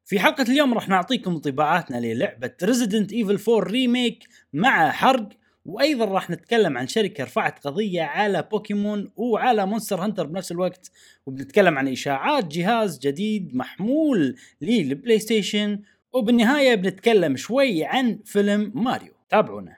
في حلقة اليوم راح نعطيكم انطباعاتنا للعبة Resident Evil 4 ريميك مع حرق، وأيضا راح نتكلم عن شركة رفعت قضية على بوكيمون وعلى مونستر هانتر بنفس الوقت، وبنتكلم عن إشاعات جهاز جديد محمول للبلاي ستيشن، وبالنهاية بنتكلم شوي عن فيلم ماريو. تابعونا.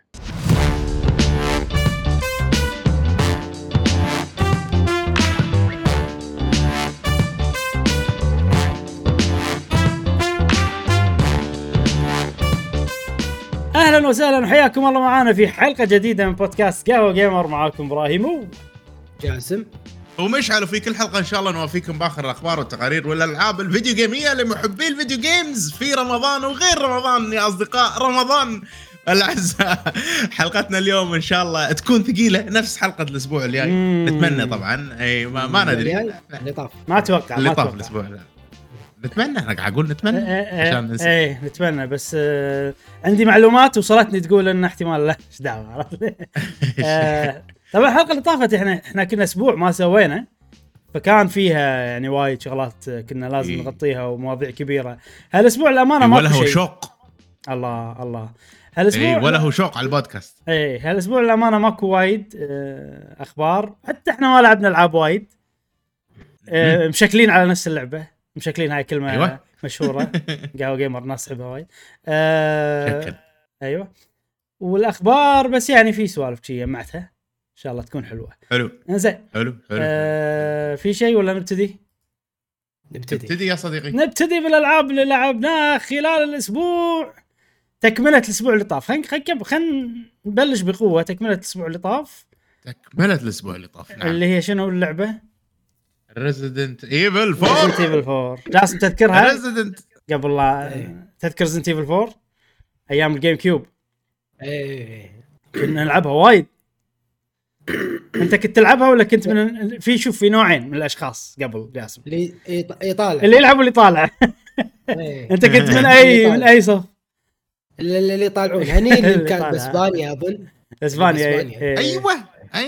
اهلا وسهلا وحياكم الله معانا في حلقه جديده من بودكاست قهوه جيمر. معاكم ابراهيم وجاسم ومشعل، في كل حلقه ان شاء الله نوافيكم باخر الاخبار والتقارير والالعاب الفيديو جيميه لمحبي الفيديو جيمز في رمضان وغير رمضان يا اصدقاء رمضان الاعزاء. حلقتنا اليوم ان شاء الله تكون ثقيله نفس حلقه الاسبوع الجاي. نتمنى طبعا اي ما ندري اللي طاف ما اتوقع الاسبوع لا. نتمنى، انا قاعد اقول نتمنى عشان ننسى. ايه نتمنى، بس عندي معلومات وصلتني تقول ان احتمال لا. ايش دعوه عرفت. طبعا الحلقه اللي طافت احنا كنا اسبوع ما سوينا، فكان فيها يعني وايد شغلات كنا لازم نغطيها ومواضيع كبيره. هالاسبوع الامانه ما ولا هو شوق. الله هالاسبوع ولا هو شوق على البودكاست. هالاسبوع الامانه ماكو وايد اخبار، حتى احنا ما لعبنا العاب وايد. مشكلين على نفس اللعبه، مشكلين هاي كلمة أيوة. مشهورة. قهوة جيمر ناس يحبها وايد. شكل. أيوة. والأخبار بس يعني في سوالف شيء جمعتها إن شاء الله تكون حلوة. حلو. زين. حلو. في شيء ولا نبتدي يا صديقي. نبتدي بالألعاب اللي لعبناها خلال الأسبوع. تكملة الأسبوع اللي طاف. خلينا نبلش بقوة. تكملة الأسبوع اللي طاف. نعم. اللي هي شنو اللعبة؟ Resident Evil 4. جاسم تذكرها؟ Resident قبل لا تذكر Resident Evil 4 ايام الجيم كيوب. كنا نلعبها وايد. انت كنت تلعبها ولا كنت من في نوعين من الاشخاص قبل جاسم؟ اللي يطالع، اللي يلعب واللي يطالع. انت كنت من اي صف؟ اللي يطالعون هني اللي كان باسبانيا اظن. اسبانيا. ايوه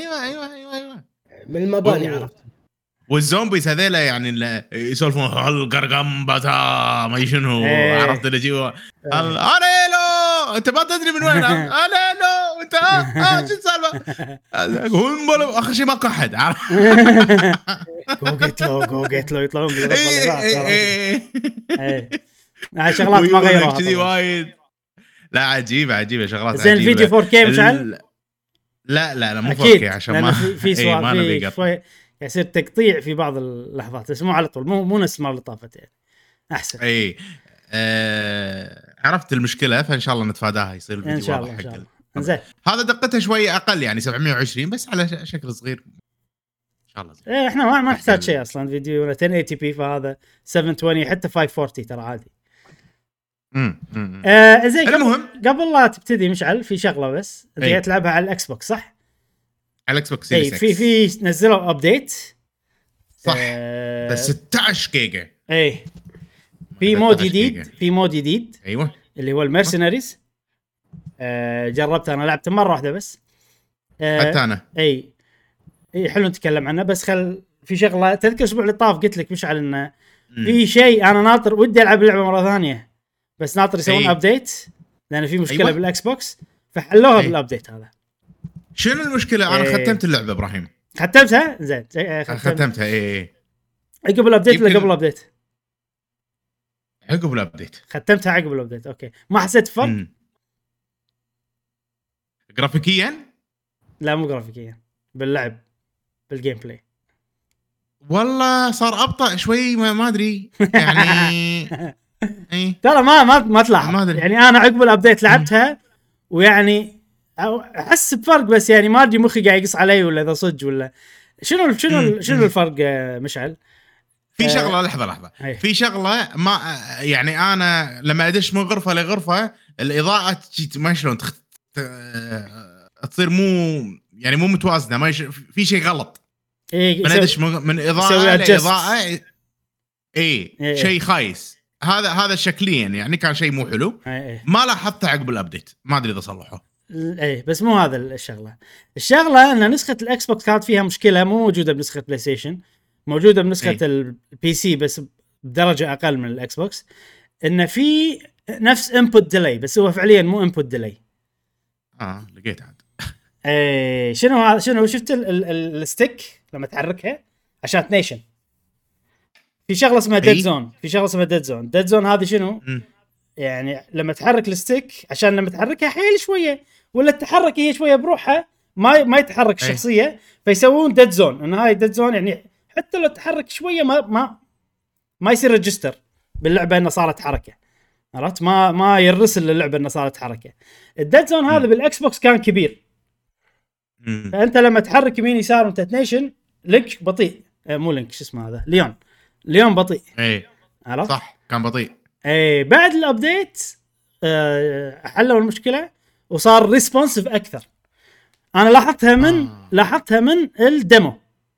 من المباني عرفت. والزومبيز هذيلا يعني اللي يسولفون القرقم بتا ما شنو. عرفت اللي جوا الو انت ما تدري من وين. الو انت شو السالفه. اخر شيء ماكو احد. جوجيتلو يطلعون هاي شغلات ما غيروها كذي وايد. لا عجيبه شغلات زين. الفيديو 4K مشعل؟ لا مو 4K عشان ما في سؤال شوي يصير تقطيع في بعض اللحظات. اسمه على طول مو نفس ما اللي طافت يعني احسن. عرفت المشكله، فان شاء الله نتفاداها. يصير الفيديو واضح حق زين. هذا دقته شوي اقل يعني 720 بس على شكل صغير ان شاء الله. احنا ما نحتاج شيء اصلا. فيديو 1080p فهذا 720 حتى 540 ترى عادي. زين. المهم قبل لا تبتدي مشعل في شغله بس. انت قاعد تلعبها على الاكس بوكس صح؟ على الاكس بوكس سيريس. في نزلوا ابديت صح. بس 16 جيجا. في مود جديد ايوه اللي هو المرسنريز. جربته انا، لعبته مره واحده بس. حتى انا حلو نتكلم عنه. بس في شغله تذكر الاسبوع اللي طاف قلت لك مشعل انه في شيء انا ناطر ودي العب اللعبه مره ثانيه، بس ناطر يسوون ابديت لان في مشكله بالاكس بوكس، فحلوها بالابديت هذا. شنو المشكله؟ انا ختمت اللعبه ابراهيم. ختمتها؟ زين. ختمتها. عقب الابديت ولا قبل الابديت؟ عقب الابديت. ختمتها عقب الابديت. اوكي. ما حسيت فرق جرافيكيا؟ لا مو جرافيكيا، باللعب بالجيم بلاي والله صار ابطا شوي. ما ادري يعني. ترى ما تلاحظ يعني. انا عقب الابديت لعبتها ويعني احس بفرق، بس يعني ما ادري مخي قاعد يقص علي ولا اذا صدق ولا شنو الفرق مشعل. في شغله لحظه في شغله ما يعني انا لما ادش من غرفه لغرفه الاضاءه ما شلون تصير مو متوازنه. ما في شيء غلط. من ادش من اضاءه لاضاءه شيء خايس. هذا شكليا يعني كان شيء مو حلو. ما لاحظته عقب الابديت، ما ادري اذا صلحوه. بس مو هذا الشغله ان نسخه الاكس بوكس كانت فيها مشكله مو موجوده بنسخه بلاي ستيشن، موجوده بنسخه البي سي بس بدرجه اقل من الاكس بوكس. ان في نفس انبوت ديلي، بس هو فعليا مو انبوت ديلي. لقيت عاد. شنو هذا؟ شنو شفت الستيك لما تحركها عشان تنيشن؟ في شغله اسمها ديد زون، في شغله اسمها ديد زون هذه شنو؟ يعني لما تحرك الستيك، عشان لما تحركها حيل شويه ولا تتحرك هي شويه بروحها، ما يتحرك الشخصيه، فيسوون ديد زون. ان هاي ديد زون يعني حتى لو تحرك شويه ما يصير ريجستر باللعبه انه صارت حركه، عرفت؟ ما يرسل للعبه انه صارت حركه. الديد زون هذا بالاكس بوكس كان كبير، فانت لما تحرك يمين يسار وانت تنيشن، لينك بطيء، مو لينك، شو اسمه هذا، ليون بطيء، عرفت؟ صح كان بطيء. بعد الابديت حلوا المشكله وصار ريسبونسيف اكثر. انا لاحظتها من الديمو،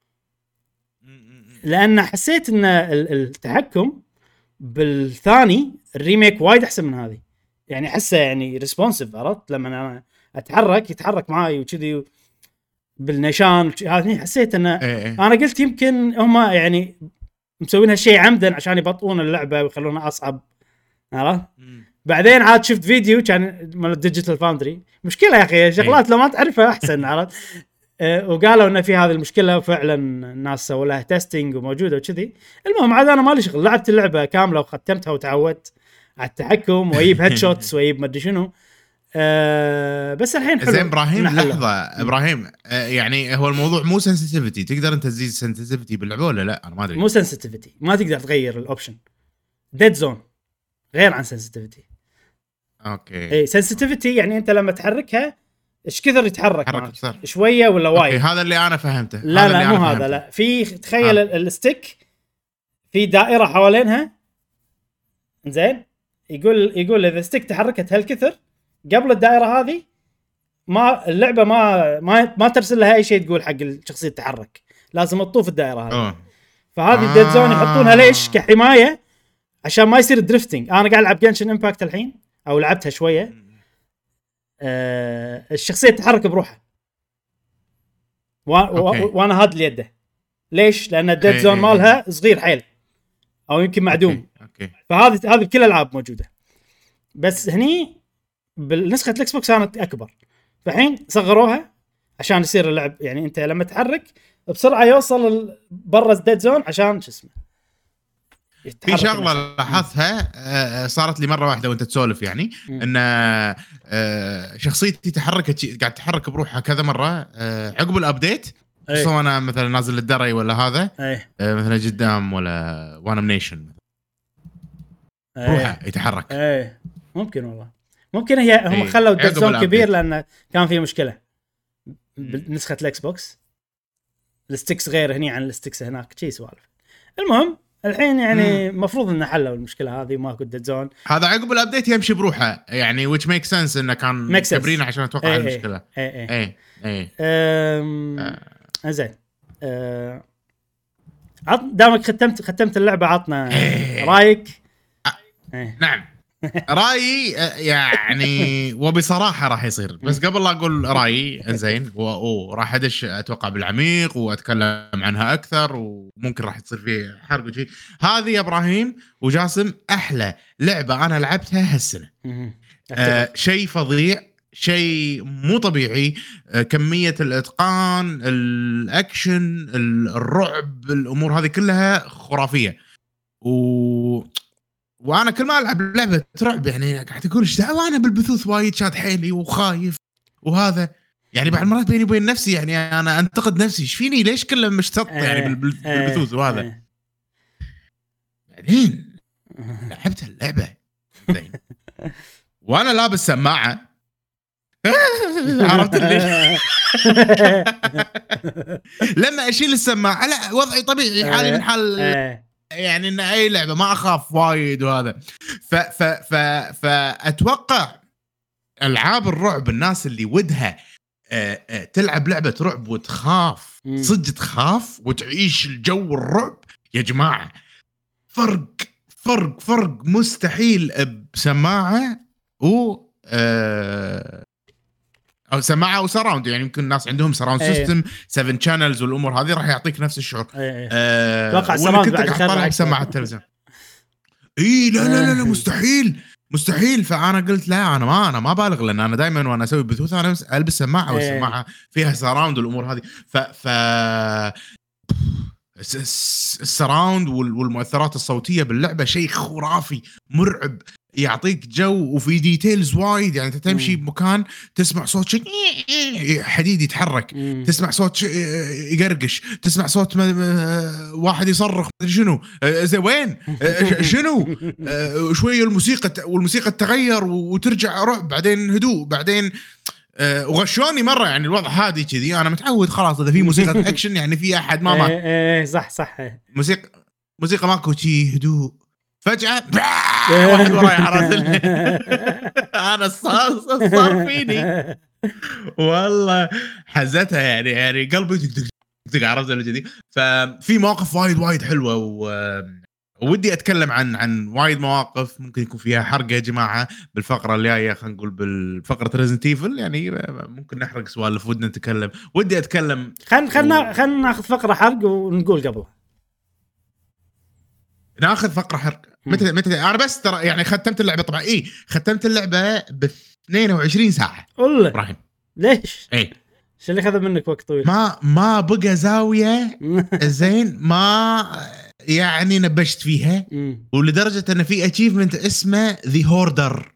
لان حسيت ان التحكم بالثاني الريميك وايد احسن من هذه، يعني احسه يعني ريسبونسيف، عرفت؟ لما انا اتحرك يتحرك معي وكذي بالنيشان هذه، حسيت ان انا قلت يمكن هم يعني مسوين هالشيء عمدا عشان يبطئون اللعبه ويخلونها اصعب، عرفت؟ بعدين عاد شفت فيديو كان مال ديجيتال فاوندري، مشكله يا اخي شغلات لو ما تعرفها احسن، عرفت؟ وقالوا ان في هذه المشكله، وفعلا الناس سووا لها تيستينج وموجوده وكذي. المهم عاد انا مالي شغل، لعبت اللعبه كامله وختمتها وتعودت على التحكم واجيب هيد شوتس واجيب ما ادري شنو. بس الحين حلو. زين ابراهيم، لحظه ابراهيم، يعني هو الموضوع مو سنسيتيفيتي، تقدر انت تزيد سنسيتيفيتي باللعبه ولا لا؟ انا ما ادري. مو سنسيتيفيتي، ما تقدر تغير الاوبشن. ديد زون غير عن سنسيتيفيتي. اوكي. اي سنسيتيفيتي يعني انت لما تحركها ايش كثر يتحرك شويه ولا وايد. هذا اللي انا فهمته. لا مو هذا، لا في تخيل الستيك في دائره حوالينها، زين؟ يقول اذا ستيك تحركت هالكثر قبل الدائره هذه، ما اللعبه ما ترسل لها اي شيء تقول حق الشخصيه تتحرك، لازم تطوف الدائره هذه. فهذه الديد زون يحطونها ليش؟ كحمايه عشان ما يصير دريفتنج. انا قاعد العب جنشن امباكت الحين، او لعبتها شويه، الشخصيه تتحرك بروحها وانا هاد اليده. ليش؟ لان الديد زون مالها صغير حيل او يمكن معدوم. فهذه بكل الالعاب موجوده، بس هني بالنسخه الاكس بوكس كانت اكبر، فالحين صغروها عشان يصير اللعب يعني انت لما تحرك بسرعه يوصل برا الديد زون عشان شو اسمه. في شغله لاحظتها صارت لي مره واحده وانت تسولف، يعني ان شخصيتي تحركت، قاعد تتحرك بروحها كذا مره عقب الابديت، خصوصا انا مثلا نازل الدري ولا هذا مثلا قدام ولا وانا منيشن بروحها يتحرك. ممكن والله، ممكن هي هم خلوا الديد زون كبير لان كان في مشكله بنسخه الاكس بوكس، الستيكس غير هني عن الستيكس هناك، شيء سوالف. المهم الحين يعني المفروض ان حلوا المشكله هذه وماكو ديد زون. هذا عقب الابديت يمشي بروحه يعني which makes sense انه كان كبرين عشان اتوقع المشكله. زين دامك ختمت اللعبه، عطنا رايك. نعم رايي يعني وبصراحه راح يصير، بس قبل لا اقول رايي زين وراح ادش اتوقع بالعميق واتكلم عنها اكثر، وممكن راح تصير فيه حرق وشي. هذه يا ابراهيم وجاسم احلى لعبه انا لعبتها هالسنه. شيء فظيع، شيء مو طبيعي، كميه الاتقان، الاكشن، الرعب، الامور هذه كلها خرافيه. وانا كل ما العب لعبه رعب يعني قاعد اقول ايش دعوه انا بالبثوث وايد شاد حيلي وخايف وهذا، يعني بعد مرات بيني وبين نفسي يعني انا انتقد نفسي ايش فيني، ليش كله مشتط يعني بالبثوث وهذا. بعدين لعبت اللعبه زين وانا لابس سماعه عرفت ليش لما اشيل السماعه لا وضعي طبيعي، حالي من حال يعني ان اي لعبه ما اخاف وايد وهذا. فاتوقع العاب الرعب الناس اللي ودها تلعب لعبه رعب وتخاف صدق، تخاف وتعيش الجو الرعب، يا جماعه فرق مستحيل بسماعه او سماعه وسراوند. يعني يمكن الناس عندهم سراوند سيستم 7 شانلز والامور هذه راح يعطيك نفس الشعور. اتوقع سراوند بعد خير سماعه التلفزيون. اي لا مستحيل. فانا قلت لا، انا ما بالغ، لان انا دائما وانا اسوي بثوث انا البس سماعه والسماعه فيها سراوند والامور هذه. ف السراوند والمؤثرات الصوتيه باللعبه شيء خرافي مرعب، يعطيك جو وفي ديتيلز وايد. يعني انت تمشي بمكان تسمع صوت شيء حديد يتحرك، تسمع صوت يقرقش، تسمع صوت واحد يصرخ شنو زي وين شنو شويه والموسيقى تتغير وترجع رعب، بعدين هدوء، بعدين وغشوني مره. يعني الوضع هادي كذي، انا متعود خلاص اذا في موسيقى اكشن يعني في احد ما مات. صح موسيقى ماكو شي هدوء، فجاه واحد وراي عرفت انا صار فيني والله حزتها. يعني قلبي دق عرفت اللي كذي. ففي مواقف وايد حلوه ودي اتكلم عن وايد مواقف ممكن يكون فيها حرق يا جماعه بالفقره الجايه. خلينا نقول بالفقره ريزنت ايفل، يعني ممكن نحرق سوالف ودنا نتكلم. ودي اتكلم خلنا ناخذ فقره حرق ونقول قبل ناخذ فقره حرق. متى انا بس ترى يعني ختمت اللعبه طبعا. ختمت اللعبه ب 22 ساعه. ابراهيم ليش؟ شو اللي اخذ منك وقت طويل؟ ما بقى زاويه زين، ما يعني نبشت فيها. ولدرجه ان في اتشيفمنت اسمه ذا هوردر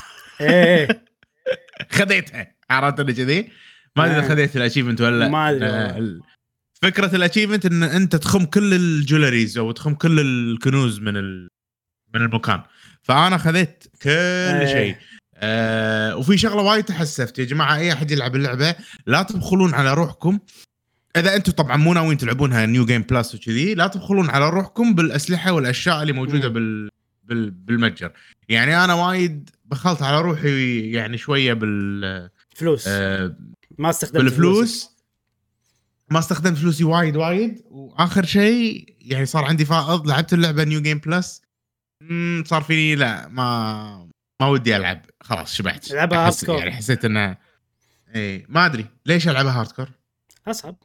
خذيتها، عرفت اللي كذي. ما ادري خذيت الاتشيفمنت ولا ما ادري. فكره الاتشيفمنت ان انت تخم كل الجولريز او تخم كل الكنوز من المكان. فانا خذيت كل شيء. وفي شغله وايد تحسفت يا جماعه، اي احد يلعب اللعبه لا تبخلون على روحكم. اذا انتم طبعا مو ناويين تلعبونها نيو جيم بلس وكذي، لا تبخلون على روحكم بالاسلحه والاشياء اللي موجوده بالمتجر. يعني انا وايد بخلت على روحي يعني شويه بالفلوس. ما استخدمت بالفلوس، ما استخدمت فلوسي وايد. واخر شيء يعني صار عندي فائض، لعبت اللعبه نيو جيم بلس، صار فيني لا ما ودي العب، خلاص شبعت. العبها هاردكور. يعني حسيت انه ما ادري ليش العبها هاردكور، اصعب.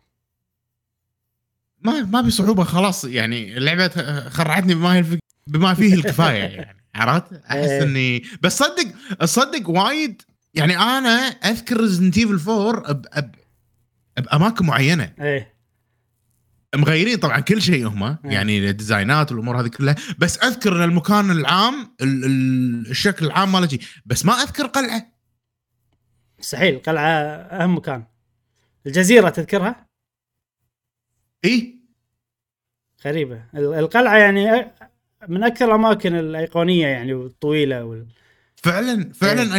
ما بصعوبه خلاص. يعني اللعبه خرعتني بما فيه الكفايه يعني عرفت. احس اني بس صدق وايد. يعني انا اذكر ريزنت ايفل 4 باماكن معينه مغيرين طبعا كل شيء هم يعني الديزاينات والامور هذه كلها، بس اذكر المكان العام الشكل العام مالتي، بس ما اذكر قلعه. مستحيل، القلعه اهم مكان. الجزيره تذكرها؟ غريبه. القلعه يعني من اكثر الاماكن الايقونيه يعني والطويله فعلا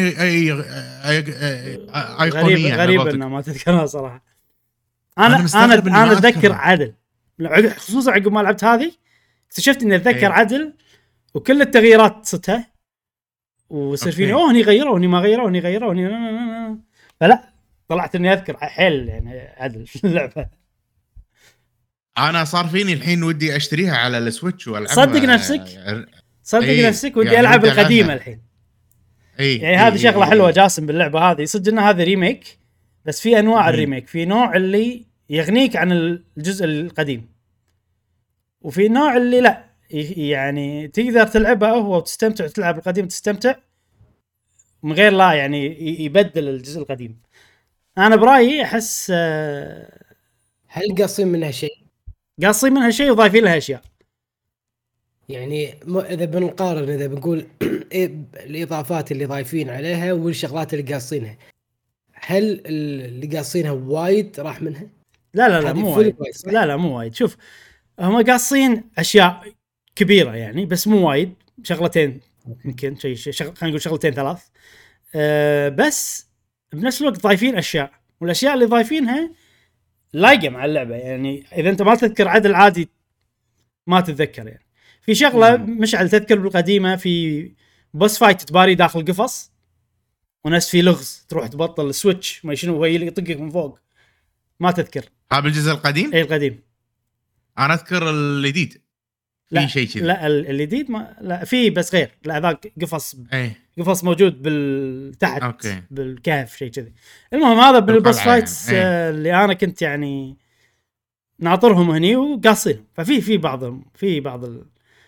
ايقونيه. غريبه انه ما تذكرها صراحه. انا اتذكر عدل، خصوصا عقب ما لعبت هذه اكتشفت اني اتذكر عدل وكل التغييرات صتها، وصير فيني هني غيروا هني ما غيروا هني غيروا هني فلا طلعت اني اذكر حيل يعني عدل اللعبه. انا صار فيني الحين ودي اشتريها على السويتش والعبها. صدق نفسك ودي يعني العب القديمه الحين. يعني هذه شغله حلوه جاسم باللعبه هذه، صدق ان هذا ريميك، بس في انواع الريميك. في نوع اللي يغنيك عن الجزء القديم، وفي نوع اللي لا يعني تقدر تلعبها هو وتستمتع، تلعب القديم تستمتع من غير لا يعني يبدل الجزء القديم. انا برايي احس هل قاصين منها شيء وضايفين لها اشياء. يعني اذا بنقارن، اذا بنقول الاضافات اللي ضايفين عليها والشغلات اللي قاصينها، هل اللي قاصينها وايد راح منها؟ لا مو وايد. لا مو وايد. شوف هم قاصين اشياء كبيره يعني، بس مو وايد، شغلتين يمكن خلينا نقول شغلتين ثلاث. بس بنفس الوقت ضايفين اشياء، والاشياء اللي ضايفينها لايقه مع اللعبه. يعني اذا انت ما تذكر عدل عادي ما تتذكر. يعني في شغله مشعل تذكر بالقديمه، في بوس فايت تباري داخل قفص وناس في لغز تروح تبطل السويتش ما شنو، هو يطقك من فوق. ما تذكر هذا بالجزء القديم؟ اي القديم. انا اذكر الجديد في شيء كذا. لا الجديد ما لا في، بس غير. لا ذاك قفص موجود بالتحت أوكي. بالكهف شيء كذي. المهم هذا بالبوس فايتس يعني. اللي انا كنت يعني ناطرهم هني وقاصين. ففي بعض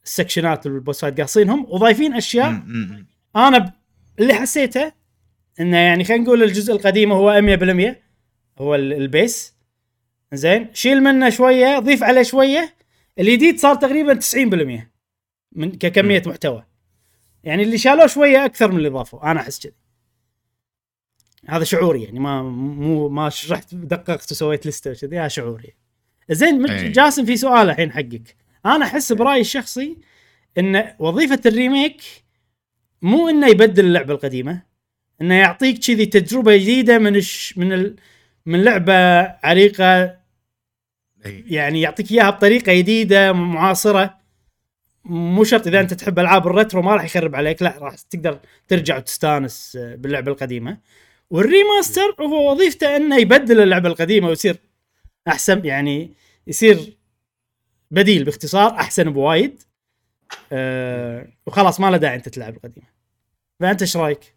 السكشنات والبوسات قاصينهم وضايفين اشياء. انا اللي حسيته انه يعني خلينا نقول الجزء القديم هو 100% هو البيس، زين شيل منه شويه ضيف عليه شويه، الجديد صار تقريبا 90% من ككميه محتوى، يعني اللي شالوه شويه اكثر من اللي ضافوا. انا احس كذي، هذا شعوري يعني، ما شرحت دققت وسويت لسته وكذي، هذا شعوري. زين جاسم في سؤال الحين حقك. انا احس برايي الشخصي ان وظيفه الريميك مو انه يبدل اللعبه القديمه، انه يعطيك كذي تجربه جديده من لعبه عريقه، يعني يعطيك اياها بطريقه جديده معاصره. مو شرط اذا انت تحب العاب الريترو ما راح يخرب عليك، لا راح تقدر ترجع وتستانس باللعبه القديمه. والريماستر هو وظيفته انه يبدل اللعبه القديمه ويصير احسن، يعني يصير بديل باختصار احسن بوايد. وخلاص ما له داعي انت تلعب القديمه. فانت ايش رايك؟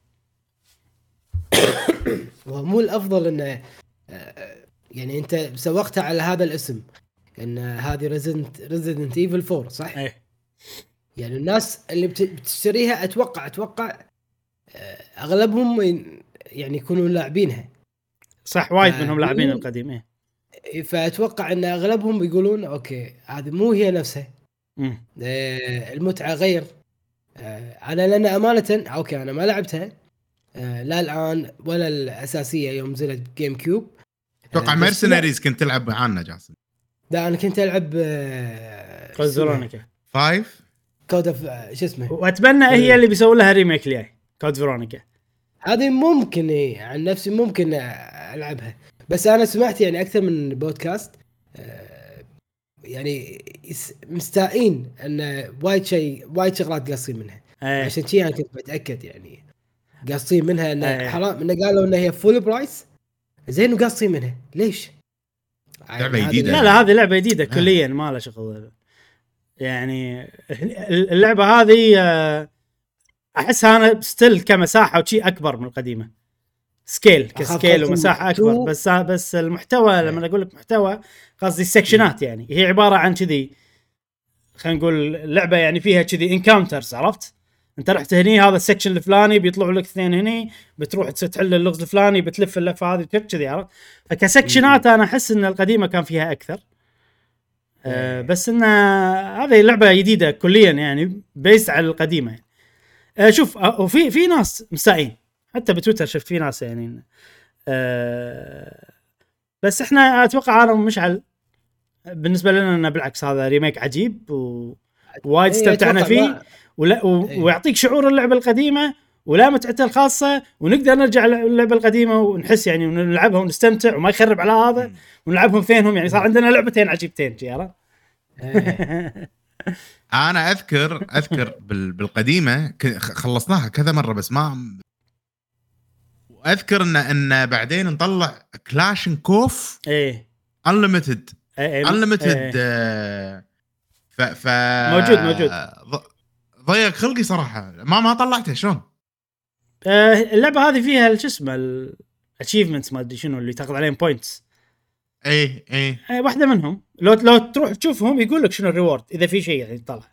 مو الافضل انه يعني انت سوقتها على هذا الاسم ان هذه ريزيدنت ايفل 4 صح؟ ايه. يعني الناس اللي بتشتريها اتوقع اغلبهم يعني يكونوا لاعبينها صح، وايد منهم لاعبين القديم. ايه فاتوقع ان اغلبهم بيقولون اوكي هذه مو هي نفسها، المتعه غير. انا لان امانه اوكي انا ما لعبتها لا الان ولا الاساسيه يوم نزلت جيم كيوب. اتوقع ميرسناريز كنت تلعب معانا جاسم. لا انا كنت العب كود فيرونيكا 5 كود شو اسمه، واتمنى هي اللي بيسوي لها ريميك ليها كود فيرونيكا. هذه ممكن عن نفسي ممكن العبها، بس انا سمعت يعني اكثر من بودكاست يعني مستائين ان وايد شغلات قاصين منها. عشان شيء انا كنت متاكد يعني قاصين منها ان حرام، ان قالوا ان هي فول برايس زين وقاصين منها ليش؟ لعبه جديده. لا هذه لعبه جديده كليا ما لها شغل. يعني اللعبه هذه احسها انا ستيل كمساحه وشي اكبر من القديمه، كسكيل ومساحه اكبر. بس المحتوى لما اقول لك محتوى قصدي السكشنات، يعني هي عباره عن كذي، خلينا نقول اللعبه يعني فيها كذي انكاونترز. عرفت انت رحت هني هذا السكشن الفلاني بيطلعوا لك اثنين هني، بتروح تحل اللغز الفلاني بتلف اللفه هذه كذي. عرفت فكسكشنات انا احس ان القديمه كان فيها اكثر. بس ان هذه لعبه جديده كليا يعني بيس على القديمه. شوف وفي ناس مستائين حتى بتويتر، شفت في ناس يعني بس احنا اتوقع انا مشعل بالنسبه لنا انه بالعكس هذا ريميك عجيب ووايد استمتعنا فيه ويعطيك شعور اللعبه القديمه ولا متعته الخاصه، ونقدر نرجع للعبه القديمه ونحس يعني ونلعبها ونستمتع وما يخرب على هذا ونلعبهم فينهم. يعني صار عندنا لعبتين عجيبتين جيرا. انا اذكر بالقديمه خلصناها كذا مره، بس ما اذكر ان بعدين نطلع كلاشنكوف انليمتد ف موجود ضيق خلقي صراحه، ما طلعته. شلون اللعبه هذه فيها شو اسمه الاتشيفمنتس ما ادري شنو اللي تاخذ عليهم بوينتس. اي واحده منهم لو تروح تشوفهم يقول لك شنو الريورد اذا في شيء يعني طلع.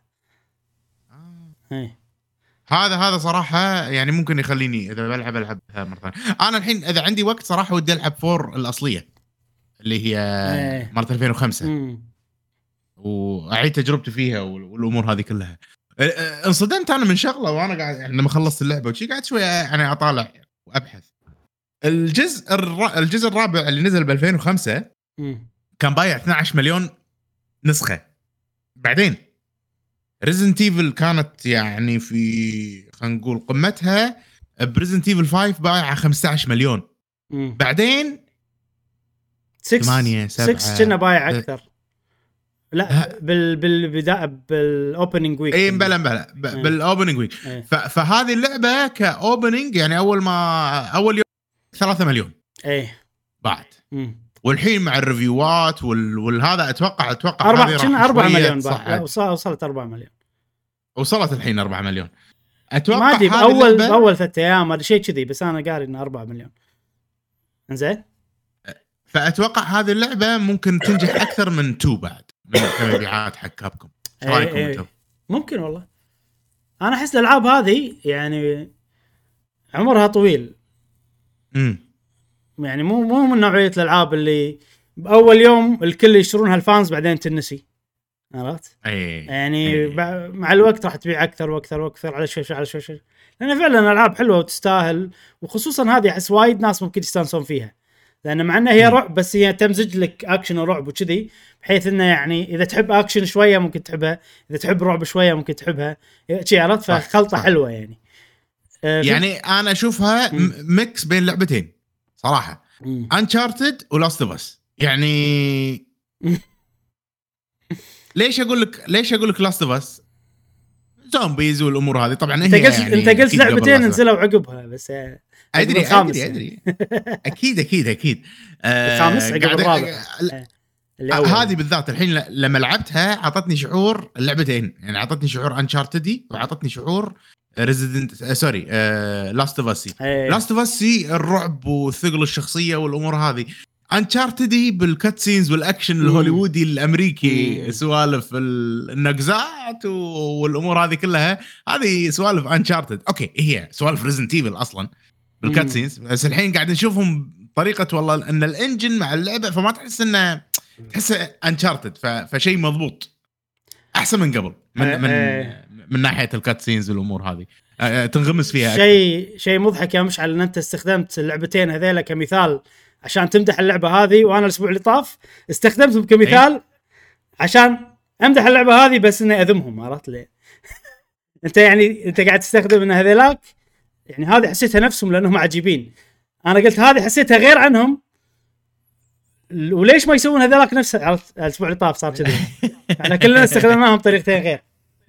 هذا صراحه يعني ممكن يخليني اذا العبها مره ثانيه. انا الحين اذا عندي وقت صراحه ودي العب 4 الاصليه اللي هي مرة 2005 واعيد تجربتي فيها والامور هذه كلها. انصدمت انا من شغله وانا قاعد يعني لما خلصت اللعبه وشي قاعد شويه يعني اطالع وابحث. الجزء الرابع اللي نزل ب 2005 كان بايع 12 مليون نسخه. بعدين ريزيدنت ايفل كانت يعني في خلينا نقول قمتها بريزيدنت ايفل 5 بايعه 15 مليون. بعدين 6 كنا بايع اكثر. لا بالبدايه بالاوبننج ويك. اي بلا بالاوبننج ويك. فهذه اللعبه كاوبننج يعني اول يوم 3 مليون بعد. والحين مع الريفيوات والهذا اتوقع 4 مليون بعد. وصلت 4 مليون. وصلت الحين 4 مليون اتوقع. ما ادري اول 3 ايام ولا شيء كذي، بس انا قاري انه 4 مليون. انزين فاتوقع هذه اللعبه ممكن تنجح اكثر من 2 بعد من المبيعات حق كابكم. ايش رايكم انتم؟ ممكن والله. انا احس الالعاب هذه يعني عمرها طويل. يعني مو من نوعيه الالعاب اللي باول يوم الكل يشترونها الفانز بعدين تنسي، عرفت؟ يعني مع الوقت راح تبيع اكثر واكثر واكثر على شوي على شوي، لان فعلا العاب حلوه وتستاهل. وخصوصا هذه احس وايد ناس ممكن يستانسون فيها، لان مع انها هي رعب بس هي تمزج لك اكشن ورعب وكذي، بحيث انه يعني اذا تحب اكشن شويه ممكن تحبها، اذا تحب رعب شويه ممكن تحبها شي، عرفت؟ فخلطه حلوه يعني. يعني انا اشوفها ميكس بين لعبتين صراحه، انشارتد ولاست اوف اس. يعني ليش اقول لك لاست اوف اس زومبيز والامور هذه طبعا انت قلت يعني انت قلت لعبتين نزلوا عقبها بس ادري اكيد الخامس عقب الرابع. هذه بالذات الحين لما لعبتها عطتني شعور اللعبتين، يعني عطتني شعور انشارتد وعطتني شعور ريزيدنت لاست اوف اس. لاست اوف اس الرعب وثقل الشخصيه والامور هذه، انشارتد بالكات سينز والاكشن الهوليوودي الامريكي، سوالف النقزات والامور هذه كلها، هذه سوالف انشارتد. اوكي هي سوالف ريزيدنت ايفل اصلا بالكات سينز، بس الحين قاعد نشوفهم طريقه والله ان الانجن مع اللعبه، فما تحس انشارتد، فشيء مضبوط احسن من قبل من ناحيه الكات سينز والامور هذه، تنغمس فيها. شيء مضحك يا مشعل ان انت استخدمت اللعبتين هذيلا كمثال عشان تمدح اللعبه هذه، وانا الاسبوع اللي طاف استخدمتهم كمثال عشان امدح اللعبه هذه بس اني اذمهم، عرفت ليه؟ انت قاعد تستخدم ان هذيلاك يعني هذه حسيتها نفسهم لانهم عجيبين، انا قلت هذه حسيتها غير عنهم، وليش ما يسوون هذيلاك نفسها؟ عرفت الاسبوع اللي طاف صار كذي. احنا كلنا استخدمناهم بطريقتين غير.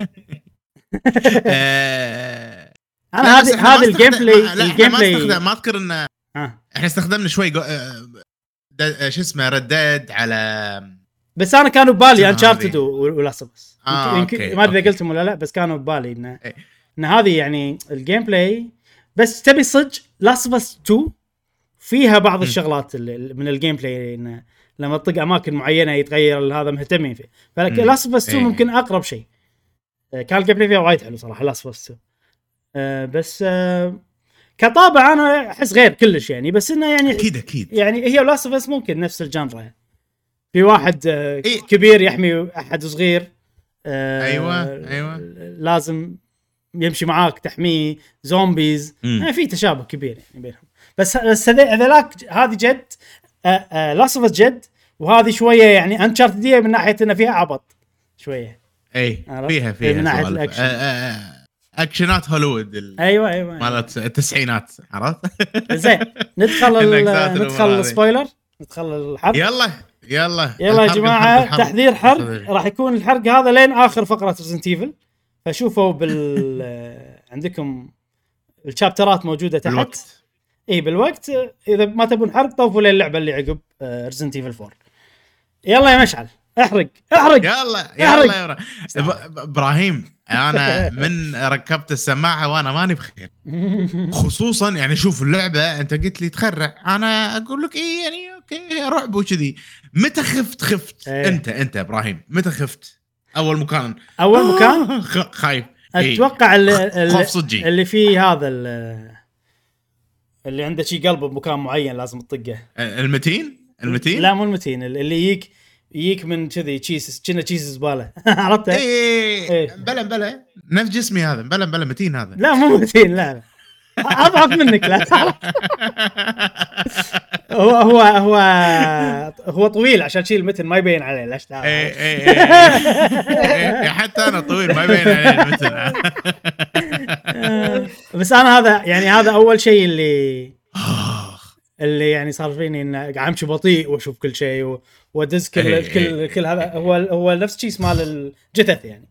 انا هذا الجيم بلاي ما اذكر ان احنا استخدمنا شوي شو اسمه ردد على، بس انا كانوا ببالي انشارتد ولا سبس ما ادري اذا قلتهم ولا لا، بس كانوا ببالي ان هذه يعني الجيم بلاي. بس تبي صدق لاست اوف اس 2 فيها بعض الشغلات من الجيم بلاي، إن لما تطق اماكن معينه يتغير، هذا مهتمين فيه. فلكن لاست اوف اس 2 ممكن اقرب شيء، كان الجيم بلاي فيها وايد حلو صراحه لاست اوف اس 2. بس كطابع انا احس غير كلش يعني، بس انه يعني اكيد يعني هي لاست اوف اس ممكن نفس الجانرا، في واحد كبير يحمي احد صغير، ايوه لازم يمشي معاك تحميه، زومبيز، يعني في تشابه كبير يعني بينهم. بس هذاك هذه جد لاست اوف اس جد، وهذه شويه يعني انشارتديه من ناحيه ان فيها عبط شويه. فيها من ناحيه الاكشن، اكشنات هوليوود ايوه مالت التسعينات، عرفت؟ زين ندخل سبويلر، ندخل الحرق. يلا يا جماعه، تحذير حرق، راح يكون الحرق هذا لين اخر فقره ريزنت ايفل، فشوفوا عندكم الشابترات موجوده تحت بالوقت. اذا ما تبون حرق طوفوا للعبه اللي عقب ريزنت ايفل 4. يلا يا مشعل احرق يلا يا ابراهيم. انا من ركبت السماعه وانا ماني بخير، خصوصا يعني شوف اللعبه انت قلت لي تخرع، انا اقول لك يعني اوكي رعب وكذي. متى خفت انت ابراهيم؟ متى خفت؟ اول مكان خايف اتوقع اللي فيه هذا اللي عنده شيء قلبه بمكان معين لازم تطقه. المتين لا مو المتين، اللي يجيك من كذي تشيز، كنا تشيز زباله. عرفته؟ بلا نفس جسمي هذا، بلا متين هذا. لا مو متين، لا اضعف منك. لا هو طويل عشان شيء المتن ما يبين عليه. لاش حتى انا طويل ما يبين عليه المتن. بس انا هذا اول شيء اللي يعني صار فيني ان قاعد امشي بطيء واشوف كل شيء وادز كل هذا. هو نفس شيء مال الجثث يعني.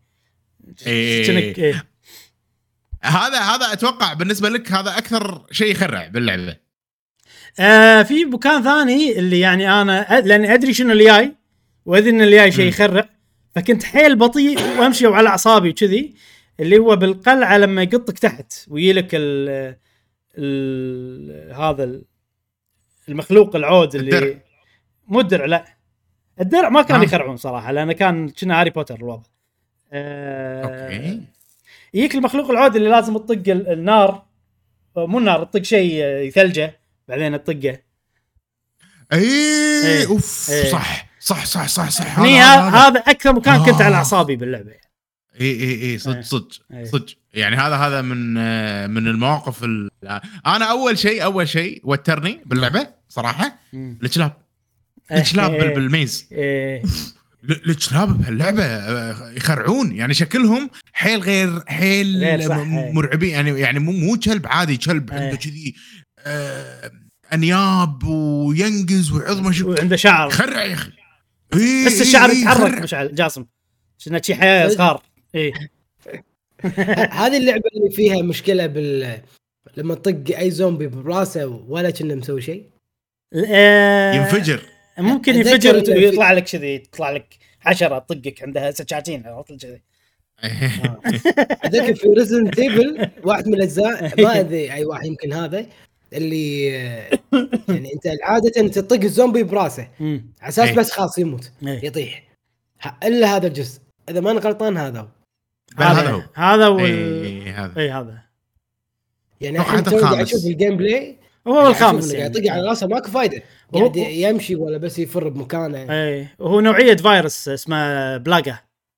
هذا اتوقع بالنسبه لك هذا اكثر شيء يخرع باللعبه. في مكان ثاني اللي يعني انا لاني ادري شنو اللي جاي، واذن اللي جاي شيء يخرع، فكنت حيل بطيء وامشي وعلى اعصابي وكذي. اللي هو بالقلعه لما يقطك تحت ويجيلك هذا المخلوق العود اللي مو الدرع، لا الدرع ما كان يخرعون صراحه، لانه كان كنا هاري بوتر الوضع. اوكي يجيك المخلوق العودي اللي لازم تطق النار، مو النار، تطق شيء يثلجه بعدين تطقه. اي اوف إيه. صح هذا اكثر مكان كنت على اعصابي باللعبه. اي صدق إيه. صدق يعني هذا من المواقف انا اول شيء وترني باللعبه صراحه الكلاب بالميز. الكلاب بهاللعبه يخرعون يعني شكلهم حيل غير مرعبين يعني مو كلب عادي، كلب عنده كذي انياب وينقز وعظمه وعنده شعر يخرع يا اخي. بس الشعر يتحرك مشعل جاسم شنو شي حياه صغار. هذه اللعبه اللي فيها مشكله لما تطق اي زومبي براسه ولا كنا مسوي شيء ينفجر. ممكن ينفجر ويطلع لك كذي، يطلع لك حشره تطقك عندها سكاكين عرفت كذي. ذاك في ريزنت ايفل واحد من الاجزاء ما ادري اي واحد يمكن هذا اللي يعني انت عاده تطق الزومبي براسه على اساس بس خلاص يموت يطيح، الا هذا الجزء اذا ما انا غلطان هذا هذا يعني الحين قاعد اشوف الجيم بلاي هو الخامس يعني يطق على راسه ماكو فايده قاعد يمشي ولا بس يفر بمكانه. وهو نوعيه فيروس اسمه بلاغا.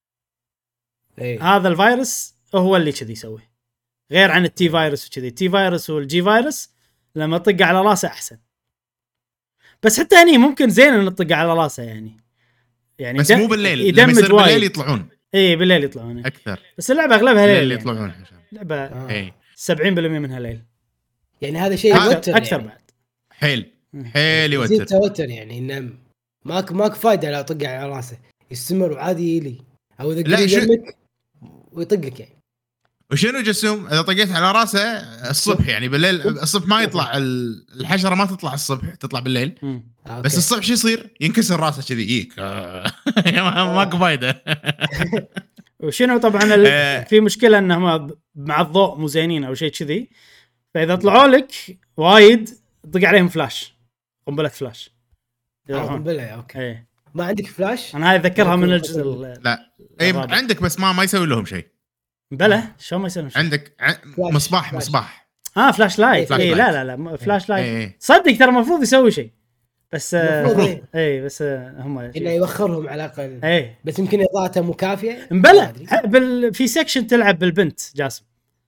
هذا الفيروس هو اللي كذي يسوي غير عن التي فيروس وكذي. التي فيروس والجي فيروس لما طق على راسه احسن، بس حتى هني ممكن زين ان نطق على راسه يعني بس مو بالليل، لما يصير بالليل يطلعون. بالليل يطلعون اكثر، بس اللعبه اغلبها ليل اللي يطلعون يعني. لعبه 70% منها ليل يعني هذا شيء يوتر اكثر يعني. بعد حيل يوتر توتر يعني انه ماكو فايده لا طق على راسه يستمر وعادي يلي او اذا قريب يمك ويطقك يعني. وشنو جسوم اذا طقيت على راسه الصبح يعني بالليل الصبح ما يطلع الحشره ما تطلع الصبح تطلع بالليل بس الصبح شو يصير ينكسر راسه كذي يجيك ماكو فايده. وشنو طبعا في مشكله انهم مع الضوء مو زينين او شيء كذي، فاذا طلعوا لك وايد طق عليهم فلاش، قنبله فلاش. قنبله اوكي. ما عندك فلاش؟ انا هاي اتذكرها من الجزء لا عندك بس ما يسوي لهم شيء. بلى شو ما يسوي شيء. عندك مصباح فلاش لايت. لا فلاش لايت صدق ترى المفروض يسوي شيء بس بس هم انه يوخرهم على الاقل بس يمكن اضاءته مو كافيه. بلى في سيكشن تلعب بالبنت جاسم.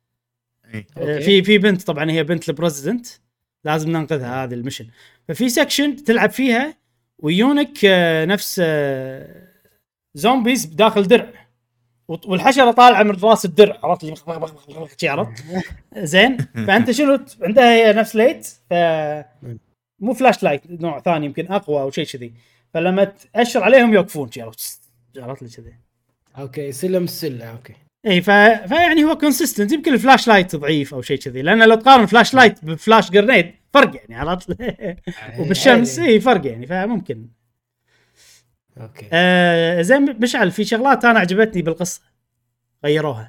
في بنت طبعا هي بنت البريزيدنت لازم ننقذها هذه المشن. ففي سيكشن تلعب فيها ويونك نفس زومبيز داخل درع والحشره طالعه من راس الدرع عرفت عرفت زين. فانت شنو عندها هي نفس ليت مو فلاش لايت نوع ثاني يمكن اقوى او شيء كذي، فلما تاشر عليهم يوقفون عرفت لي كذي. اوكي سلم السله اوكي فيعني هو كونسيستنت. يمكن الفلاش لايت ضعيف او شيء كذي، لان لو تقارن فلاش لايت بفلاش جرنيد فرق يعني عرفت وبالشمس فرق يعني، فممكن اوكي. زين مشعل في شغلات انا عجبتني بالقصه غيروها.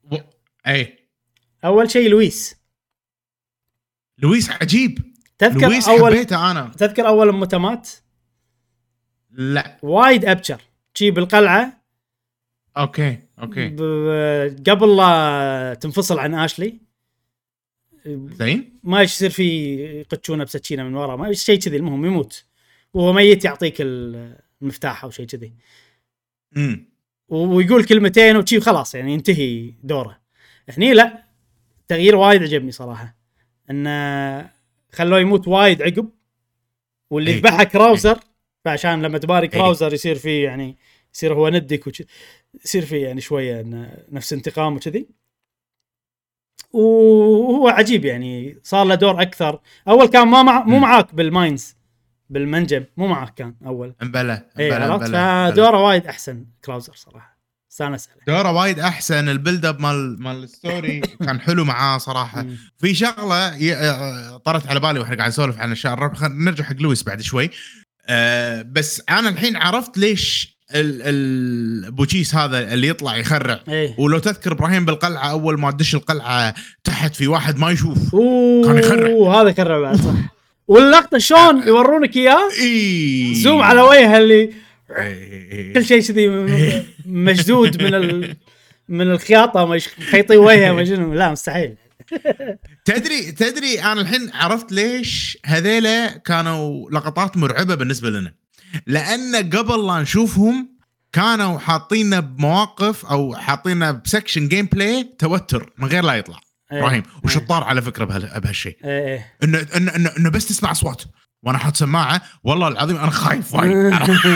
اول شيء لويس عجيب. تذكر لويس حبيته انا. تذكر اول متمات؟ لا وايد ابشر شي بالقلعه. اوكي قبل لا تنفصل عن اشلي زين ما يصير في قتشونه بسكينه من ورا ما شيء كذي، المهم يموت وهو ميت يعطيك المفتاح او شيء كذي ويقول كلمتين وشي خلاص يعني ينتهي دوره. هني لا تغيير وايد عجبني صراحه، انه خلوه يموت وايد عقب واللي ذبحه كراوزر، فعشان لما تباري كراوزر يصير فيه يعني يصير هو ندك يصير فيه يعني شويه نفس انتقام وكذي. وهو عجيب يعني صار له دور اكثر. اول كان مو معاك بالماينز بالمنجم مو معاك كان اول بلا فدوره وايد احسن كراوزر صراحه استانس عليه. دوره وايد احسن. البيلد اب مال الستوري كان حلو معاه صراحه. في شغله طرت على بالي واحنا قاعد نسولف عن الاشياء الرابعه، نرجع حق لويس بعد شوي. بس انا الحين عرفت ليش البوتشيس هذا اللي يطلع يخرع. ولو تذكر ابراهيم بالقلعه اول ما تدش القلعه تحت في واحد ما يشوف كان يخرع وهذا كرع بعد صح. واللقطه شلون يورونك اياه زوم على وجهه اللي كل شيء كذي مشدود من من الخياطه ما خيطي وجهه ما شنو، لا مستحيل. تدري انا الحين عرفت ليش هذيلا كانوا لقطات مرعبه بالنسبه لنا، لان قبل لا نشوفهم كانوا حاطيننا بمواقف او حاطيننا بسكشن جيم بلاي توتر من غير لا يطلع. ابراهيم وشطار على فكره بهالشيء، انه بس تسمع اصوات وانا حاط سماعه، والله العظيم انا خايف وايد.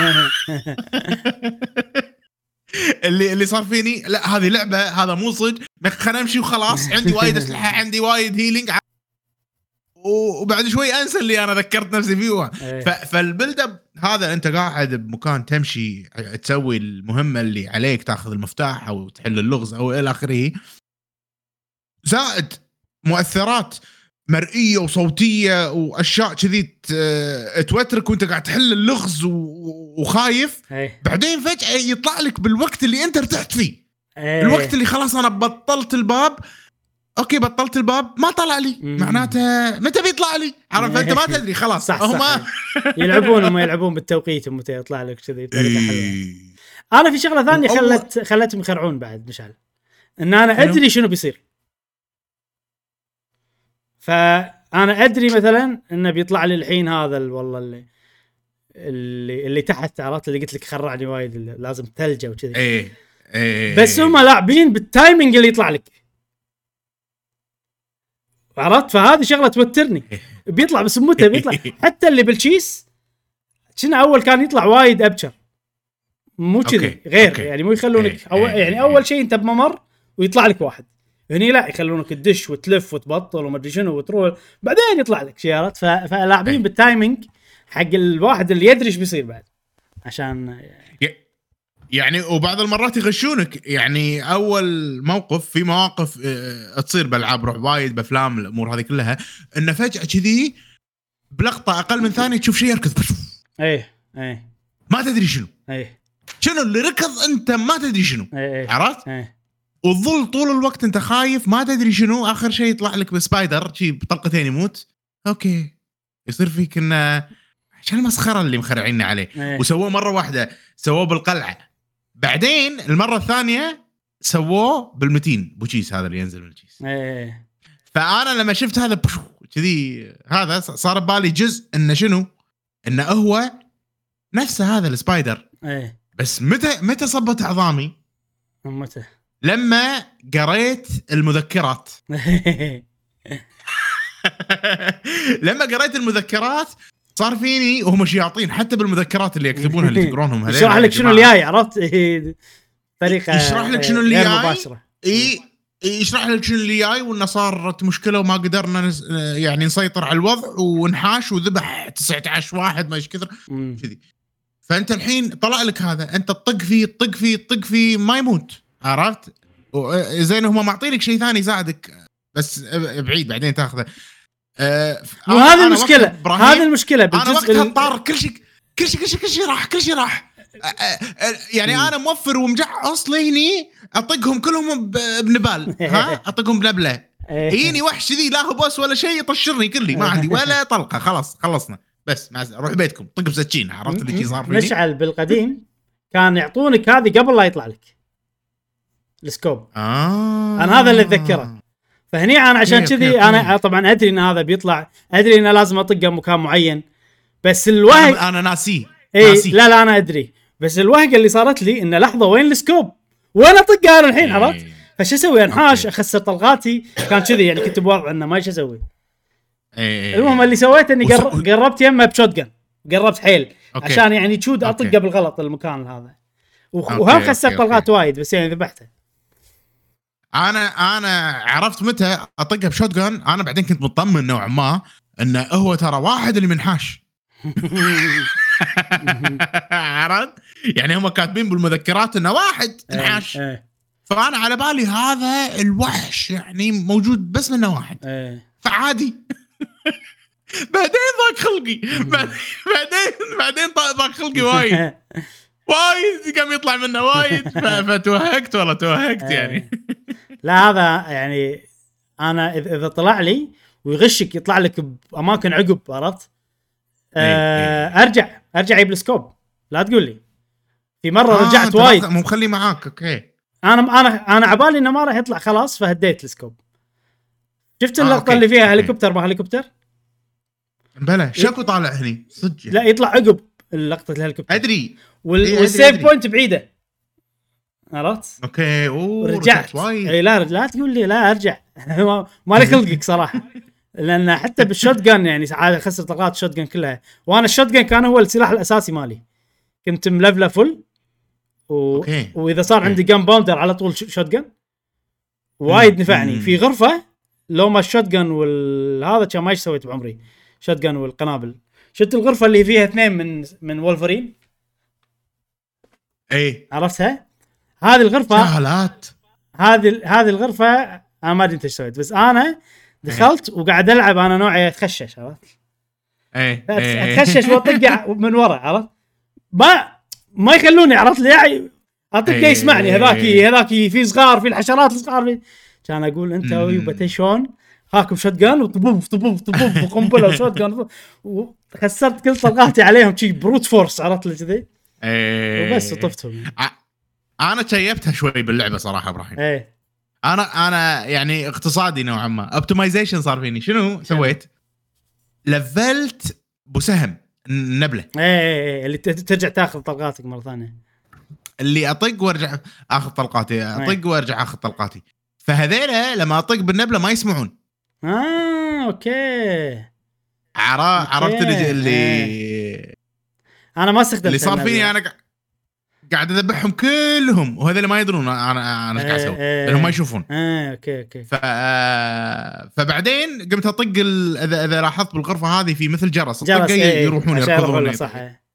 اللي صار فيني لا هذه لعبه، هذا مو صدق، خلينا نمشي وخلاص. عندي وايد اسلحه، عندي وايد هيلينج، وبعد شوي انسى اللي انا ذكرت نفسي فيه. فالبيلد اب هذا انت قاعد بمكان تمشي تسوي المهمه اللي عليك، تاخذ المفتاح او تحل اللغز او الى اخره، زائد مؤثرات مرئيه وصوتيه واشياء كذي توترك وانت قاعد تحل اللغز وخايف. بعدين فجاه يطلع لك بالوقت اللي انت ارتحت فيه، الوقت اللي خلاص انا بطلت الباب. اوكي بطلت الباب ما طلع لي، معناته متى بيطلع لي؟ عرفت انت ما تدري خلاص. هم يلعبون وما يلعبون بالتوقيت ومتى يطلع لك كذي بطريقه حلوه. انا في شغله ثانيه خلتهم يخرعون بعد مشعل، ان انا ادري شنو بيصير. فانا ادري مثلا انه بيطلع لي الحين هذا والله اللي تحت، عرفت اللي قلت لك خرعني وايد، لازم ثلجه وكذي. بس هم لاعبين بالتايمنج اللي يطلع لك، عرفت؟ فهذه شغله توترني. بيطلع بس متى بيطلع. حتى اللي بالشيس كنا اول كان يطلع وايد ابشر، مو كذي غير يعني مو يخلونك يعني اول شيء انت بممر ويطلع لك واحد، هني لا يخلونك تدش وتلف وتبطل وما ادري شنو وتروح، بعدين يطلع لك شيارات. فلاعبين بالتايمنج حق الواحد اللي يدري ايش بيصير بعد، عشان يعني وبعض المرات يغشونك. يعني اول موقف في مواقف تصير بالالعاب روح وايد بافلام الامور هذه كلها، انه فجاه كذي بلقطه اقل من ثانيه تشوف شيء يركض. ما تدري شنو شنو اللي ركض، انت ما تدري شنو. عرفت؟ وتظل طول الوقت انت خايف ما تدري شنو. اخر شيء يطلع لك بسبايدر شيء بطلقتين يموت. اوكي يصير فيك انه عشان المسخره اللي مخرعين عليه. وسووه مره واحده، سووه بالقلعه، بعدين المره الثانيه سووه بالمتين بوشيس، هذا اللي ينزل من الجيس. فانا لما شفت هذا كذي، هذا صار ببالي جزء انه شنو، انه هو نفسه هذا السبايدر. بس متى صبت عظامي؟ متى؟ لما قريت المذكرات. لما قريت المذكرات صار فيني وهم شياطين حتى بالمذكرات اللي يكتبونها اللي تقرونهم هذول. يشرح لك شنو اللي جاي، عرفت؟ طريقه يشرح لك شنو اللي جاي. يشرح لك شنو اللي جاي، وانه صارت مشكله وما قدرنا يعني نسيطر على الوضع ونحاش وذبح 19 واحد ما ايش كثر كذي. فانت الحين طلع لك هذا، انت تطق فيه ما يموت. عرفت؟ زين هم معطينك شيء ثاني يساعدك بس بعيد بعدين تاخذه. وهذه المشكله، هذه المشكله بالجزء انا وقتها طار كل شيء راح. يعني انا موفر ومجعص لهني اطقهم كلهم بنبال. اطقهم بنبله. يجيني وحش ذي لا هو بوس ولا شيء يطشرني كلي، ما عندي ولا طلقه. خلاص خلصنا بس روح بيتكم طق بسكين. عرفت اللي صار فيني؟ مشعل بالقديم كان يعطونك هذه قبل لا يطلع لك السكوب. انا هذا اللي اتذكره. فهني انا عشان كذي انا طبعا ادري ان هذا بيطلع، ادري ان لازم اطقه بمكان معين، بس الوهق انا ناسي. لا انا ادري، بس الوهقه اللي صارت لي ان لحظه وين السكوب وانا اطقه انا الحين. عرفت؟ فش اسوي؟ انحاش اخسر طلقاتي. كان كذي يعني كنت بوضع انه ما ايش اسوي. المهم اللي سويته اني قربت يمه بشوتجن، قربت حيل عشان يعني تشود اطقه بالغلط المكان هذا، وهم خسرت طلقات وايد بس يعني ذبحته. انا عرفت متى اطقها بشوتجن. انا بعدين كنت مطمن نوعا ما انه هو ترى واحد اللي منحاش. عرفت؟ يعني هم كاتبين بالمذكرات انه واحد انحاش. فانا على بالي هذا الوحش يعني موجود بس منه واحد. فعادي. بعدين ضاق خلقي. بعدين ضاق خلقي وايد قام يطلع منه وايد. فتوهقت والله توهقت يعني. لا هذا يعني انا اذا طلع لي ويغشك يطلع لك باماكن عقب. عرفت؟ ارجع اجيب السكوب. لا تقول لي في مره رجعت وايد مو مخلي معاك. اوكي انا عبالي انه ما راح يطلع خلاص، فهديت السكوب. شفت اللقطه أوكي. اللي فيها أوكي. هليكوبتر ما هليكوبتر؟ بلا شكو طالع هني صدق. لا يطلع عقب لقطه الهليكوبتر ادري. والسيف أدري. بوينت بعيده، عرفت؟ اوكي ورجعت. وايد. اي لا تقول لي لا ارجع. ما لي خلقك صراحه، لان حتى بالشوت جن يعني عاد خسر طلقات الشوت جن كلها، وانا الشوت جن كان هو السلاح الاساسي مالي، كنت ملفله فل أوكي. واذا صار أوكي. عندي جن باوندر على طول شوت جن وايد نفعني في غرفه. لو ما الشوت جن والهذا كان ما ايش سويت بعمري، شوت جن والقنابل. شفت الغرفه اللي فيها اثنين من وولفرين، اي عرفتها؟ هذه الغرفه شغلات. هذه الغرفه انا ما ادري انت ايش سويت، بس انا دخلت وقاعد العب. انا نوعي اتخشش، عرفت؟ اي اتخشش واطق من ورا، عرفت؟ ما يخلوني، عرفت لي يعني اطق يسمعني. هذاك في صغار، في الحشرات الصغار، كان اقول انت ويبتي شلون هاكم شوت جان وطبوف وقنبله وشوت جان، وخسرت كل طلقاتي عليهم شي بروت فورس، عرفت لي كذي وبس طفتهم. انا شيبتها شوي باللعبه صراحه ابراهيم. ايه انا يعني اقتصادي نوعا ما، اوبتمايزيشن صار فيني. شنو سويت؟ لفلت بسهم النبله. ايه اللي ترجع تاخذ طلقاتك مره ثانيه، اللي اطق وارجع اخذ طلقاتي، اطق وارجع اخذ طلقاتي. فهذيلا لما اطق بالنبله ما يسمعون. اوكي. عرفت اللي انا ما استخدمت اللي صار فيني. انا قاعد اذبحهم كلهم، وهذول ما يدرون انا ايش قاعد اسوي، لانهم ما يشوفون. اوكي. فبعدين قمت اطق اذا لاحظت بالغرفه هذه في مثل جرس يروحون يركضون. صح.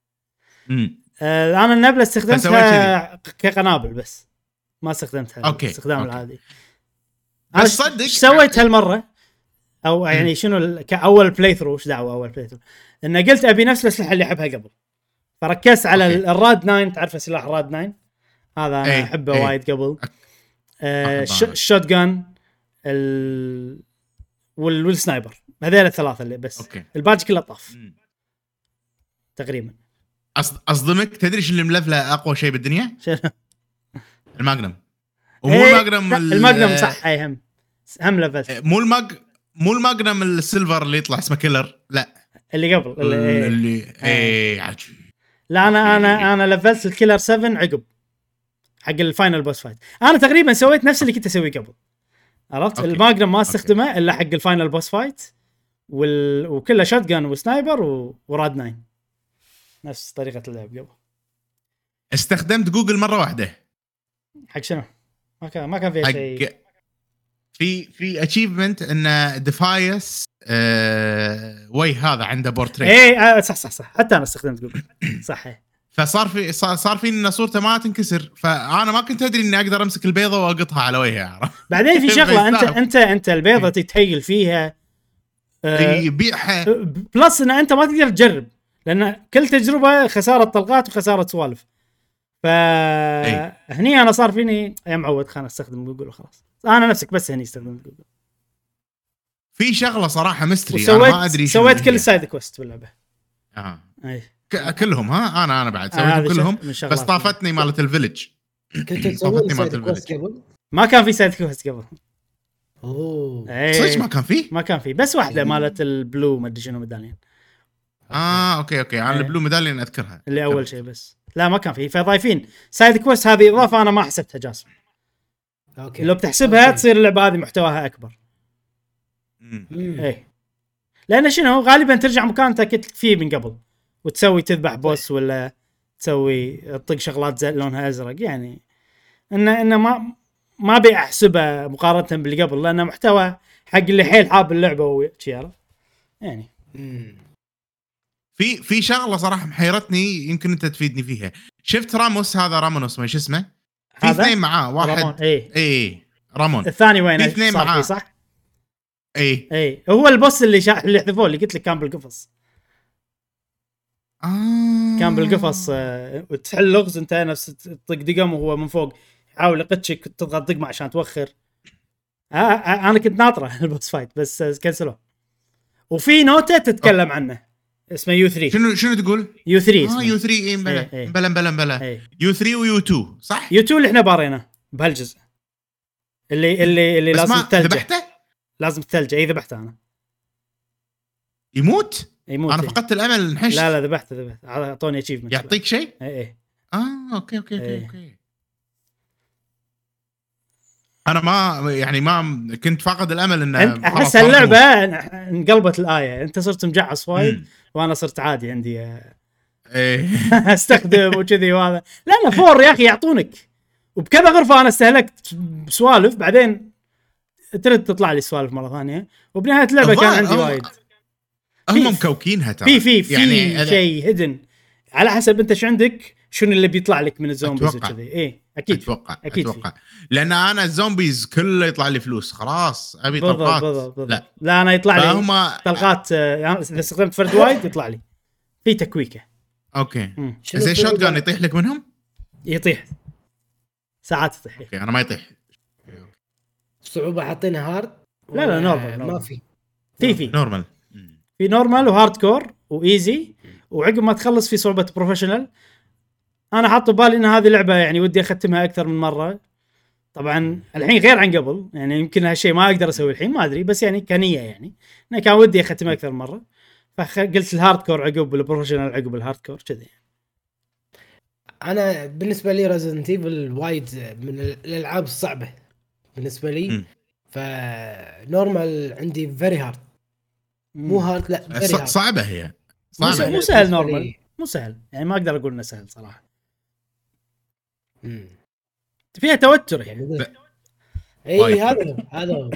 انا النبله استخدمتها كقنابل بس، ما استخدمتها الاستخدام العادي. انا صدق سويت هالمره او يعني شنو كاول بلاي ثرو، ايش دعوه اول بلاي ثرو، ان قلت ابي نفس الاسلحه اللي احبها قبل، فركزت على الراد 9. تعرف سلاح الراد 9 هذا انا احبه وايد قبل. الشوت جان والسنايبر، هذول الثلاثه اللي بس. الباقي كله طاف تقريبا. اصدمك، تدري شو اللي ملفله اقوى شيء بالدنيا؟ الماجنم. ومو الماجنم صح، اي هم لفلت. مو الماجنم السيلفر اللي يطلع اسمه كيلر، لا اللي قبل اللي عجيب. لا انا لفلت الكيلر 7 عقب حق الفاينل بوس فايت. انا تقريبا سويت نفس اللي كنت اسويه قبل، عرفت؟ الماجنم ما استخدمه الا حق الفاينل بوس فايت، وكله شوت جان وسنايبر وراد 9، نفس طريقه اللعب قبل. استخدمت جوجل مره واحده. حق شنو؟ ما كان فيها شيء. في اتشيفمنت ان ديفايس وي هذا عنده بورتريت. ايه صح حتى انا استخدمت جوجل صح. صار في ان صورته ما تنكسر، فانا ما كنت ادري اني اقدر امسك البيضه واقطها على وجهها. بعدين في شغله انت البيضه تتهيل فيها يبيعها بلس ان انت ما تقدر تجرب، لان كل تجربه خساره طلقات وخساره سوالف. فهني انا صار فيني يا معود خلنا استخدم جوجل وخلاص. انا نفسك بس هني استخدمت جوجل. في شغله صراحه مستري انا ما ادري. سويت كل السايد كويست باللعبه. اي كلهم. انا بعد سويتهم كلهم، بس طافتني مالت الفيلج. كنت تسوي سايد كويست قبل؟ ما كان في سايد كويست قبل. صدق ما كان فيه بس واحده مالت البلو ما ادري شنو ميدالين. اوكي انا البلو ميدالين اذكرها اللي اول شيء، بس لا ما كان فيه. فضايفين سايد كويست هذه اضافه انا ما حسبتها جاسم. اوكي لو بتحسبها تصير اللعبه هذه محتواها اكبر. ايه لان شنو غالبا ترجع مكان انت كنت فيه من قبل وتسوي تذبح بوس ولا تسوي تطق شغلات زي لونها ازرق، يعني انه ما ابي احسبها مقارنه باللي قبل، لانه محتوى حق اللي حيل حاب اللعبه وشي يعني. في شغله صراحه محيرتني، يمكن انت تفيدني فيها. شفت راموس هذا رامونوس ما اسمه، في اثنين معاه واحد اي رامون، الثاني وين؟ في اثنين معاه صح اي هو البوس اللي حذفوه اللي قلت لك كان بالقفص. كان بالقفص وتحل لغز انت نفس تطق دقم وهو من فوق يحاول يقتشك تضغط دقمه عشان توخر. انا كنت ناطره البوس فايت بس كنسلوه. وفي نوتة تتكلم عنه اسمه يو 3. شنو تقول؟ يو 3 يو 3 بلا يو 3 ويو 2 صح؟ يو 2 اللي احنا بارينا بهالجزء اللي بس لازم ما الثلجة، ذبحته لازم الثلجة. اي ذبحته انا. يموت. يموت انا إيه. فقدت الامل انحشت. لا ذبحته اعطوني اتشيفمنت. يعطيك شيء؟ اي اوكي إيه. انا ما يعني ما كنت فاقد الامل ان انت خلاص احس صارت اللعبه أموت. انقلبت الايه، انت صرت مجعص وايد مم. وانا صرت عادي عندي ايه استخدم وكذي وهذا. لان فور يا اخي يعطونك وبكذا غرفه. انا استهلكت بسوالف بعدين ترد تطلع لي سوالف مره ثانيه، وبنهايه اللعبه كان عندي وايد. هم مكوكينها ترى في يعني شيء هيدن على حسب انت شو عندك، شنو اللي بيطلع لك من الزومبيز أتوقع. وكذي. ايه اكيد اتوقع لان انا الزومبيز كله يطلع لي فلوس خلاص ابي طلقات. بالضبط. لا انا يطلع لي فهم طلقات اذا استخدمت فرد وايد يطلع لي في تكويكه. اوكي مم. زي شوت جان يطيح لك منهم. يطيح ساعات يطيح. اوكي انا ما يطيح. الصعوبه حاطينها هارد؟ لا ما نورمال. في نورمال. في نورمال وهارد كور وايزي، وعقب ما تخلص في صعوبه بروفيشنال. انا حاط بالي ان هذه لعبه يعني ودي اختمها اكثر من مره. طبعا الحين غير عن قبل، يعني يمكن هالشيء ما اقدر اسويه الحين ما ادري، بس يعني كنيه يعني انا كان ودي اختمها اكثر من مره، فقلت الهارد كور عقب البروفيشنال عقب الهارد كور كذي. انا بالنسبه لي ريزيدنت ايفل وايد من الالعاب الصعبه بالنسبه لي. فنورمال عندي فيري هارد، مو هارد لا فيري هارد. صعبه هي صعبة. مو سهل نورمال، مو سهل يعني ما اقدر اقول انه سهل صراحه. فيها توتر يعني. اي هذا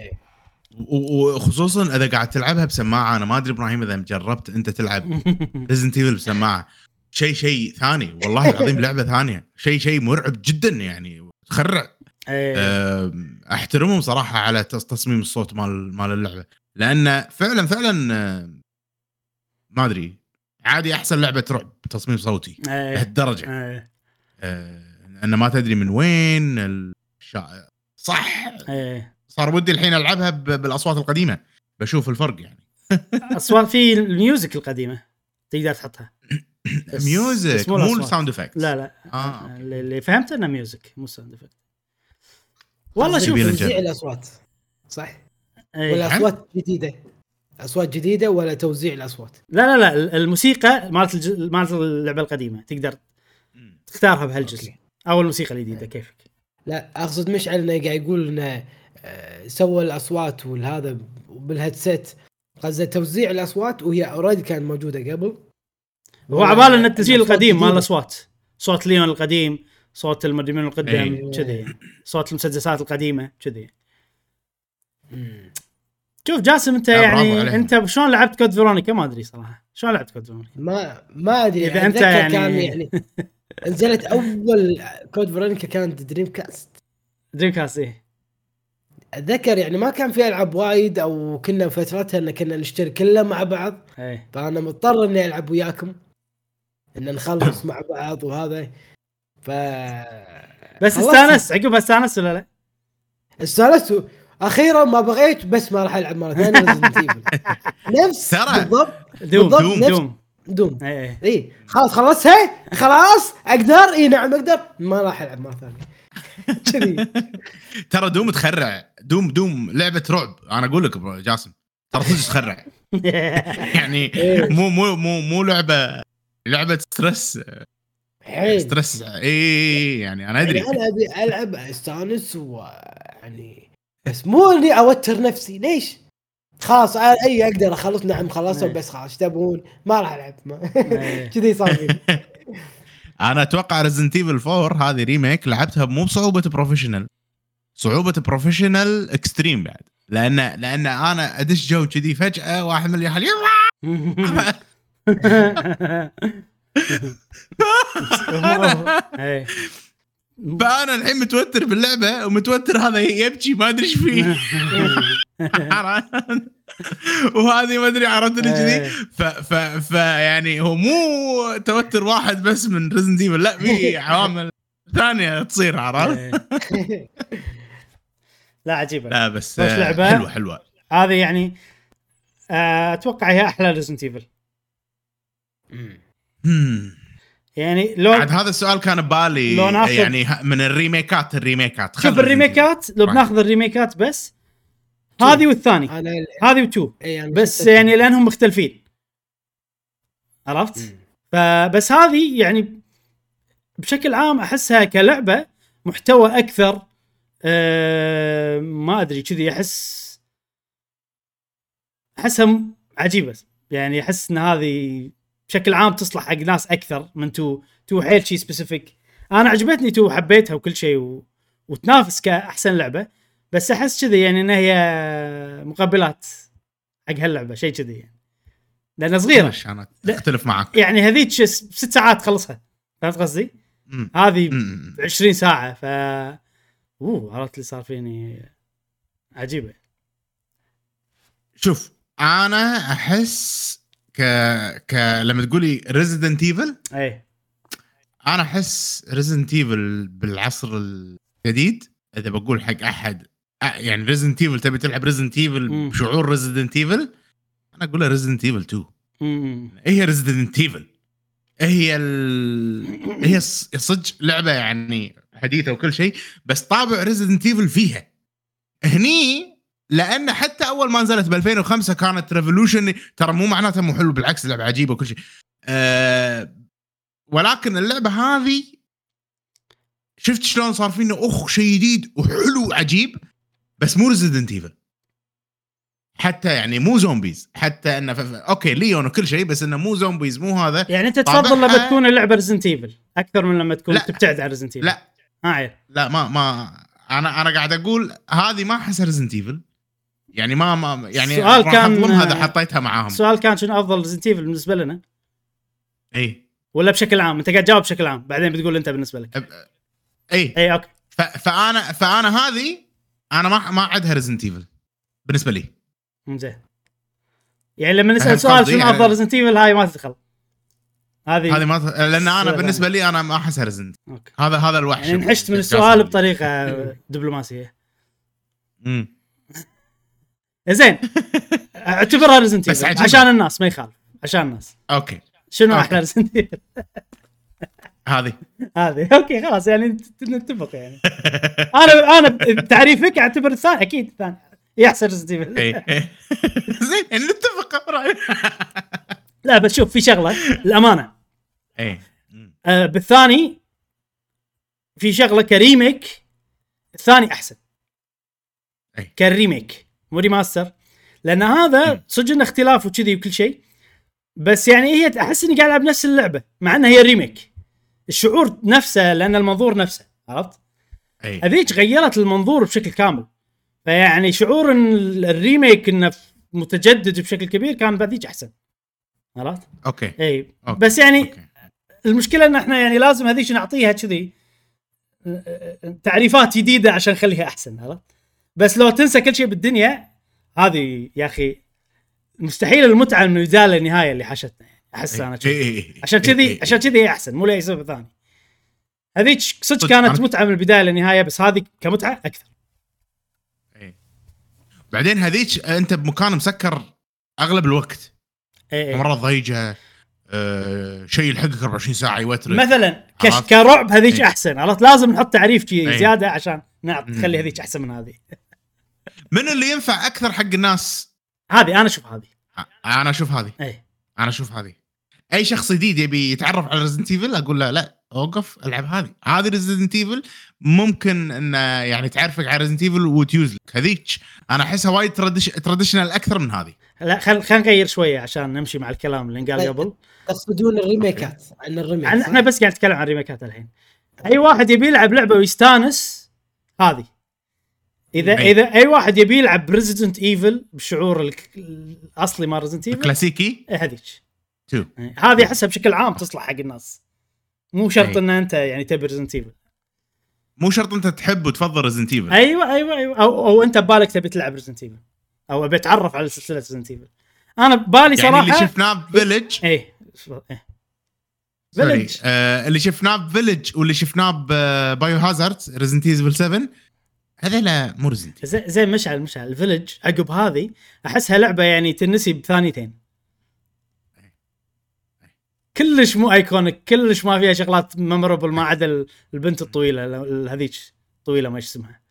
وخصوصا اذا قاعد تلعبها بسماعه. انا ما ادري ابراهيم اذا جربت انت تلعب ريزنت ايفل بسماعه، شيء ثاني والله العظيم. لعبه ثانيه، شيء مرعب جدا يعني تخرع. احترمهم صراحه على تصميم الصوت مال اللعبه، لان فعلا ما ادري عادي احسن لعبه رعب تصميم صوتي لهالدرجه. انه ما تدري من وين صح. صار ودي الحين العبها بالاصوات القديمه بشوف الفرق يعني. اصوات في الميوزك القديمه تقدر تحطها. ميوزك مو الساوند افكت. لا اللي فهمت انه ميوزك مو ساوند افكت. والله شوف توزيع الاصوات صح ولا اصوات جديده؟ اصوات جديده ولا توزيع الاصوات؟ لا الموسيقى مالت اللعبه القديمه تقدر تختارها بهالجزء او الموسيقى الجديده كيفك. لا اقصد مشعل انه قاعد يقول انه سوى الاصوات والهذا بالهيدسيت، قصده توزيع الاصوات وهي اوريدي كانت موجوده قبل. هو عباله ان التسجيل القديم مال الاصوات، صوت ليون القديم، صوت المدربين القدام كذي، صوت المسدسات القديمه كذي. شوف جاسم انت يعني انت شلون لعبت كود فيرونيكا؟ ما ادري صراحه شلون لعبت كود فيرونيكا. ما ادري اذا انت يعني نزلت اول كود فيرونيكا كانت دريم كاست ايه اتذكر، يعني ما كان في العاب وايد، او كنا فترتها ان كنا نشتري كله مع بعض. فانا مضطر اني العب وياكم ان نخلص مع بعض وهذا. بس استانس عقب استانس ولا لا؟ استانست اخيرا ما بغيت، بس ما راح العب مره ثانيه ريزيدنت ايفل. نفس بالضبط دوم. اي خلصها خلاص اقدر. نعم اقدر. ما راح العب مره ثانيه كذي. ترى دوم تخرع. دوم لعبه رعب. انا اقول لك جاسم ترى صدق تخرع يعني. مو لعبه ستريس يعني انا ادري يعني انا ابي العب استانس ويعني بس مو اني اوتر نفسي. ليش؟ خلاص اي اقدر اخلص. نعم خلصوا بس خلاص تبون ما راح العب كذي صار فيني. انا اتوقع ريزنت ايفل 4 هذه ريميك لعبتها مو بصعوبه بروفيشنال، صعوبه بروفيشنال اكستريم بعد، لان انا ادش جو كذي فجاه واحد من يحل فانا الحين متوتر باللعبه ومتوتر هذا يبكي ما ادري ايش فيه وهذه ما ادري عرفت كذي. ف يعني هو مو توتر واحد بس من ريزنت ايفل، لا في عوامل ثانيه تصير عرفت. لا عجيبه. لا بس حلوه هذه يعني اتوقع هي احلى ريزنت ايفل. يعني لو عاد هذا السؤال كان ببالي لو ناخذ- يعني من الريميكات شوف الريميكات لو بناخذ الريميكات بس هذه والثاني انا هذه وتو يعني بس يعني لانهم مختلفين عرفت. فبس هذه يعني بشكل عام احسها كلعبه محتوى اكثر. ما ادري كذي احسها عجيبه يعني احس ان هذه بشكل عام تصلح حق ناس اكثر من تو حيل شيء سبيسيفيك. انا عجبتني تو حبيتها وكل شيء وتنافس كاحسن لعبه بس احس كذي يعني ان هي مقابلات حق هاللعبه شيء كذي يعني لانها صغيره. انا اختلف معك يعني هذيك 6 ساعات خلصها فهمت قصدي؟ هذه 20 ساعه ف عرفت اللي صار فيني عجيبه. شوف انا احس لما تقولي ريزيدنت ايفل اي انا احس ريزيدنت ايفل بالعصر الجديد اذا بقول حق احد يعني ريزيدنت ايفل تبي تلعب ريزيدنت ايفل بشعور ريزيدنت ايفل انا اقول ريزيدنت ايفل 2. هي ريزيدنت ايفل هي صدق لعبه يعني حديثه وكل شيء بس طابع ريزيدنت ايفل فيها هني لان حتى اول ما نزلت ب 2005 كانت ريفولوشن ترى مو معناتها مو حلو بالعكس لعبه عجيبه وكل شيء ولكن اللعبه هذه شفت شلون صار فينا شيء جديد وحلو وعجيب بس مو ريزيدنت ايفل حتى يعني مو زومبيز حتى انه اوكي ليون وكل شيء بس انه مو زومبيز مو هذا يعني انت تفضل لما تكون اللعبه ريزنت ايفل اكثر من لما تكون تبتعد عن ريزنت ايفل. لا ما انا قاعد اقول هذه ما احسها ريزنت ايفل يعني ما يعني السؤال كان هذا حطيتها معاهم. السؤال كان شنو افضل ريزنت ايفل بالنسبه لنا اي ولا بشكل عام؟ انت قاعد تجاوب بشكل عام بعدين بتقول انت بالنسبه لك. اي اوكي فانا هذه انا ما عدها ريزنت ايفل بالنسبه لي. زين يعني لما نسال سؤال شنو افضل ريزنت ايفل هاي ما تدخل هذه ما لان انا بالنسبه لي انا ما احسها ريزنت. هذا الوحش يعني انحشت من السؤال بطريقه دبلوماسيه. زين اعتبرها ريزنت ايفل عشان الناس ما يخالف عشان الناس. اوكي شنو احلى ريزنت ايفل؟ هذه اوكي خلاص يعني نتفق يعني. انا تعريفك اعتبر الثاني اكيد الثاني يحسن ريزنت ايفل. زين نتفق. لا بس شوف في شغله الامانه بالثاني في شغله كريميك الثاني احسن كريميك مو ريماستر لان هذا صدق انه اختلاف وكذي وكل شيء بس يعني هي احس اني قاعد العب نفس اللعبه مع انها هي ريميك الشعور نفسه لان المنظور نفسه عرفت. هذيك غيرت المنظور بشكل كامل فيعني شعور ان الريميك انه متجدد بشكل كبير كان بذيك احسن عرفت. اوكي بس يعني المشكله ان احنا يعني لازم هذيك نعطيها كذي تعريفات جديده عشان نخليها احسن عرفت. بس لو تنسى كل شيء بالدنيا هذه يا اخي مستحيل المتعه انه يزال النهايه اللي حشتنا يعني احس انا عشان كذي احسن مو لاي سبب ثاني. هذيك صدق كانت متعه من البدايه للنهايه بس هذه كمتعه اكثر. بعدين هذيك انت بمكان مسكر اغلب الوقت مرة ضيجه شيء يلحقك 24 ساعه يوتر مثلا كرعب هذيك احسن عرفت. لازم نحط تعريف زياده عشان نخلي هذيك احسن من هذه. من اللي ينفع اكثر حق الناس هذه انا اشوف هذه اي شخص جديد يبي يتعرف على ريزيدنت ايفل اقول له لا اوقف العب هذه ريزيدنت ايفل ممكن ان يعني تعرفك على ريزيدنت ايفل وتيوز لك هذيك انا احسها وايد تراديشنال اكثر من هذه. لا خلينا نغير شويه عشان نمشي مع الكلام اللي قال قبل. تقصدون الريميكات عن الريميك احنا بس قاعد نتكلم عن الريميكات الحين. اي واحد يبي يلعب لعبه ويستانس هذه اذا اي واحد يبي يلعب ريزيدنت ايفل بالشعور الاصلي مال ريزيدنت ايفل كلاسيكي هذيك هذه احسها بشكل عام تصلح حق الناس مو شرط ان انت يعني تبي ريزيدنت ايفل مو شرط انت تحب وتفضل ريزيدنت ايفل. ايوه او انت ببالك تبي تلعب ريزيدنت ايفل او ابي اتعرف على سلسله ريزيدنت ايفل. انا ببالي صراحه يعني اللي شفناه بفيلج فيلج اللي شفناه بفيلج واللي شفناه ببايو هازارد ريزيدنت ايفل 7 هذا لا مو ريزيدنت زي مشعل الفيلج عقب هذه احسها لعبه يعني تنسي بثانيتين كلش مو ايكونيك، كلش ما فيها شغلات ميموربل ما عدا البنت الطويله هذيك طويله ما اسمها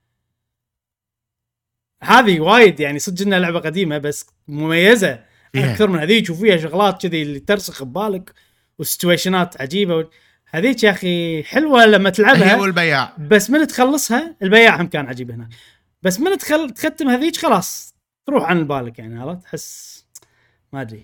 هذه وايد يعني صدق انها لعبه قديمه بس مميزه اكثر من هذيك وفيها شغلات كذي اللي ترسخ ببالك وسيتويشنات عجيبه. هذيك يا اخي حلوه لما تلعبها هي والبياع بس من تخلصها البياع هم كان عجيب هناك بس من تختم هذيك خلاص تروح عن بالك يعني عرفت تحس ما ادري.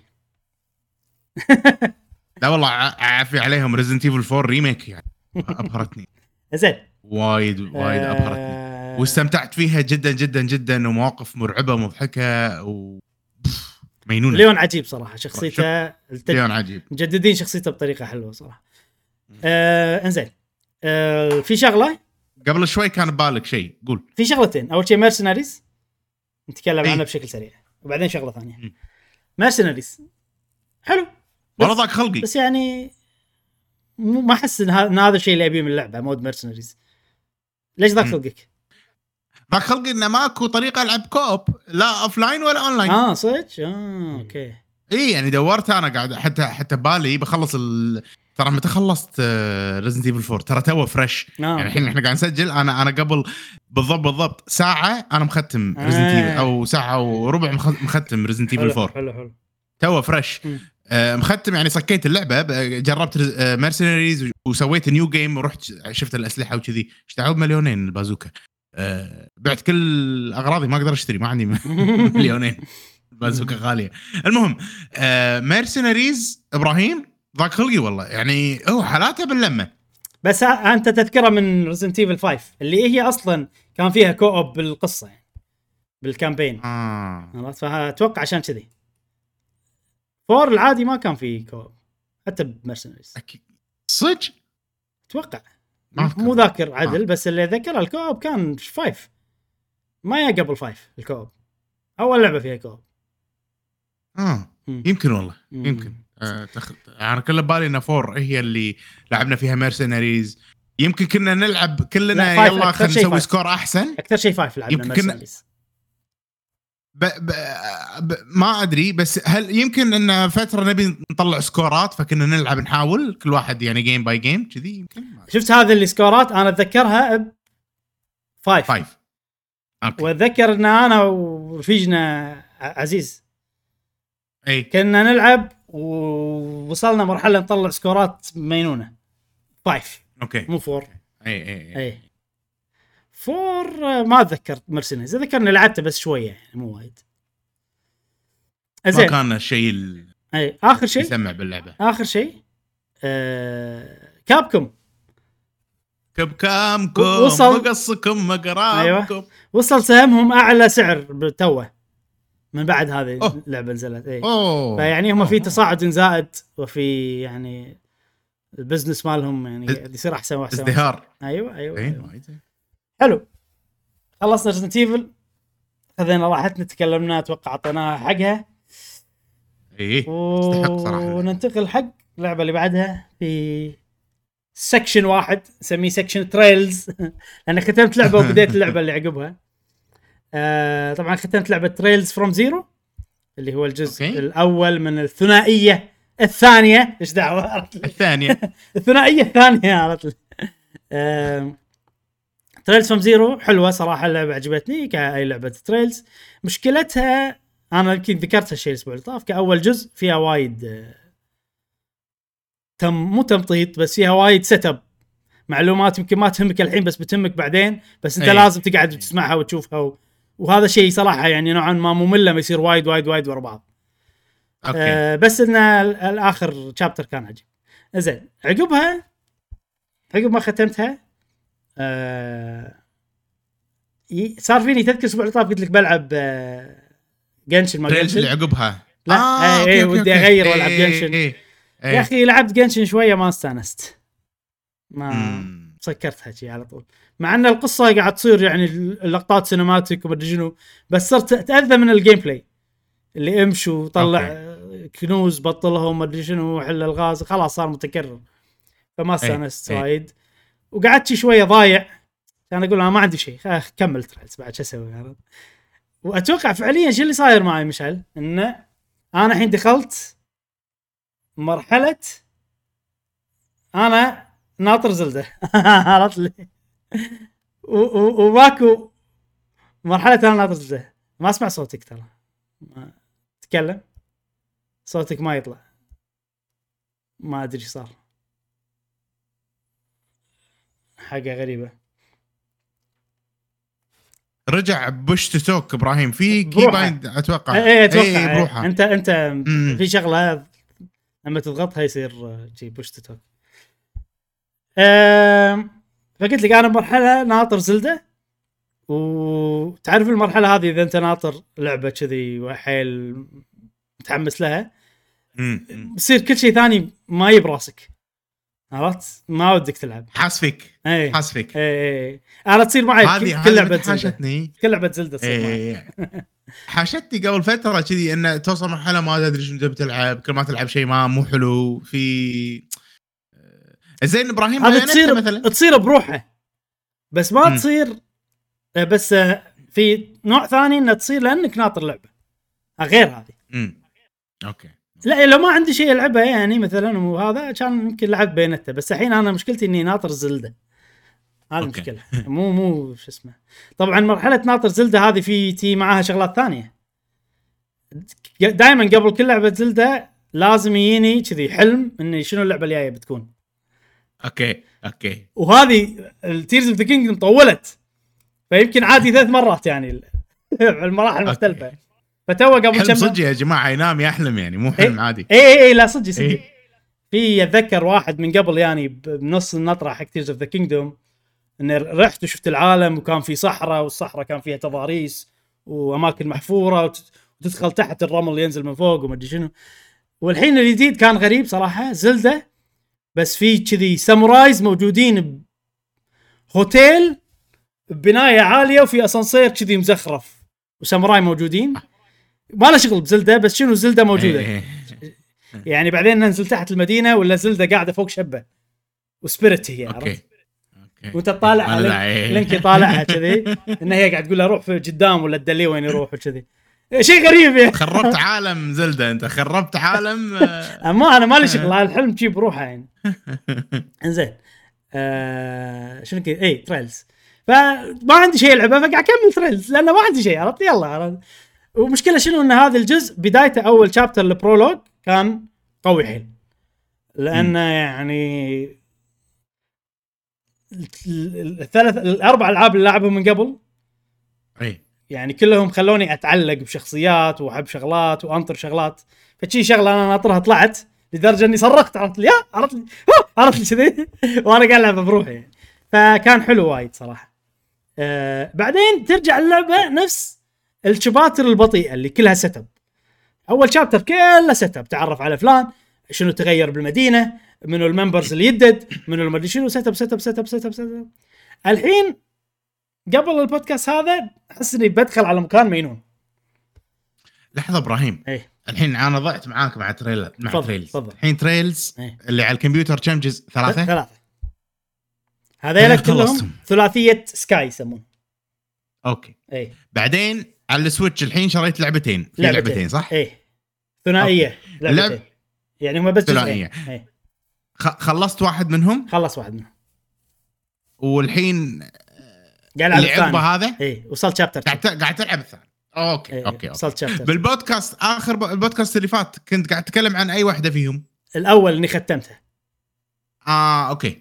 لا والله عافي عليهم ريزنت ايفل 4 ريميك يعني ابهرتني زين وايد ابهرتني واستمتعت فيها جدا جدا جدا ومواقف مرعبه مضحكه مينونه. ليون عجيب صراحه شخصيته ليون عجيب مجددين شخصيته بطريقه حلوه صراحه. انزين في شغله قبل شوي كان ببالك شيء قول. في شغلتين، اول شيء ميرسناريز نتكلم عنها بشكل سريع وبعدين شغله ثانيه. ميرسناريز حلو والله ضاق خلقي بس يعني ما احس ان هذا الشيء اللي ابيه من اللعبه مود ميرسناريز. ليش ضاق خلقك؟ ضاق خلقي انه ماكو طريقه العب كوب لا اوفلاين ولا اونلاين. صدق اوكي اي يعني دورت انا قاعد حتى بالي بخلص ترى متى خلصت ريزنت ايفل 4 ترى تو فريش يعني الحين احنا قاعد نسجل انا قبل بالضبط ساعه انا مختم ريزنت ايفل او ساعه وربع مختم ريزنت ايفل 4 حلو تو فريش مختم يعني صكيت اللعبه جربت ميرسنريز وسويت نيو جيم ورحت شفت الاسلحه وكذي اشتعلت مليونين البازوكا بعت كل اغراضي ما اقدر اشتري ما عندي مليونين بازوكا غاليه. المهم ميرسنريز ابراهيم ضاق خلقي والله يعني هو حالاته باللمه بس انت تذكرها من ريزنت ايفل 5 اللي هي اصلا كان فيها كوب بالقصه يعني بالكامبين خلاص فاتوقع عشان كذي. فور العادي ما كان فيه كوب حتى بمرسنريز اكيد صدق اتوقع مو ذاكر عدل بس اللي ذكر الكوب كان 5 ما يا قبل 5 الكوب اول لعبه فيها كوب. يمكن والله يمكن انا كل بالي ان 4 هي اللي لعبنا فيها ميرسنريز يمكن كنا نلعب كلنا يلا خلينا نسوي سكور احسن اكثر شيء 5 لعبنا ميرسنريز ما ادري بس هل يمكن ان فتره نبي نطلع سكورات فكنا نلعب نحاول كل واحد يعني جيم باي جيم كذي يمكن شفت هذه السكورات انا اتذكرها ب 5 واتذكر ان انا ورفيجنا عزيز اي كنا نلعب ووصلنا مرحله نطلع سكورات مينونه 5 اوكي مو 4 اي 4 ما اتذكر مرسنريز ذكرني لعبته بس شويه يعني مو وايد. ما كان الشيء اي اخر شيء يسمع باللعبه اخر شيء كابكم مقصكم مقرابكم وصل سهمهم اعلى سعر بتوه من بعد هذه اللعبه نزلت فيعني هم في تصاعد زائد وفي يعني البزنس مالهم يعني يصير احسن واحسن ازدهار. ايوه. حلو خلصنا ريزنت ايفل خذينا راحتنا تكلمنا اتوقع اعطيناها حقها تستحق صراحه. وننتقل حق اللعبه اللي بعدها في سكشن واحد نسميه سكشن تريلز لأن ختمت لعبه وبديت اللعبه اللي عقبها. طبعا ختمت لعبه تريلز فروم زيرو اللي هو الجزء الاول من الثنائيه الثانيه. ايش دعوه الثانيه الثنائيه الثانيه عرفت. تريلز فروم زيرو حلوه صراحه اللعبه عجبتني كاي لعبه تريلز. مشكلتها انا يمكن ذكرت هالشيء الاسبوع اللي طاف كاول جزء فيها وايد مو تمطيط بس فيها وايد سيت اب معلومات يمكن ما تهمك الحين بس بتهمك بعدين بس انت لازم تقعد وتسمعها وتشوفها وهذا شيء صراحه يعني نوعا ما ممل لما يصير وايد ورا بعض. بس ان الاخر شابتر كان عجيب. زين عقب ما ختمتها صار فيني تذكر الاسبوع اللي طاف قلت لك بلعب جنشن ما جنشن اللي عقبها لا ودي اغير والعب جنشن يا اخي لعبت جنشن شويه ما استانست ما سكرتها شيء على طول مع ان القصه قاعد تصير يعني اللقطات سينماتيك وما ادري شنو بس صرت اتاذى من الجيم بلاي اللي امشي وطلع كنوز بطلها وما ادري شنو وحل الغاز خلاص صار متكرر فما استانست وايد وقعدت شويه ضايع كان اقول انا ما عندي شيء كمل تريلز بعد شو اسوي يعني. واتوقع فعليا شو اللي صاير معي مشعل ان انا الحين دخلت مرحله انا ناطر زلده عرفت لي وماكو مرحله انا ناطر زلده. ما اسمع صوتك ترى، ما تتكلم صوتك ما يطلع، ما ادري ايش صار، حاجه غريبه. رجع بوش تو توك ابراهيم في بروحه. كيبايند اتوقع. اي اتوقع إيه بروحه. انت في شغله لما تضغطها يصير شي بوش تو توك. فقلت لك انا مرحله ناطر زلده، وتعرف المرحله هذه اذا انت ناطر لعبه كذي وحيل متحمس لها يصير كل شيء ثاني ما يبراسك، عرفت؟ ما ودك تلعب، حاس فيك اي حاس فيك. اي انا تصير معي كل لعبه زلده، كل لعبه زلده تصير معي. حاشتني قبل فتره كذي ان توصل مرحله ما تدري شنو تبي تلعب، كل ما تلعب شيء ما مو حلو في زين ابراهيم. هذا تصير بروحه، بس ما تصير بس في نوع ثاني انها تصير لانك ناطر لعبه غير هذه. اوكي لا لو ما عندي شيء العبه يعني مثلا، وهذا كان يمكن لعبت بينته، بس الحين انا مشكلتي اني ناطر زلده، هذه المشكله. مو شو اسمه. طبعا مرحله ناطر زلده هذه في تي معاها شغلات ثانيه. دائما قبل كل لعبه زلده لازم يجيني كذي حلم اني شنو اللعبه الجايه بتكون. اوكي وهذه التيرز اوف ذا كينجدم طولت، فيمكن عادي 3 مرات يعني المراحل مختلفه. فتو قبل كم صدق يا جماعه ينام يحلم يعني مو حلم عادي. اي لا صدق في اتذكر واحد من قبل يعني بنص النطره حق تيرز اوف ذا كينجدم ان رحت وشفت العالم وكان في صحراء، والصحراء كان فيها تضاريس واماكن محفوره وتدخل تحت الرمل ينزل من فوق وما ادري شنو. والحين الجديد كان غريب صراحه، زلده بس في كذي سامورايز موجودين بهوتيل ببنايه عاليه وفي اسانسير كذي مزخرف وساموراي موجودين. ما له شغل بزلده، بس شنو زلده موجوده يعني. بعدين ننزل تحت المدينه ولا زلده قاعده فوق شبه وسبيريت هي، عرفت؟ وانت تطالع لينك يطالعها كذي ان هي قاعد تقول له روح في قدام ولا تدلي وين يروح وكذي. شيء غريب يعني. خربت عالم زلده، انت خربت عالم. اما انا مالي شغل، الحلم تجيب روحه يعني. انزين شنو كذا اي تريلز، فما عندي شيء العبه فقاعد اكمل تريلز لانه ما عندي شيء، عرفت؟ يلا. ومشكله شنو ان هذا الجزء بدايته اول شابتر البرولوج كان قوي حيل، لانه يعني الاربع العاب اللي لعبهم من قبل يعني كلهم خلوني اتعلق بشخصيات واحب شغلات وانطر شغلات. فشي شغله انا ناطرها طلعت لدرجه اني صرخت، عرفت لي عرفت لي كذي وانا قاعد العب بروحي. فكان حلو وايد صراحه. بعدين ترجع اللعبه نفس الشباتر البطيئه اللي كلها سيت اب. اول شابتر كله سيت اب، تعرف على فلان، شنو تغير بالمدينه، منو الممبرز اللي يدد، منو المدري شنو، سيت اب. الحين قبل البودكاست هذا احس اني بدخل على مكان مينون. لحظه ابراهيم، الحين انا ضعت معاك مع تريلز. فضل. الحين تريلز اللي على الكمبيوتر كم جزء؟ 3 هذيلا كلهم ثلاثيه سكاي يسمون. اوكي بعدين على السويتش الحين شريت لعبتين صح؟ ثنائيه لعبتين يعني هم بس ثنائيه. خلصت واحد منهم. والحين قاعد العب الثاني هذا وصلت شابتر قاعد تلعب الثاني. اوكي وصلت شابتر. بالبودكاست البودكاست اللي فات كنت قاعد اتكلم عن اي واحده فيهم. الاول اني ختمتها. اوكي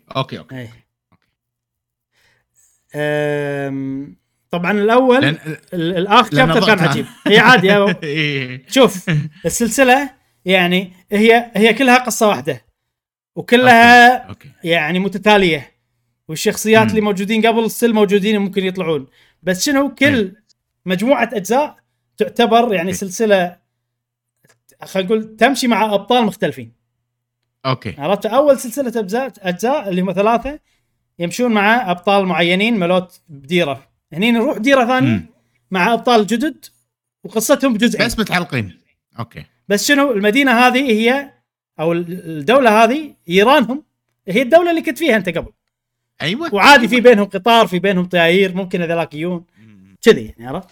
طبعا الاول الاخر شابتر كان عجيب. هي عادي شوف السلسله يعني هي كلها قصه واحده وكلها أوكي. يعني متتاليه، والشخصيات اللي موجودين قبل السل موجودين ممكن يطلعون، بس شنو كل مجموعه اجزاء تعتبر يعني سلسله خلينا نقول تمشي مع ابطال مختلفين. عرفت؟ اول سلسله اجزاء اللي هم 3 يمشون مع ابطال معينين ملوت بديره، هني نروح ديره ثانيه مع ابطال جدد وقصتهم بجزئين بس متعلقين. بس شنو المدينه هذه هي او الدوله هذه ايرانهم هي الدوله اللي كنت فيها انت قبل. وعادي في بينهم قطار، في بينهم طياير، ممكن هذلاك يجون كذي يعني، عرفت؟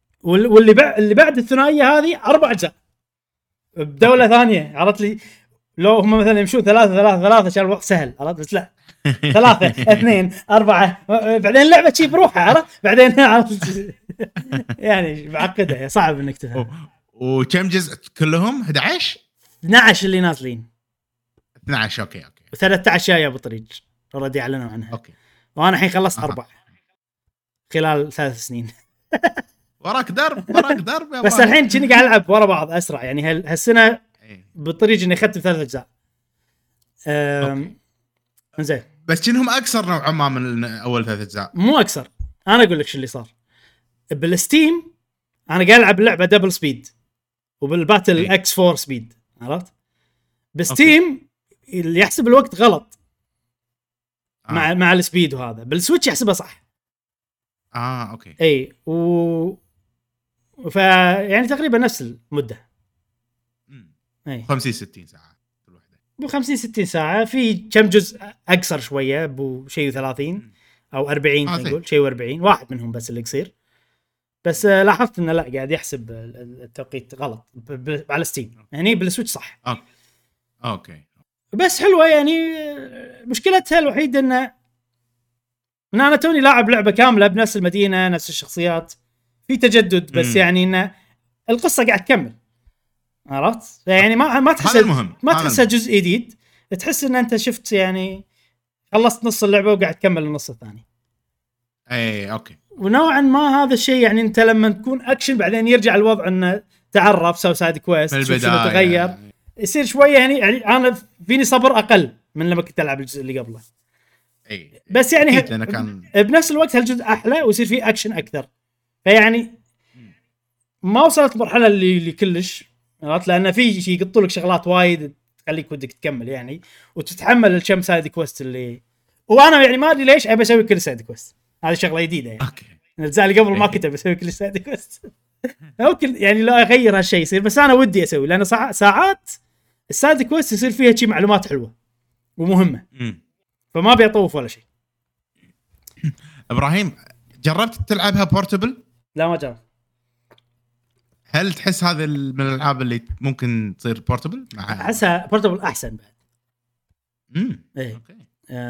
واللي بعد الثنائيه هذه 4 أجزاء بدوله ثانيه، عرفت لي؟ لو هم مثلا يمشون 3 عشان الوقت سهل عرفت، بس لا 3 2 4 بعدين اللعبه تشي بروحها عرفت، بعدين عرفت يعني معقده صعب انك تفهم. وكم جزء كلهم 11 اللي نازلين 12 اوكي و13 جايه بالطريق اوريدي اعلنوا عنها. اوكي وانا الحين خلصت 4 خلال 3 سنين. وراك درب يا بس إبراهيم. الحين كني قاعد العب ورا بعض اسرع يعني هالسنه إيه. بالطريق اني اختم 3 اجزاء. أوكي. زين بس كأنهم اكثر نوعا ما من اول 3 اجزاء. مو اكثر. انا اقول لك شو اللي صار بالستيم. انا قاعد العب لعبه دبل سبيد وبالباتل إيه. اكس 4 سبيد عرفت. بستيم اللي يحسب الوقت غلط مع السبيد، وهذا بالسويتش يحسبها صح. اوكي اي يعني تقريبا نفس المده. اي 50 60 ساعه كل واحده. ب 50 60 ساعه. في كم جزء اقصر شويه بشيء 30 او 40 نقول شيء 40 واحد منهم بس اللي يصير. بس لاحظت انه لا قاعد يحسب التوقيت غلط على ستيم، يعني بالسويتش صح. اوكي بس حلوه يعني. مشكلتها الوحيده ان انا توني لاعب لعبه كامله بنفس المدينه نفس الشخصيات في تجدد، بس يعني ان القصه قاعد تكمل عرفت. يعني ما تحس ما تحسها جزء جديد، تحس ان انت شفت يعني خلصت نص اللعبه وقاعد تكمل النص الثاني. اي اوكي. ونوعا ما هذا الشيء يعني انت لما تكون اكشن بعدين يرجع الوضع انه تعرف سوي سايد كويست شوف شنو تغير يصير شويه يعني انا فيني صبر اقل من لما كنت العب الجزء اللي قبله. اي بس يعني كان بنفس الوقت هالجزء احلى ويصير فيه اكشن اكثر. فيعني ما وصلت المرحله اللي كلش عرفت، لان في شيء يقطوا لك شغلات وايد تخليك ودك تكمل يعني وتتحمل الكم سايد كويست اللي. وانا يعني ما ادري ليش ابي اسوي كل سايد كويست. هذه شغله جديده يعني. اوكي الاجزاء اللي قبل ما كنت بسوي كل سايد كويست. ممكن يعني لا اغير هالشيء يصير، بس انا ودي اسوي لان ساعات السايد كويست يصير فيها شيء معلومات حلوه ومهمه فما بيطوف ولا شيء. ابراهيم جربت تلعبها بورتبل؟ لا ما جربت. هل تحس هذا من الالعاب اللي ممكن تصير بورتبل مع احسها بورتبل احسن بعد. ايه اوكي.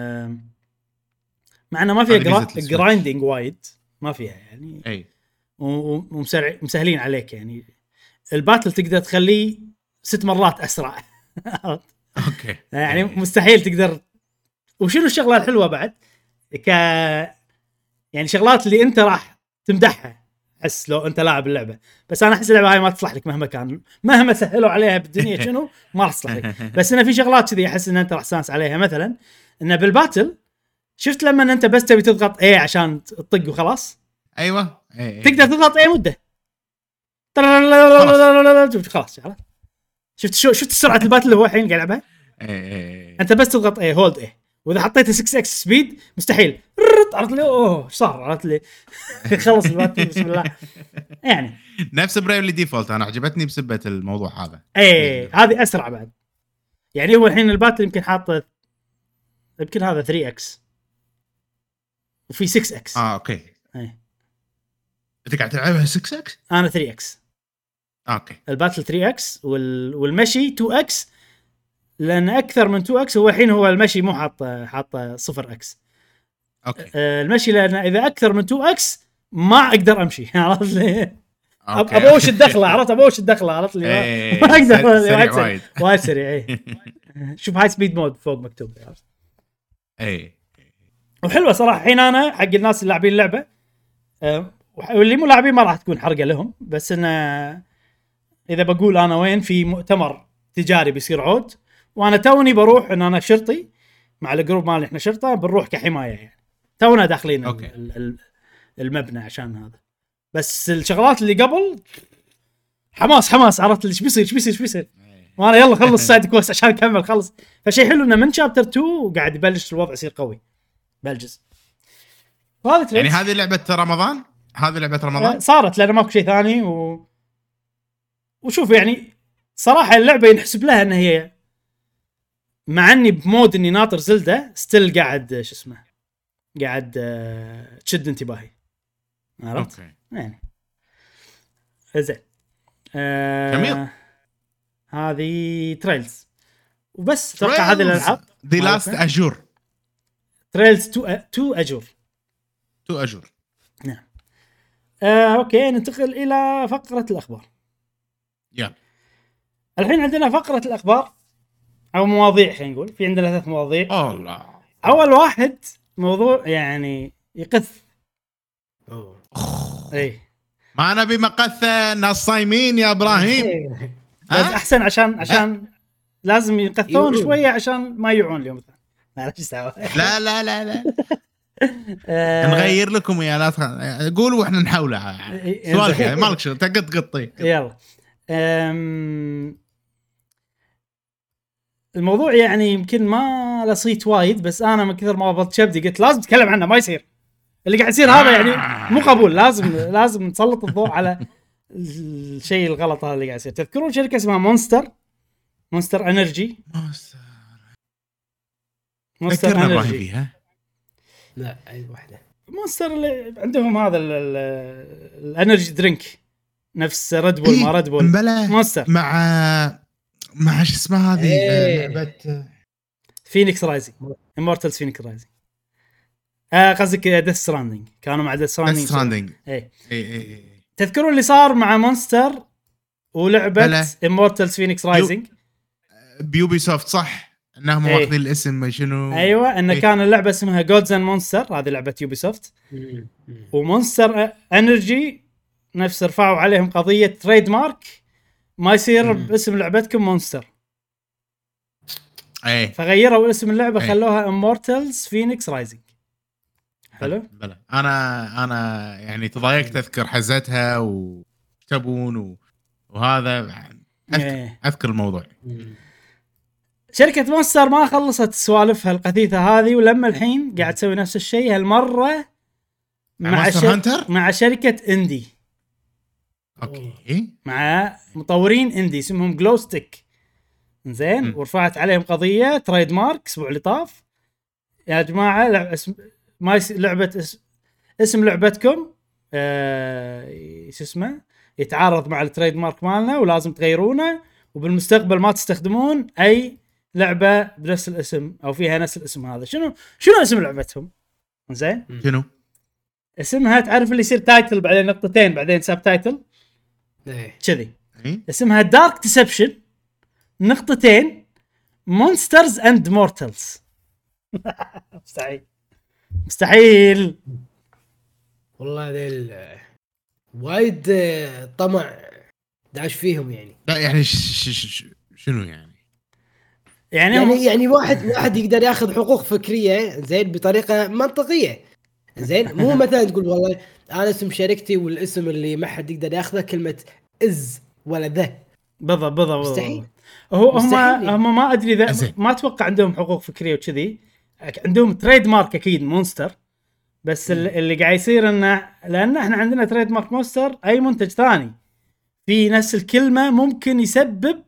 مع انه ما فيها جرايندينج وايد ما فيها يعني. اي ومسهلين عليك يعني الباتل تقدر تخليه 6 مرات اسرع. اوكي يعني مستحيل تقدر. وشنو الشغله الحلوه بعد يعني شغلات اللي انت راح تمدحها حس لو انت لاعب اللعبه، بس انا احس اللعبه هاي ما تصلح لك مهما كان مهما سهلوا عليها بالدنيا شنو ما راح تصلح لك. بس انا في شغلات كذي احس ان انت راح تستانس عليها. مثلا انه بالباتل شفت لما انت بس تبي تضغط ايه عشان تطق وخلاص. ايوه تقدر تضغط ايه مده خلاص. شفت سرعه الباتل اللي هو الحين قاعد يلعبها. انت بس تضغط ايه هولد ايه، واذا حطيت 6 اكس سبيد مستحيل عرفت لي ايش صار عرفت لي خلص الباتل بسم الله يعني. نفس برايفلي ديفولت انا عجبتني بسبه الموضوع هذا. ايه هذه اسرع بعد يعني. هو الحين الباتل يمكن حاطه يمكن هذا 3 اكس وفي 6 اكس. اوكي. ايه انت قاعد تلعبها 6 اكس؟ انا 3 اكس. اوكي. الباتل 3 اكس والمشي 2 اكس، لان اكثر من 2 اكس هو الحين هو المشي مو حاطه 0 اكس. اوكي. المشي لان اذا اكثر من 2 اكس ما اقدر امشي عرفت لي. ابوش الدخله عرفت ابوش الدخله عرفت لي ما اقدر وايد سريع. شوف هاي سبيد مود فوق مكتوب عرفت. وحلوه صراحه. الحين انا حق الناس اللي لاعبين اللعبه واللي مو لاعبين ما راح تكون حرقه لهم، بس انه اذا بقول انا وين في مؤتمر تجاري بيصير عود، وانا توني بروح ان انا شرطي مع الجروب مالي احنا شرطه بنروح كحمايه يعني تونا داخلين المبنى عشان هذا. بس الشغلات اللي قبل حماس عرفت ايش بيصير وانا يلا خلص سايد كويست عشان اكمل خلص. فشيء حلو انه من شابتر 2 وقاعد يبلش الوضع يصير قوي بالجزء. يعني هذه لعبه رمضان صارت لأنه ماكو شيء ثاني وشوف يعني صراحة اللعبة ينحسب لها ان هي مع اني بمود اني ناطر زلدة ستيل قاعد شو اسمه قاعد تشد انتباهي عرفت. يعني زين. جميل. هذه تريلز. وبس. اتوقع هذه الالعاب ذا لاست اجور، تريلز تو اجور. نعم. اوكي، ننتقل الى فقره الاخبار. يلا الحين عندنا فقره الاخبار او مواضيع، خلينا نقول في عندنا 3 مواضيع. الله. اول واحد موضوع يعني يقث. اي ما نبي مقثة ناس صايمين يا ابراهيم. بس احسن عشان لازم يقثون شويه عشان ما يجوعون اليوم الثاني. معلش سوا. لا لا لا لا نغير لكم يا لا قولوا واحنا نحولها سوالف يعني مالك شغل تقط قطي. يلا. الموضوع يعني يمكن ما له صيت وايد، بس انا من كثر ما بطلت شبدي قلت لازم اتكلم عنه، ما يصير اللي قاعد يصير هذا يعني مو قبول. لازم نسلط الضوء على الشيء الغلط هذا اللي قاعد يصير. تذكرون شركه اسمها مونستر انرجي؟ مونستر انرجي فيها؟ لا اي واحده. مونستر اللي عندهم هذا الانرجي درينك نفس ريد بول. ما ريد بول مونستر مع شو اسمها هذه لعبه فينيكس رايزنج، امورتالز فينيكس رايزنج. قصدك ديث ستراندينج، كانوا مع ديث ستراندينج. اي تذكرون اللي صار مع مونستر ولعبه امورتالز فينيكس رايزنج بيوبي سوفت؟ صح انهم واخذين الاسم شنو. ايوه ان كان اللعبه اسمها جودز اند مونستر، هذه لعبه يوبي سوفت. ومونستر انرجي نفس رفعوا عليهم قضيه تريد مارك، ما يصير باسم لعبتكم مونستر. فغيروا اسم اللعبه خلوها امورتالز فينيكس رايزنج. حلو. بلا انا يعني تضايقت اذكر حزتها وكتبون وهذا اذكر الموضوع. شركه مونستر ما خلصت سوالفها القثيثه هذه، ولما الحين قاعد تسوي نفس الشيء هالمره مع شركه اندي. اوكي. مع مطورين اندي اسمهم جلو ستيك. زين. ورفعت عليهم قضيه تريد مارك الاسبوع اللي طاف. يا جماعه اسم لعبتكم ايش اسمه يتعارض مع التريد مارك مالنا ولازم تغيرونه، وبالمستقبل ما تستخدمون اي لعبه بنفس الاسم او فيها نفس الاسم هذا. شنو اسم لعبتهم؟ زين. شنو اسمها؟ تعرف اللي يصير تايتل بعدين نقطتين بعدين سب تايتل كذي. اسمها دارك ديسبشن نقطتين مونسترز اند مورتالز. مستحيل والله. ذيل وايد طمع داش فيهم يعني. لا يعني شنو يعني واحد يقدر ياخذ حقوق فكريه زين بطريقه منطقيه. زين مو مثلا تقول والله انا اسم شركتي والاسم اللي ما حد يقدر ياخذه كلمه از ولا ذا. بالضبط. مستحيل. هم ما ادري اذا ما اتوقع عندهم حقوق فكريه وكذي. عندهم تريد مارك اكيد مونستر، بس اللي قاعد يصير انه لان احنا عندنا تريد مارك مونستر اي منتج ثاني في نفس الكلمه ممكن يسبب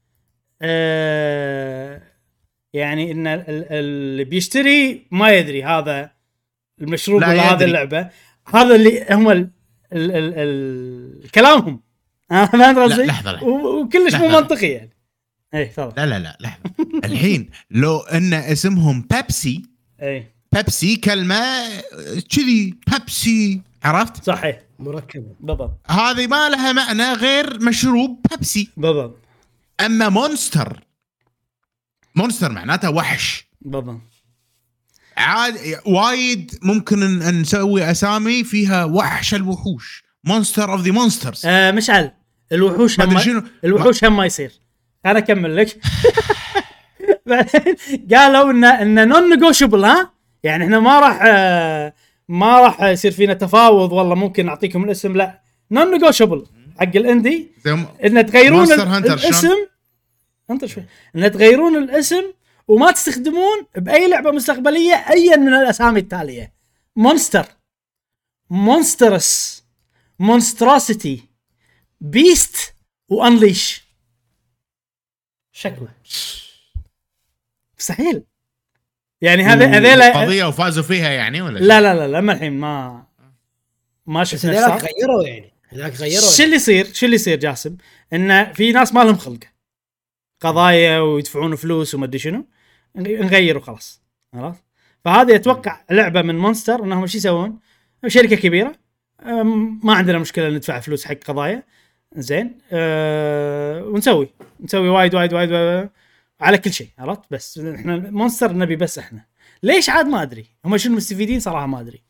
يعني ان اللي بيشتري ما يدري هذا المشروب ولا هذه اللعبه. هذا اللي هم كلامهم. فهمت قصدي؟ وكلش مو منطقي يعني. اي تفضل. لا لحظه. الحين لو ان اسمهم بيبسي، بيبسي كلمه كذي بيبسي، عرفت؟ صحيح مركبه. بالضبط. هذه ما لها معنى غير مشروب بيبسي. بالضبط. اما مونستر معناته وحش. بالضبط. عاد وايد ممكن ان نسوي اسامي فيها وحش الوحوش، مونستر اوف ذا مونسترز. مشعل الوحوش هم ما يصير. انا اكمل لك. قالوا ان نون نيغوشيبل. يعني احنا ما راح يصير فينا تفاوض والله ممكن نعطيكم الاسم. لا نون نيغوشيبل حق الاندي ان تغيرون الاسم. انت شوي ان تغيرون الاسم وما تستخدمون باي لعبه مستقبليه ايا من الاسامي التاليه: مونستر، مونسترس، مونستراسيتي، بيست، وانليش. شكله مستحيل يعني. هذيلا قضيه وفازوا فيها يعني ولا لا لما الحين ما شفنا هذاك غيروا يعني. هذاك غيروا. شو اللي يصير جاسم؟ ان في ناس ما لهم خلق قضايا ويدفعون فلوس وما ادري شنو، نغير وخلاص. عرفت؟ فهذه اتوقع لعبه من مونستر انهم شو يسوون، شركه كبيره ما عندنا مشكله ندفع فلوس حق قضايا زين، ونسوي وايد على كل شيء. عرفت؟ بس احنا مونستر نبي، بس احنا ليش عاد ما ادري هم شنو مستفيدين صراحه ما ادري.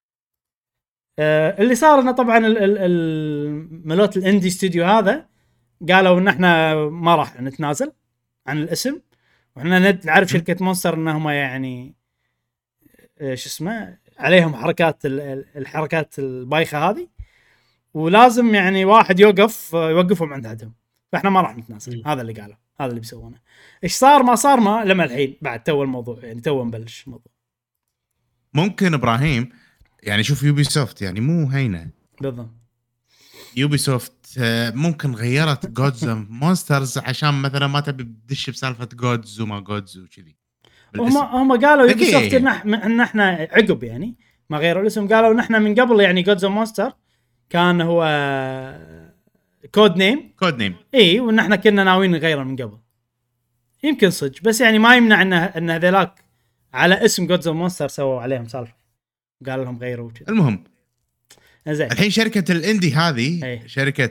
اللي صار انه طبعا ملوت الاندي ستوديو هذا قالوا ان احنا ما راح نتنازل عن الاسم، واحنا نعرف شركه مونستر انهم يعني شو اسمه عليهم حركات الحركات البايخه هذه، ولازم يعني واحد يوقفهم عند حدهم، فاحنا ما راح نتنازل. هذا اللي قاله، هذا اللي بيسوونه. ايش صار ما صار ما لما الحين بعد تو الموضوع يعني تو مبلش الموضوع. ممكن ابراهيم يعني شوف يوبي سوفت يعني مو هينه بالضبط. يوبي سوفت ممكن غيرت جودز مونسترز عشان مثلا ما تبي تدش بسالفه جودز وما جودز وكذي. هم قالوا يوبي سوفت ان احنا عقب يعني ما غيروا الاسم، قالوا ان احنا من قبل يعني جودز مونستر كان هو كود نيم اي، وان احنا كنا ناويين نغيره من قبل. يمكن صدق، بس يعني ما يمنع ان هذلاك على اسم جودز مونستر سووا عليهم سالفه، قال لهم غيروا وكذا. المهم زين الحين شركه الاندي هذه شركه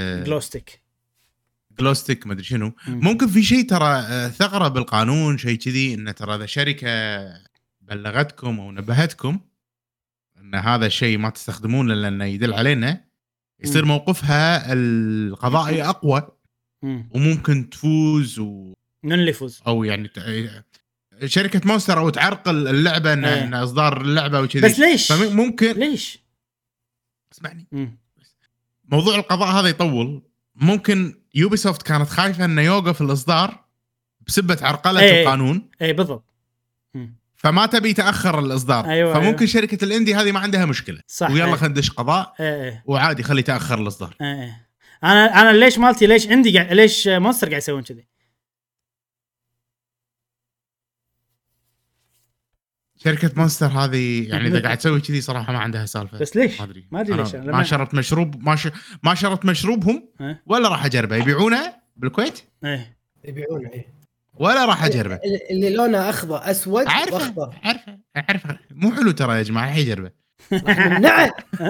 جلوستيك ما ادري شنو، ممكن في شيء ترى ثغره بالقانون شيء كذي، ان ترى اذا شركه بلغتكم او نبهتكم ان هذا الشيء ما تستخدمونه لانه يدل علينا، يصير موقفها القضائي اقوى وممكن تفوز من اللي يفوز او يعني شركه مونستر او تعرقل اللعبه ان اصدار اللعبه وكذي. بس ليش ممكن ليش اسمعني موضوع القضاء هذا يطول. ممكن يوبي سوفت كانت خايفه انه يوقف الاصدار بسبه عرقله القانون. اي بالضبط. فما تبي يتاخر الاصدار. أيوة فممكن أيوة. شركه الاندي هذه ما عندها مشكله صح. ويلا خلينا ندش قضاء وعادي خلي يتاخر الاصدار. انا ليش مالتي ليش عندي ليش مونستر قاعد يسوون كذي؟ شركه مونستر هذه يعني اذا قاعد تسوي كذي صراحه ما عندها سالفه. بس ليش ما ادري ليش ما شرط مشروب ما شرط مشروبهم ولا راح اجربه. يبيعونه بالكويت يبيعونه ولا راح اجربه. اللي لونه اخضر اسود واخضر. عارفه مو حلو ترى يا جماعه حيجربه. نعم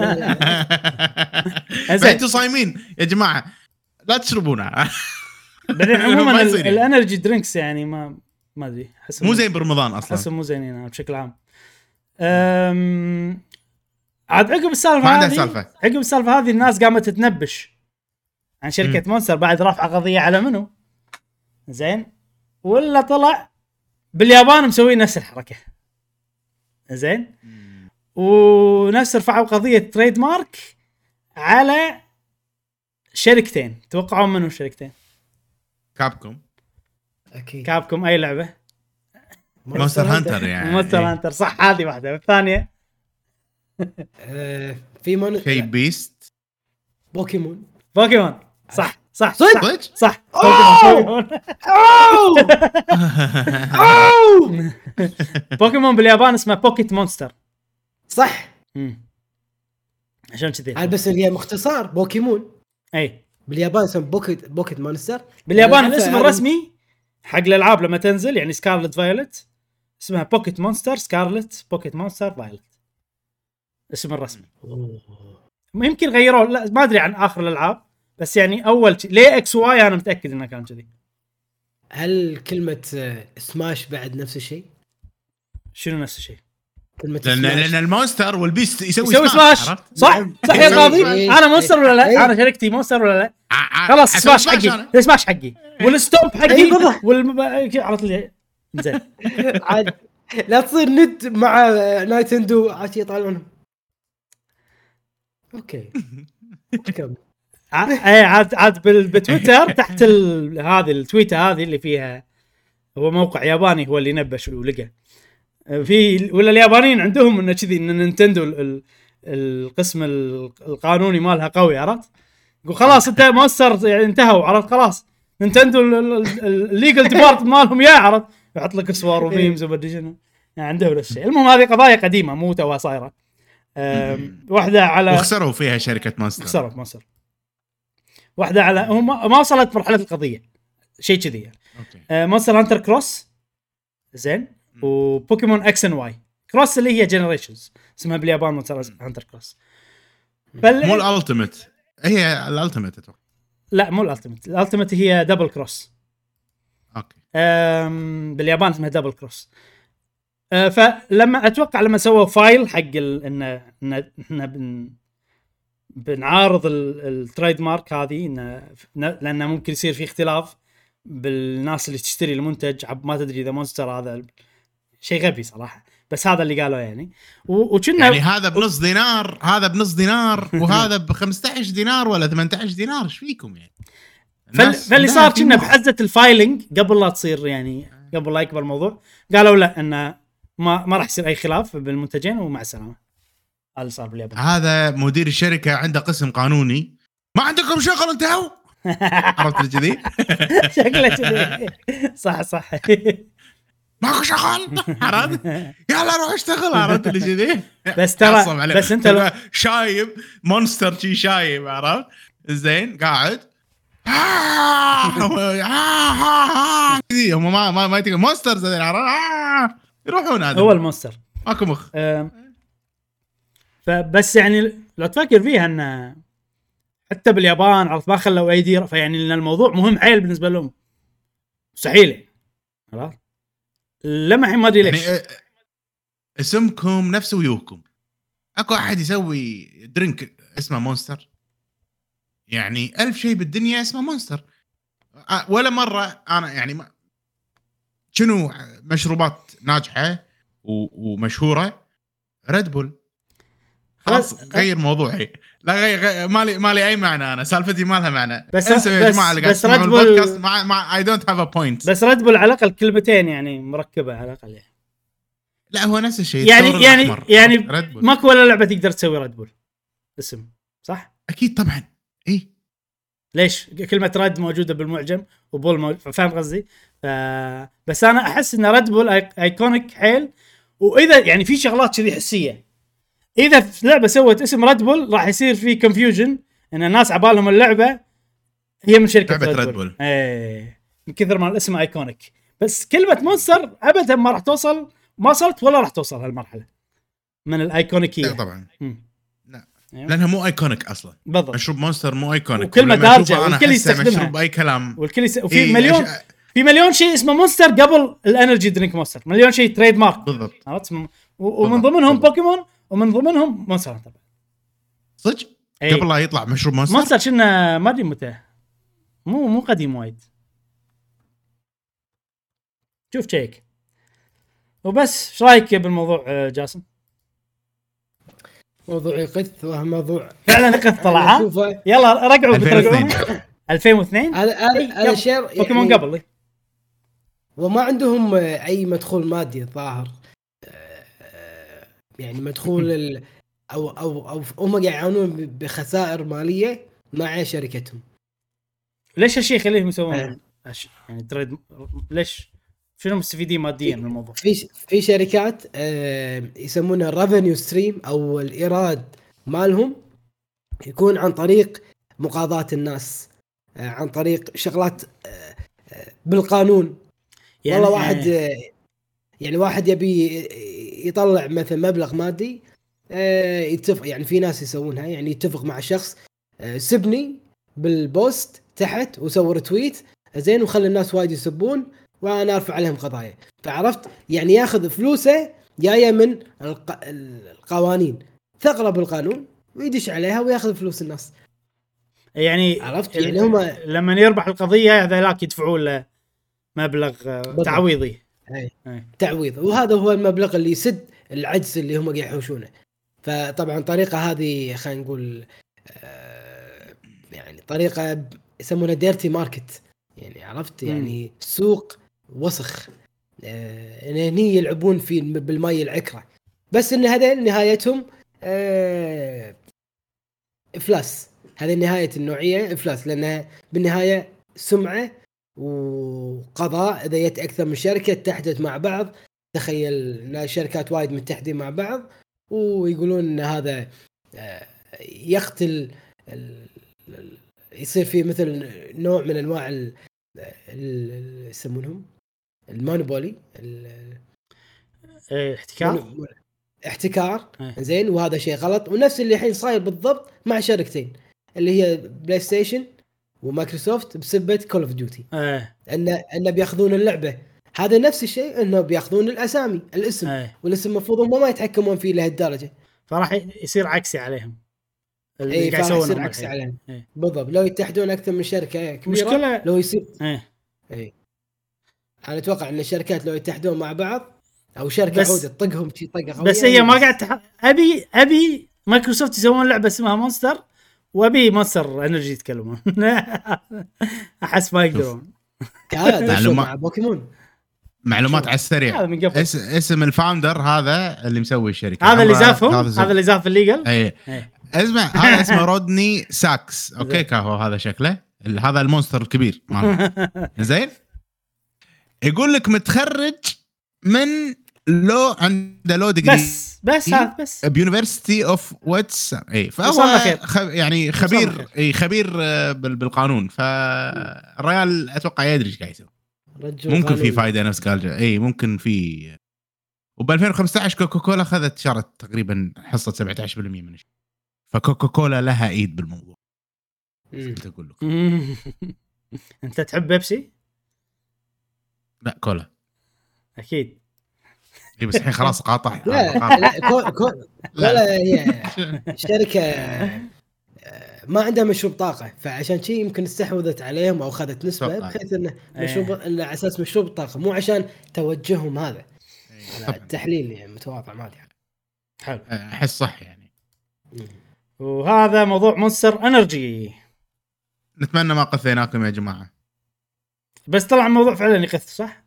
انتوا صايمين يا جماعه لا تشربونه. بعدين عموما الانرجي درينكس يعني ما ادري مو زين برمضان اصلا. احس مو زينين بشكل عام. عاد عقب السالفه هذه الناس قامت تتنبش عن شركه مونستر بعد رفع قضيه على منو زين، ولا طلع باليابان مسوي نفس الحركه زين، ونفس رفعوا قضيه تريد مارك على شركتين. توقعوا منو الشركتين؟ كابكوم. اكيد كابكوم. اي لعبه؟ مونستر هانتر يعني. مونستر هانتر صح. هذه واحده. الثانيه في شيء بيست بوكيمون صح بوكيمون. بوكيمون باليابان اسمه بوكيت مونستر صح. عشان كذي بس اللي هي مختصر بوكيمون. اي باليابان اسمه بوكيت مونستر. باليابان الاسم الرسمي حق الالعاب لما تنزل يعني سكارلت فايولت اسمها بوكيت مونستر سكارلت بوكيت مونستر فايولت اسم الرسمي. يمكن غيروه لا ما ادري عن اخر الالعاب، بس يعني اول ليه اكس واي انا متاكد انه كان كذي. هل كلمه سماش بعد نفس الشيء؟ شنو نفس الشيء؟ لان المونستر والبيست يسوي سماش. صح يا قاضي. انا مونستر ولا لا؟ انا شركتي مونستر ولا لا؟ خلاص سماش حقي. سماش حقي والستومب حقي عرفت لي زين. عاد لا تصير ند مع نايتندو عاد يطالعونهم. اوكي عاد بتويتر تحت هذه التويته هذه اللي فيها هو موقع ياباني هو اللي نبش ولقى في ولا اليابانيين عندهم انه كذي ان نينتندو القسم القانوني مالها قوي. عرفت؟ يقول خلاص انت مونستر يعني انتهوا. عرفت؟ خلاص نينتندو الليجل ديبارت مالهم يا عرفت يحط لك صور وميمز وما ادري شنو يعني عندهم الشيء. المهم هذه قضايا قديمه مو توا صايره. واحده على وخسروا فيها شركه مونستر. واحده على هم ما وصلت مرحله القضيه. شيء كذي يعني. اوكي مونستر هانتر كروس زين وبوكيمون اكس ان واي كروس اللي هي جنريشنز اسمها باليابان مونستر هانتر كروس. مو الالتيميت هي الالتيميت اتوقع. لا مو الالتيميت هي دبل كروس. اوكي باليابان اسمها دبل كروس. فلما اتوقع لما سووا فايل حق ان بنعارض التريد مارك هذه لانه ممكن يصير في اختلاف بالناس اللي تشتري المنتج ما تدري اذا مونستر هذا شيء غبي صراحه بس هذا اللي قالوا يعني وكنا يعني هذا بنص دينار هذا بنص دينار وهذا ب15 دينار ولا 18 دينار ايش فيكم يعني. فاللي صار كنا بحزه الفايلنج قبل لا تصير يعني قبل لا يكبر الموضوع قالوا لا انه ما راح يصير اي خلاف بالمنتجين ومع السلامه. هذا اللي صار باليابان. هذا مدير الشركه عنده قسم قانوني ما عندكم شغل انتهوا عرفت كذي شكله كذي صح ماكو شغل عرفت يلا روح اشتغل عرفت اللي كذي. بس ترى بس انت شايب مونستر شي شايب عرفت زين قاعد هم ما يتقل مونستر زين عرفت يروحون هذا هو المونستر ماكو مخ. فبس يعني لو تفكر فيها ان حتى باليابان عرفت ما خلوا ايدي فيعني ان الموضوع مهم حيل بالنسبه لهم مستحيل خلاص لما الحين ما ادري ليش يعني اسمكم نفس ويوكم اكو احد يسوي درينك اسمه مونستر يعني 1000 شيء بالدنيا اسمه مونستر ولا مره انا يعني شنو مشروبات ناجحه ومشهوره ريد بول خلاص غير موضوعي لا غير مالي اي معنى انا سالفتي ما لها معنى بس يا جماعه اللي قاعد يسمعون البودكاست ما اي دونت هاف ا بوينت بس ريد بول على الاقل كلمتين يعني مركبه على الاقل يعني. لا هو نفس الشيء يعني ماكو ولا لعبه تقدر تسوي ريد بول اسم صح اكيد طبعا اي ليش كلمه ريد موجوده بالمعجم وبول فاهم قصدي بس انا احس ان ريد بول ايكونيك حيل واذا يعني في شغلات كذي حسيه اذا في لعبه سوت اسم ريد بول راح يصير في كونفيوجن ان الناس عبالهم اللعبه هي من شركه ريد بول من كثر ما الاسم ايكونيك. بس كلمه مونستر ابدا ما راح توصل ما وصلت ولا راح توصل هالمرحله من الايكونيكيه طبعا لا لانها مو ايكونيك اصلا بالضبط. مشروب مونستر مو ايكونيك وكلمه دارجه والكل يستخدمها مشروب اي كلام والكل وفي مليون في مليون شيء اسمه مونستر قبل الانرجي درينك مونستر مليون شيء تريد مارك بالضبط ومن ضمنهم بوكيمون ومن ضمنهم مونستر طبعا صدق قبل لا يطلع مشروب مونستر كنا ما ادري متى مو قديم وايد شوف تشيك وبس. ايش رايك بالموضوع جاسم؟ موضوع يقث وموضوع فعلا يقث طلع يلا رجعوا 2002 هذا شير بوكيمون يعني قبل وما عندهم اي مدخول مادي الظاهر يعني مدخول او هم قاعد يعانون بخسائر ماليه مع شركتهم. ليش هالشيء يخليهم يسوون يعني تريد ليش شنو مستفيدين ماديا من الموضوع؟ في شركات يسمونها الريفينيو ستريم او الايراد مالهم يكون عن طريق مقاضاة الناس عن طريق شغلات بالقانون يعني والله واحد يعني واحد يبي يطلع مثلا مبلغ مادي يتفق يعني في ناس يسوونها يعني يتفق مع شخص سبني بالبوست تحت وصور تويت زين وخلي الناس وايد يسبون وانا ارفع عليهم قضايا فعرفت يعني ياخذ فلوسه جايه من القوانين ثغره بالقانون ويدش عليها وياخذ فلوس الناس يعني عرفت يعني هم لما يربح القضيه هذاك يدفعوا له مبلغ تعويضي تعويض وهذا هو المبلغ اللي يسد العجز اللي هم قاعد يحوشونه. فطبعا طريقه هذه خلينا نقول يعني طريقه يسمونها ديرتي ماركت يعني عرفت يعني سوق وسخ هني يلعبون في بالماء العكره بس ان هذا نهايتهم افلاس. هذه نهايه النوعيه افلاس لانها بالنهايه سمعه وقضاء اذا جت اكثر من شركه اتحدت مع بعض. تخيل ان شركات وايد متحدين مع بعض ويقولون ان هذا يقتل يصير فيه مثل نوع من انواع يسمونهم المونوبولي احتكار زين، وهذا شيء غلط. ونفس اللي الحين صاير بالضبط مع شركتين اللي هي بلاي ستيشن ومايكروسوفت بسبة كول اوف ديوتي. ان بياخذون اللعبه، هذا نفس الشيء انه بياخذون الاسامي الاسم والاسم المفروض هم ما يتحكمون فيه لهالدرجه، فراح يصير عكسي عليهم. اللي قاعد يسوونه عكسي عليهم بالضبط. لو يتحدون اكثر من شركه كبيره مشكلة. لو يصير انا اتوقع ان الشركات لو يتحدون مع بعض او شركه عوده تطقهم شي طقه قويه، بس هي ما قاعد ابي مايكروسوفت يسوون لعبه اسمها مونستر، وابي مونستر انرجي يتكلمون. احس ما يقدرون. مع بوكيمون معلومات على السريع. اسم الفاوندر هذا اللي مسوي الشركه، هذا اللي زافهم، هذا اللي زاف الليجل. اسمع، هذا اسمه رودني ساكس. اوكي كاهو هذا شكله، هذا المونستر الكبير زين. يقول لك متخرج من عنده لو ديجري بس هذا بس بيونيفرسيتي اوف واتس. فهو يعني خبير بالقانون. فالريال اتوقع يدري ايش قاعد يسوي. ممكن في فايده نفس قال ممكن في. وب 2015 كوكاكولا اخذت شارت تقريبا حصه 17% من الشيء. فكوكاكولا لها ايد بالموضوع. انت اقول لك انت تحب بيبسي؟ لا كولا اكيد. بس الحين خلاص قاطع. لا كولا هي شركه ما عندها مشروب طاقه، فعشان شيء يمكن استحوذت عليهم او اخذت نسبه بحيث انه مشروب على اساس مشروب طاقه، مو عشان توجههم هذا. التحليل يعني متواضع ما ادري. حلو، احس صح يعني. وهذا موضوع مونستر انرجي. نتمنى ما قثيناكم يا جماعه، بس طلع الموضوع فعلا يقث صح.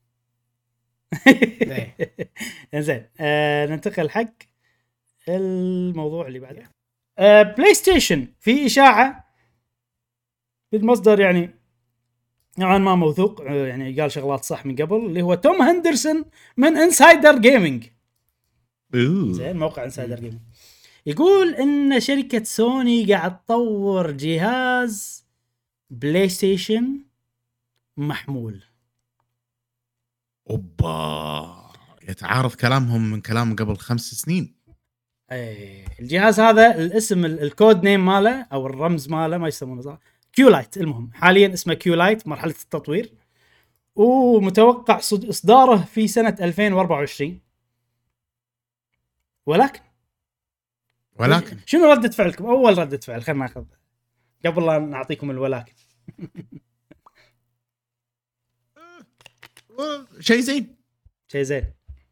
زين ننتقل حق الموضوع اللي بعده. بلاي ستيشن في إشاعة بالمصدر يعني نوعا ما موثوق، يعني قال شغلات صح من قبل، اللي هو توم هندرسون من انسايدر جيمنج. زين موقع انسايدر جيمنج يقول ان شركة سوني قاعد تطور جهاز بلاي ستيشن محمول. اوبا، يتعارض كلامهم من كلام قبل 5 سنين. الجهاز هذا الاسم الكود نيم ماله او الرمز ماله ما يسمونه صح، كيولايت. المهم حاليا اسمه كيولايت، مرحلة التطوير، ومتوقع اصداره في سنة 2024. ولكن شنو ردة فعلكم؟ اول ردة فعل خلينا ناخذ قبل لا نعطيكم الولكن. شيء زين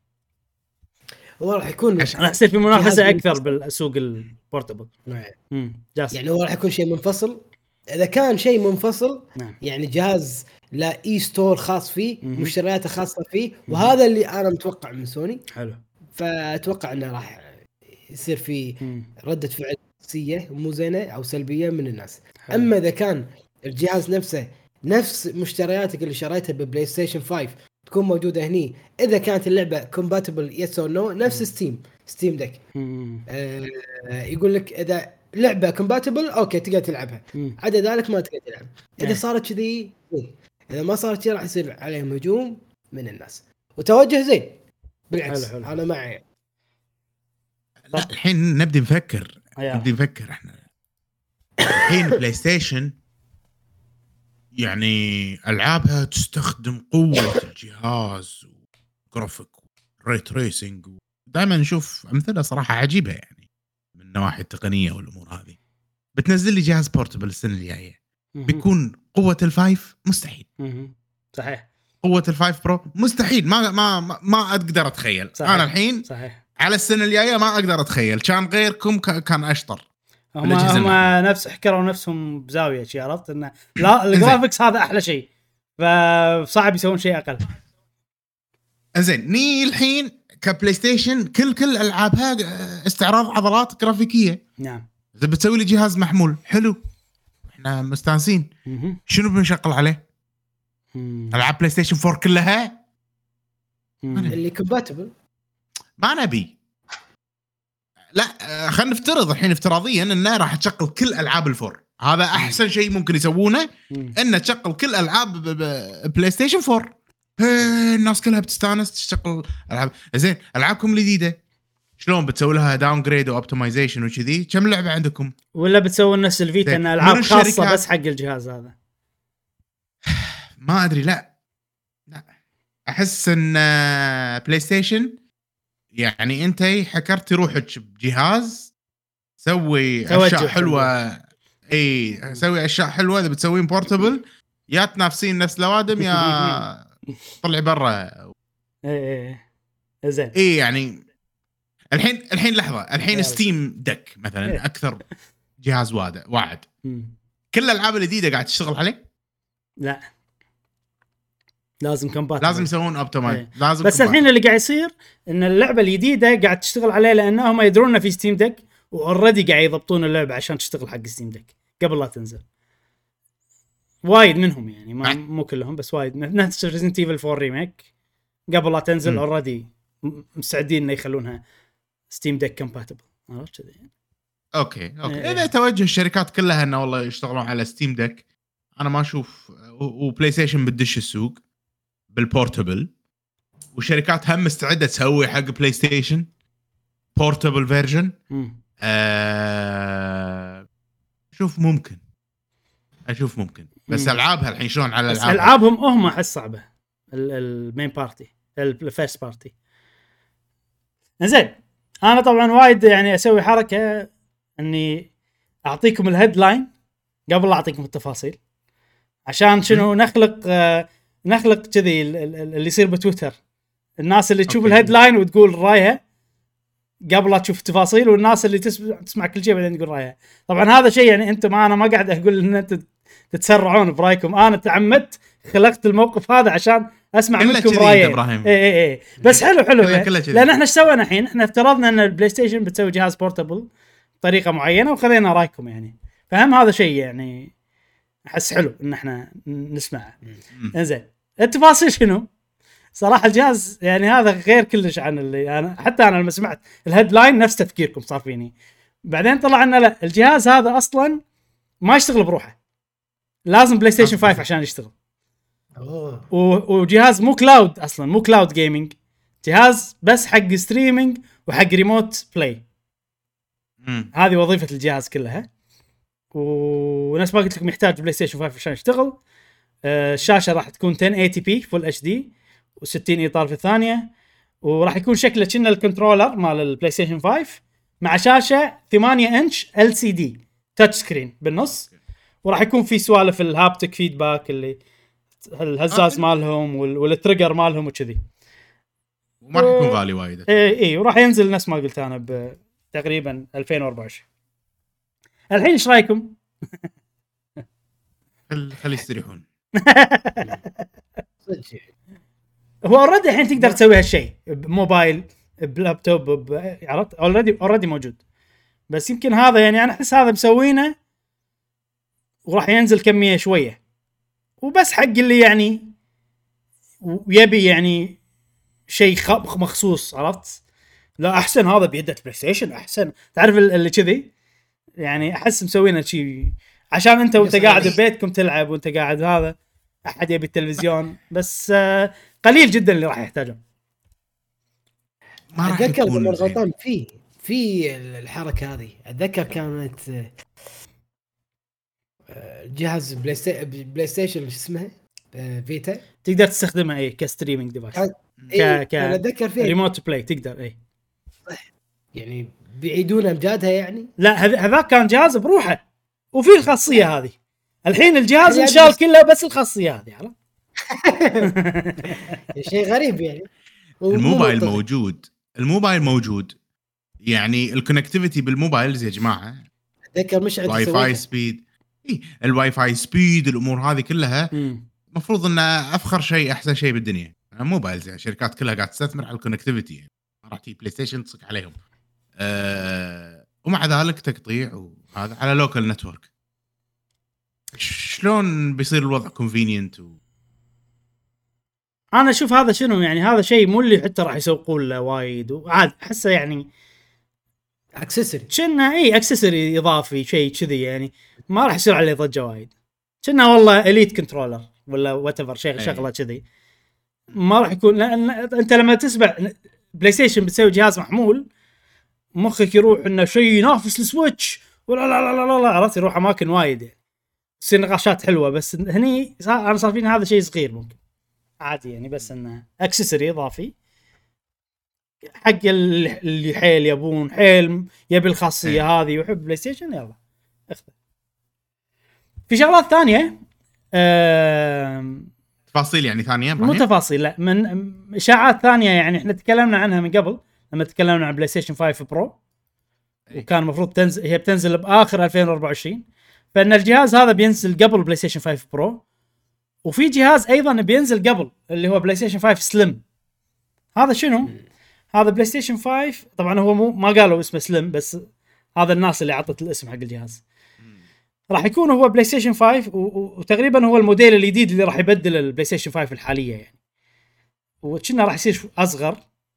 هو راح يكون راح يصير في منافسه اكثر بالسوق البورتبل. يعني هو راح يكون شيء منفصل. اذا كان شيء منفصل يعني جهاز لا اي ستور خاص فيه، مشترياته خاصه فيه، وهذا اللي انا متوقع من سوني. حلو، فاتوقع انه راح يصير في ردة فعل سلبية مو زينه او سلبيه من الناس. حلو. اما اذا كان الجهاز نفسه نفس مشترياتك اللي شريتها ببلاي ستيشن 5 تكون موجوده هني، اذا كانت اللعبه كومباتبل يس او نو، نفس ستيم ديك. يقول لك اذا لعبه كومباتبل اوكي تقدر تلعبها، عدا ذلك ما تقدر تلعب. اذا صارت كذي، اذا ما صارت كذي راح يصير عليهم هجوم من الناس. وتوجه زين بالعكس. حلو. انا معي. لا الحين نبدي نفكر احنا الحين بلاي ستيشن يعني ألعابها تستخدم قوة الجهاز وجرافيك وري تريسنج، دائما نشوف أمثلة صراحة عجيبة يعني من النواحي التقنية والأمور هذه. بتنزل لي جهاز بورتبل السنة الجاية بيكون قوة الفايف مستحيل. صحيح. قوة الفايف برو مستحيل. ما أقدر أتخيل. صحيح. أنا الحين صحيح. على السنة الجاية ما أقدر أتخيل. كان غيركم كان أشطر. هم نفس حكروا نفسهم بزاويه شيء، عرفت انه لا الجرافيكس هذا احلى شيء، فصعب يسوون شيء اقل. زين ني الحين كبلاي ستيشن كل العابها استعراض عضلات جرافيكيه. نعم. اذا بتسوي لي جهاز محمول حلو احنا مستانسين. شنو بنشغل عليه؟ العاب بلاي ستيشن 4 كلها اللي كومباتبل ما نبي. لا خلينا نفترض الحين افتراضيا انه راح تشغل كل العاب الفور هذا احسن شيء ممكن يسوونه، ان تشغل كل العاب بلاي ستيشن 4. الناس كلها بتستانس تشغل العاب. زين العابكم الجديده شلون بتسوي لها داون جريد واوبتمايزيشن وكذي؟ كم لعبه عندكم؟ ولا بتسوي نفس الفيتا ان العاب خاصه بس حق الجهاز هذا؟ ما ادري. لا احس ان بلاي ستيشن يعني انت حكرت روحك بجهاز سوي اشياء حلوه. اي سوي اشياء حلوه. اذا بتسوين بورتبل يا تنافسين نفس لوادم يا طلع برا. ايه زين. اي يعني الحين لحظه. الحين ستيم دك مثلا اكثر جهاز واعد. كل الالعاب الجديده قاعد تشتغل عليه؟ لا لازم كومباتبل، لازم يسوون اوبتمايز. لازم بس الحين اللي قاعد يصير ان اللعبه الجديده قاعد تشتغل عليه لانهم يدرون انه في ستيم دك واوريدي قاعد يضبطون اللعبه عشان تشتغل حق ستيم دك قبل لا تنزل. وايد منهم يعني مو كلهم بس وايد. نفس ريزنت ايفل 4 ريميك قبل لا تنزل اوريدي مستعدين انه يخلونها ستيم دك كومباتبل. عرفت كذا يعني. اوكي اذا توجه الشركات كلها انه والله يشتغلون على ستيم دك، انا ما اشوف. وبلاي ستيشن بتدش السوق بالبورتبل، وشركات هم مستعده تسوي حق بلاي ستيشن بورتبل فيرجن. اشوف ممكن بس العابها الحين شلون على العابهم هم احس صعبه. المين بارتي الفيرست بارتي. زين انا طبعا وايد يعني اسوي حركه اني اعطيكم الهيدلاين قبل لا اعطيكم التفاصيل عشان شنو نخلق كذي اللي يصير بتويتر. الناس اللي تشوف الهيدلاين وتقول رايها قبل لا تشوف التفاصيل، والناس اللي تسمع كل شيء بعدين تقول رايها. طبعا هذا شيء يعني انتم انا ما قاعد اقول ان انتم تتسرعون برايكم. انا تعمدت خلقت الموقف هذا عشان اسمع منكم رايين. اي بس حلو لان احنا ايش سوينا الحين؟ احنا افترضنا ان البلاي ستيشن بتسوي جهاز بورتبل بطريقه معينه وخذينا رايكم يعني. فهم هذا شيء يعني احس حلو ان احنا نسمعه. انزين التفاصيل شنو؟ صراحه الجهاز يعني هذا غير كلش عن اللي انا حتى انا لما سمعت الهيدلاين نفس تفكيركم صار فيني. بعدين طلع لنا لا، الجهاز هذا اصلا ما يشتغل بروحه، لازم بلاي ستيشن 5 عشان يشتغل. وجهاز مو كلاود اصلا، مو كلاود جيمنج، جهاز بس حق ستريمينج وحق ريموت بلاي. هذه وظيفه الجهاز كلها. ونفس ما قلت لكم يحتاج بلاي ستيشن 5 عشان يشتغل. الشاشه راح تكون 1080p فول اتش دي و60 اطار في الثانيه، وراح يكون شكله كأنه الكنترولر مال البلاي ستيشن 5 مع شاشه 8 انش LCD تاتش سكرين بالنص. وراح يكون في سوالف الهابتك فيدباك اللي الهزاز مالهم والتريجر مالهم وكذي. وما راح يكون غالي وايد. اي وراح ينزل نفس ما قلت انا تقريبا 2024. الحين ايش رايكم؟ خلي يستريحون. هو اوريدي الحين تقدر تسوي هالشيء بموبايل بلابتوب عرفت اوريدي موجود. بس يمكن هذا يعني انا احس هذا مسوينه وراح ينزل كميه شويه وبس حق اللي يعني ويبي يعني شيء مخصوص. عرفت؟ لا احسن هذا بيدة بلاي ستيشن احسن، تعرف اللي كذي يعني. احس مسوينه شيء عشان انت وانت قاعد ببيتكم تلعب وانت قاعد هذا احد يبي التلفزيون بس. قليل جدا اللي راح يحتاجه. ما اتذكر اذا ما غلطان في الحركه هذه. اتذكر كانت جهاز بلاي ستيشن ايش اسمها فيتا تقدر تستخدمها اي كستريمينج ديفايس. انا اتذكر فيه ريموت بلاي تقدر اي يعني بيعيدون امجادها يعني. لا هذا كان جهاز بروحه وفي الخاصيه هذه. الحين الجهاز انشال كله بس الخاصيه هذه. عرفت؟ شيء غريب يعني. الموبايل موجود يعني. الكونكتيفيتي بالموبايلز يا جماعه اتذكر مش واي فاي سبيد. الواي فاي سبيد الامور هذه كلها مفروض ان افخر شيء احسن شيء بالدنيا. الموبايلز يعني الشركات كلها قاعده تستثمر على الكونكتيفيتي يعني. ما راح تجي بلاي ستيشن تصك عليهم. ومع ذلك تقطيع وهذا على لوكال نتورك. شلون بيصير الوضع كونفينينت انا اشوف هذا شنو يعني. هذا شيء مو اللي حتى راح يسوقون له وايد وعاد احسه يعني اكسسوري كنا اي اكسسوري اضافي شيء كذي يعني. ما راح يصير عليه ضجه وايد. كنا والله اليت كنترولر ولا وات ايفر شغله كذي، ما راح يكون. لان انت لما تسمع بلاي ستيشن بتسوي جهاز محمول مخك يروح انه شيء ينافس السويتش ولا لا لا لا لا، عرفت؟ يروح اماكن وايد يعني. تصير نقاشات حلوه، بس هني انا صار فيني هذا شيء صغير ممكن عادي يعني، بس انه اكسسوري اضافي حق اللي حيل يبون حيل يبي الخاصيه هذه ويحب بلاي ستيشن، يلا اخذ. في شغلات ثانيه تفاصيل يعني ثانيه مو تفاصيل، لا من اشاعات ثانيه يعني احنا تكلمنا عنها من قبل لما تكلمنا عن بلاي ستيشن 5 برو، وكان المفروض تنزل، هي بتنزل باخر 2024، فان الجهاز هذا بينزل قبل بلاي ستيشن 5 برو. وفي جهاز ايضا بينزل قبل اللي هو بلاي ستيشن 5 سليم. هذا شنو؟ هذا بلاي ستيشن 5 طبعا هو ما قالوا اسمه سليم، بس هذا الناس اللي عطت الاسم حق الجهاز. راح يكون هو بلاي ستيشن 5 وتقريبا هو الموديل الجديد اللي راح يبدل البلاي ستيشن 5 الحاليه يعني، وكنا راح يصير اصغر.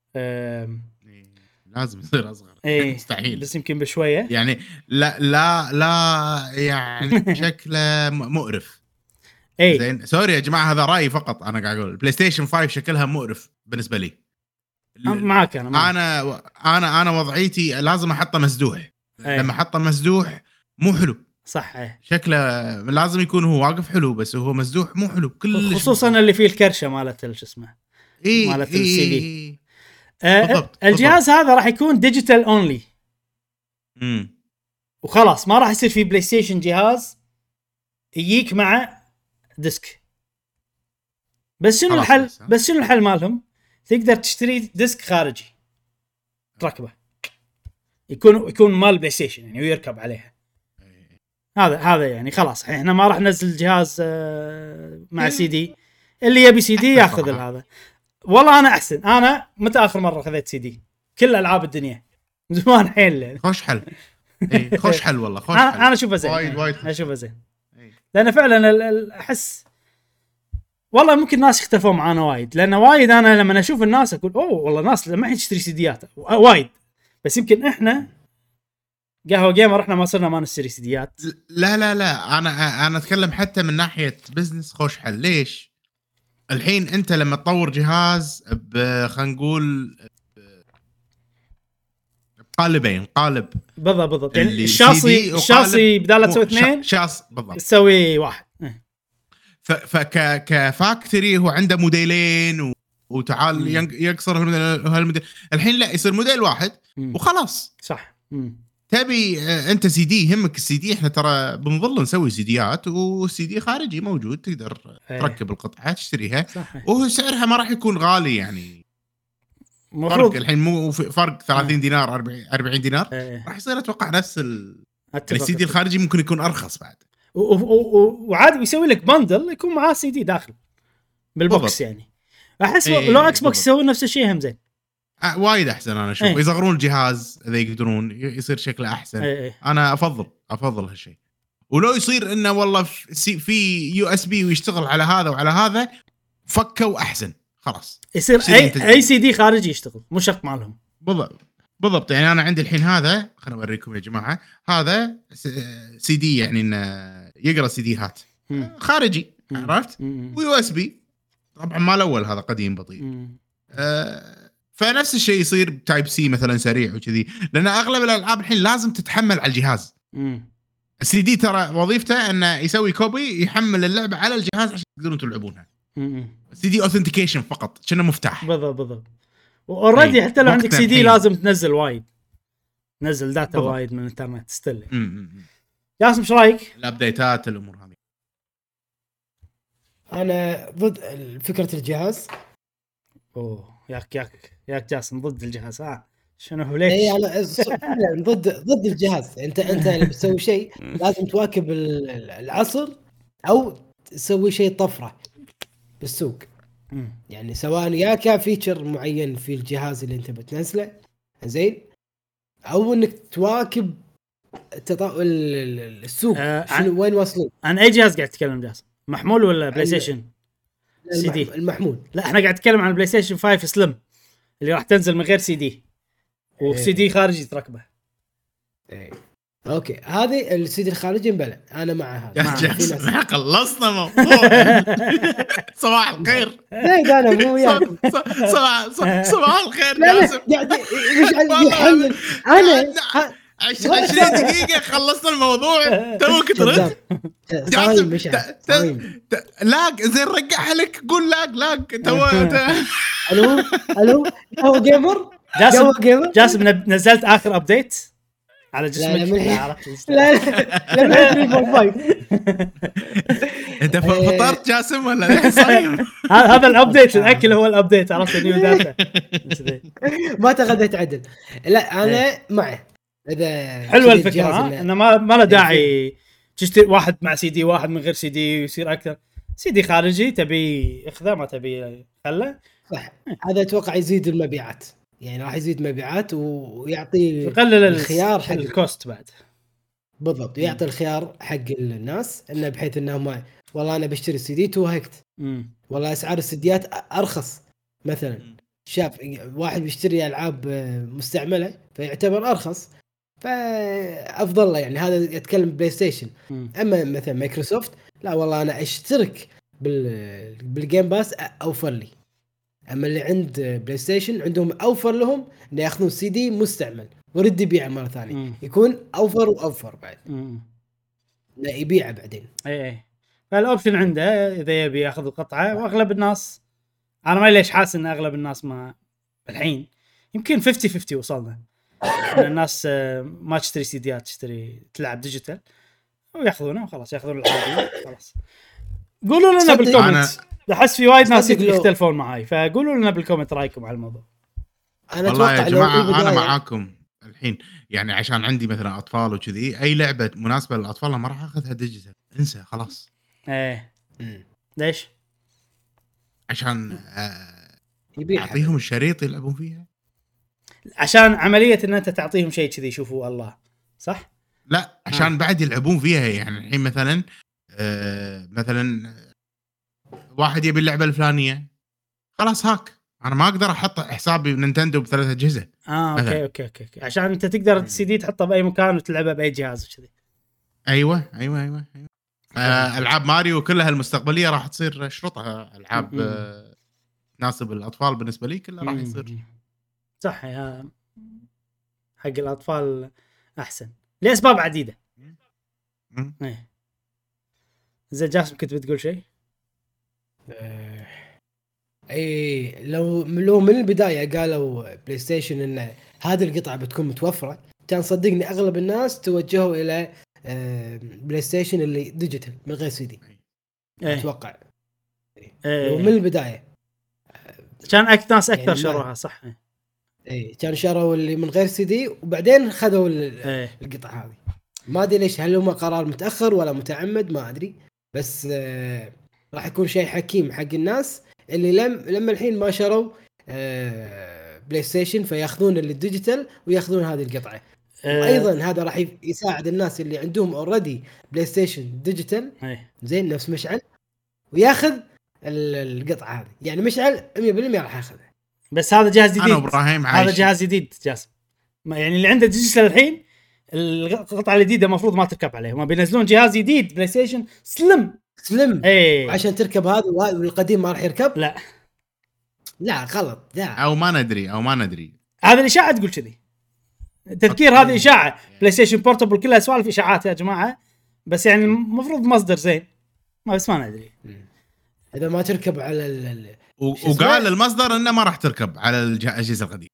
لازم يصير اصغر مستحيل، بس يمكن بشويه يعني لا يعني شكله مقرف. زين سوري يا جماعه، هذا رايي فقط، انا قاعد اقول البلاي ستيشن 5 شكلها مقرف بالنسبه لي. معك انا وضعيتي لازم احطه مسدوح. لما احطه مسدوح مو حلو، صح؟ شكله لازم يكون هو واقف حلو، بس هو مسدوح مو حلو كلش، خصوصا اللي فيه الكرشه مالت شو اسمه مالت السي دي. الجهاز هذا راح يكون ديجيتال اونلي وخلاص، ما راح يصير في بلاي ستيشن جهاز يجيك مع ديسك. بس شنو الحل؟ بس شنو الحل مالهم؟ تقدر تشتري ديسك خارجي تركبه، يكون مال بلاي ستيشن يعني ويركب عليها. هذا يعني خلاص احنا ما راح ننزل جهاز مع سي دي. اللي يبي سي دي ياخذ هذا. والله انا احسن. انا متى اخر مره خذيت سي دي؟ كل العاب الدنيا زمان حيل يعني. خوش حل. خوش حل والله، خوش حل. انا اشوفه زين، اشوفه زين، لان فعلا احس والله ممكن الناس يختلفون معانا وايد، لان وايد انا لما اشوف الناس اقول اوه والله الناس لما الحين تشتري سيديات وايد، بس يمكن احنا قهوه جيمر احنا ما صرنا ما نشتري سيديات. لا انا اتكلم حتى من ناحيه بزنس. خوش حل. ليش الحين انت لما تطور جهاز خلينا نقول قالب بالضبط يعني الشاصي بدال لا تسوي اثنين شاص بالضبط تسوي واحد. كفاكتوري هو عنده موديلين وتعال يكسر هالموديل. الحين لا، يصير موديل واحد وخلاص. صح. تبي انت سي دي، يهمك السي دي. احنا ترى بنظل نسوي سيديات، والسي دي خارجي موجود، تقدر تركب القطعه تشتريها، وهو سعرها ما راح يكون غالي يعني. فرق الحين مو فرق 30 دينار 40 دينار، راح يصير اتوقع نفس السي دي الخارجي ممكن يكون ارخص بعد. وعادي يسوي لك بندل يكون معاه سي دي داخل بالبوكس يعني. احس لو اكس بوكس يسوي نفس الشيء هم زين. وايد احسن. انا اشوف يصغرون الجهاز اذا يقدرون يصير شكله احسن. انا افضل هالشيء. ولو يصير انه والله في يو اس بي ويشتغل على هذا وعلى هذا، فكوا احسن خلاص. يصير اي سي دي خارجي يشتغل، مو شرط مالهم. بالضبط يعني انا عندي الحين هذا، خليني اوريكم يا جماعه. هذا سي دي يعني انه يقرا سي ديات خارجي، عرفت؟ ويو اس بي طبعا ما الاول هذا قديم بطيء. فنفس الشيء يصير تايب سي مثلا سريع وكذي، لان اغلب الالعاب الحين لازم تتحمل على الجهاز. السي دي ترى وظيفته انه يسوي كوبي، يحمل اللعبه على الجهاز عشان تقدرون تلعبونها. سي دي اوثنتيكيشن فقط، كأنه مفتاح. بالضبط. واوريدي حتى لو عندك سي دي لازم تنزل وايد، نزل داتا وايد من الانترنت ستيل. جاسم ايش رايك؟ الابديتات الامور هذه. انا ضد فكره الجهاز. ياك جاسم ضد الجهاز. شنو هو ليش؟ انا ضد الجهاز. انت لما تسوي شيء لازم تواكب العصر، او تسوي شيء طفره بالسوق. يعني سواء يا فيتشر معين في الجهاز اللي انت بتنزله زين، او انك تواكب السوق. وين واصلين؟ عن اي جهاز قاعد تتكلم جاسم؟ محمول ولا بلاي ستيشن؟ سي دي المحمول. لا احنا قاعد نتكلم عن بلاي ستيشن 5 سليم اللي راح تنزل من غير سي دي، وسي دي خارجي تركبه. اوكي هذه السي دي الخارجي بلا انا مع هذا. يا في جاسم احنا خلصنا موضوع. صباح الخير. لا انا مو وياك. صباح الخير لا جاسم. قاعد مش عندي حل انا 20 دقيقة خلصنا الموضوع توك ترد. صايم مش صايم. لاق زين رجعها لك قول لاق تو الو هو جيمر جاسم نزلت اخر ابديت على جسمك. لا انت فطرت جاسم ولا صايم؟ هذا الابديت الاكل هو الابديت عرفت نيو داتا. ما تغديت عدل. لا انا معه. اذا حلوه الفكره انه ما له داعي تشتري واحد مع سي دي واحد من غير سي دي ويصير اكثر. سي دي خارجي تبي اخذه ما تبي خله. صح هذا اتوقع يزيد المبيعات يعني راح يزيد مبيعات ويعطي يقلل الخيار حق الكوست بعد. بالضبط يعطي الخيار حق الناس انه بحيث انهم والله انا بشتري سي دي توهكت والله اسعار السيديات ارخص مثلا شاف واحد بيشتري العاب مستعمله فيعتبر ارخص فافضل له يعني. هذا يتكلم بلاي ستيشن. اما مثلا مايكروسوفت لا والله انا اشترك بالجيم باس اوفر لي. اما اللي عند بلاي ستيشن عندهم اوفر لهم ان ياخذون سي دي مستعمل ورد يبيعه مره ثانيه يكون اوفر واوفر بعد لا يبيعه بعدين. اي فالاوبشن عنده اذا يبي ياخذ القطعه. واغلب الناس انا ما ليش حاسس ان اغلب الناس ما الحين يمكن 50-50 وصلنا ان الناس ما تشتري سيديات تشتري تلعب ديجيتال وياخذونه وخلاص ياخذون العادي خلاص. قولوا لنا بالكومنت. احس في وايد ناس يختلفون معاي فقولوا لنا بالكومنت رايكم على الموضوع. انا اتوقع يا جماعه انا معاكم الحين يعني عشان عندي مثلا اطفال وكذي اي لعبه مناسبه للاطفال ما راح اخذها ديجيتال انسى خلاص. ايه ليش؟ عشان اعطيهم الشريط يلعبون فيها عشان عمليه ان انت تعطيهم شيء كذي يشوفوا الله صح. لا عشان بعد يلعبون فيها يعني الحين مثلا مثلا واحد يبي اللعبه الفلانيه خلاص هاك انا ما اقدر احط حسابي نينتندو بثلاث اجهزه. اوكي عشان انت تقدر السي دي تحطه باي مكان وتلعبه باي جهاز وكذي. ايوه العاب ماريو كلها المستقبليه راح تصير شرطها العاب تناسب الاطفال بالنسبه لي كلها راح يصير صح يا حق الاطفال احسن لاسباب عديده. زين جاسم كنت بتقول شيء؟ اي لو من البدايه قالوا بلاي ستيشن ان هذه القطعه بتكون متوفره كان صدقني اغلب الناس توجهوا الى بلاي ستيشن اللي ديجيتال من غير سي دي. اتوقع ومن البدايه كان ناس اكثر يعني شروها صح. اي كان شروا اللي من غير سي دي وبعدين خذوا القطعه هذه. ما ادري ليش هل هو قرار متاخر ولا متعمد ما ادري بس راح يكون شيء حكيم حق الناس اللي لما الحين ما شروا بلاي ستيشن فياخذون الديجيتال وياخذون هذه القطعه. وايضا هذا راح يساعد الناس اللي عندهم اوريدي بلاي ستيشن ديجيتال زين نفس مشعل وياخذ القطعه هذه يعني مشعل 100% راح ياخذها. بس هذا جهاز جديد. انا ابراهيم هذا جهاز جديد جاسم يعني اللي عنده ديجيتال الحين القطعه الجديده المفروض ما تركب عليه. ما بينزلون جهاز جديد بلاي ستيشن سلم عشان تركب هذا والقديم ما راح يركب. لا غلط لا او ما ندري هذا الاشاعه تقول كذي تذكير هذه اشاعه. بلاي ستيشن بورتبل كلها سوالف اشاعات يا جماعه بس يعني المفروض مصدر زين ما ندري اذا ما تركب على وقال المصدر انه ما راح تركب على الاجهزه القديمه.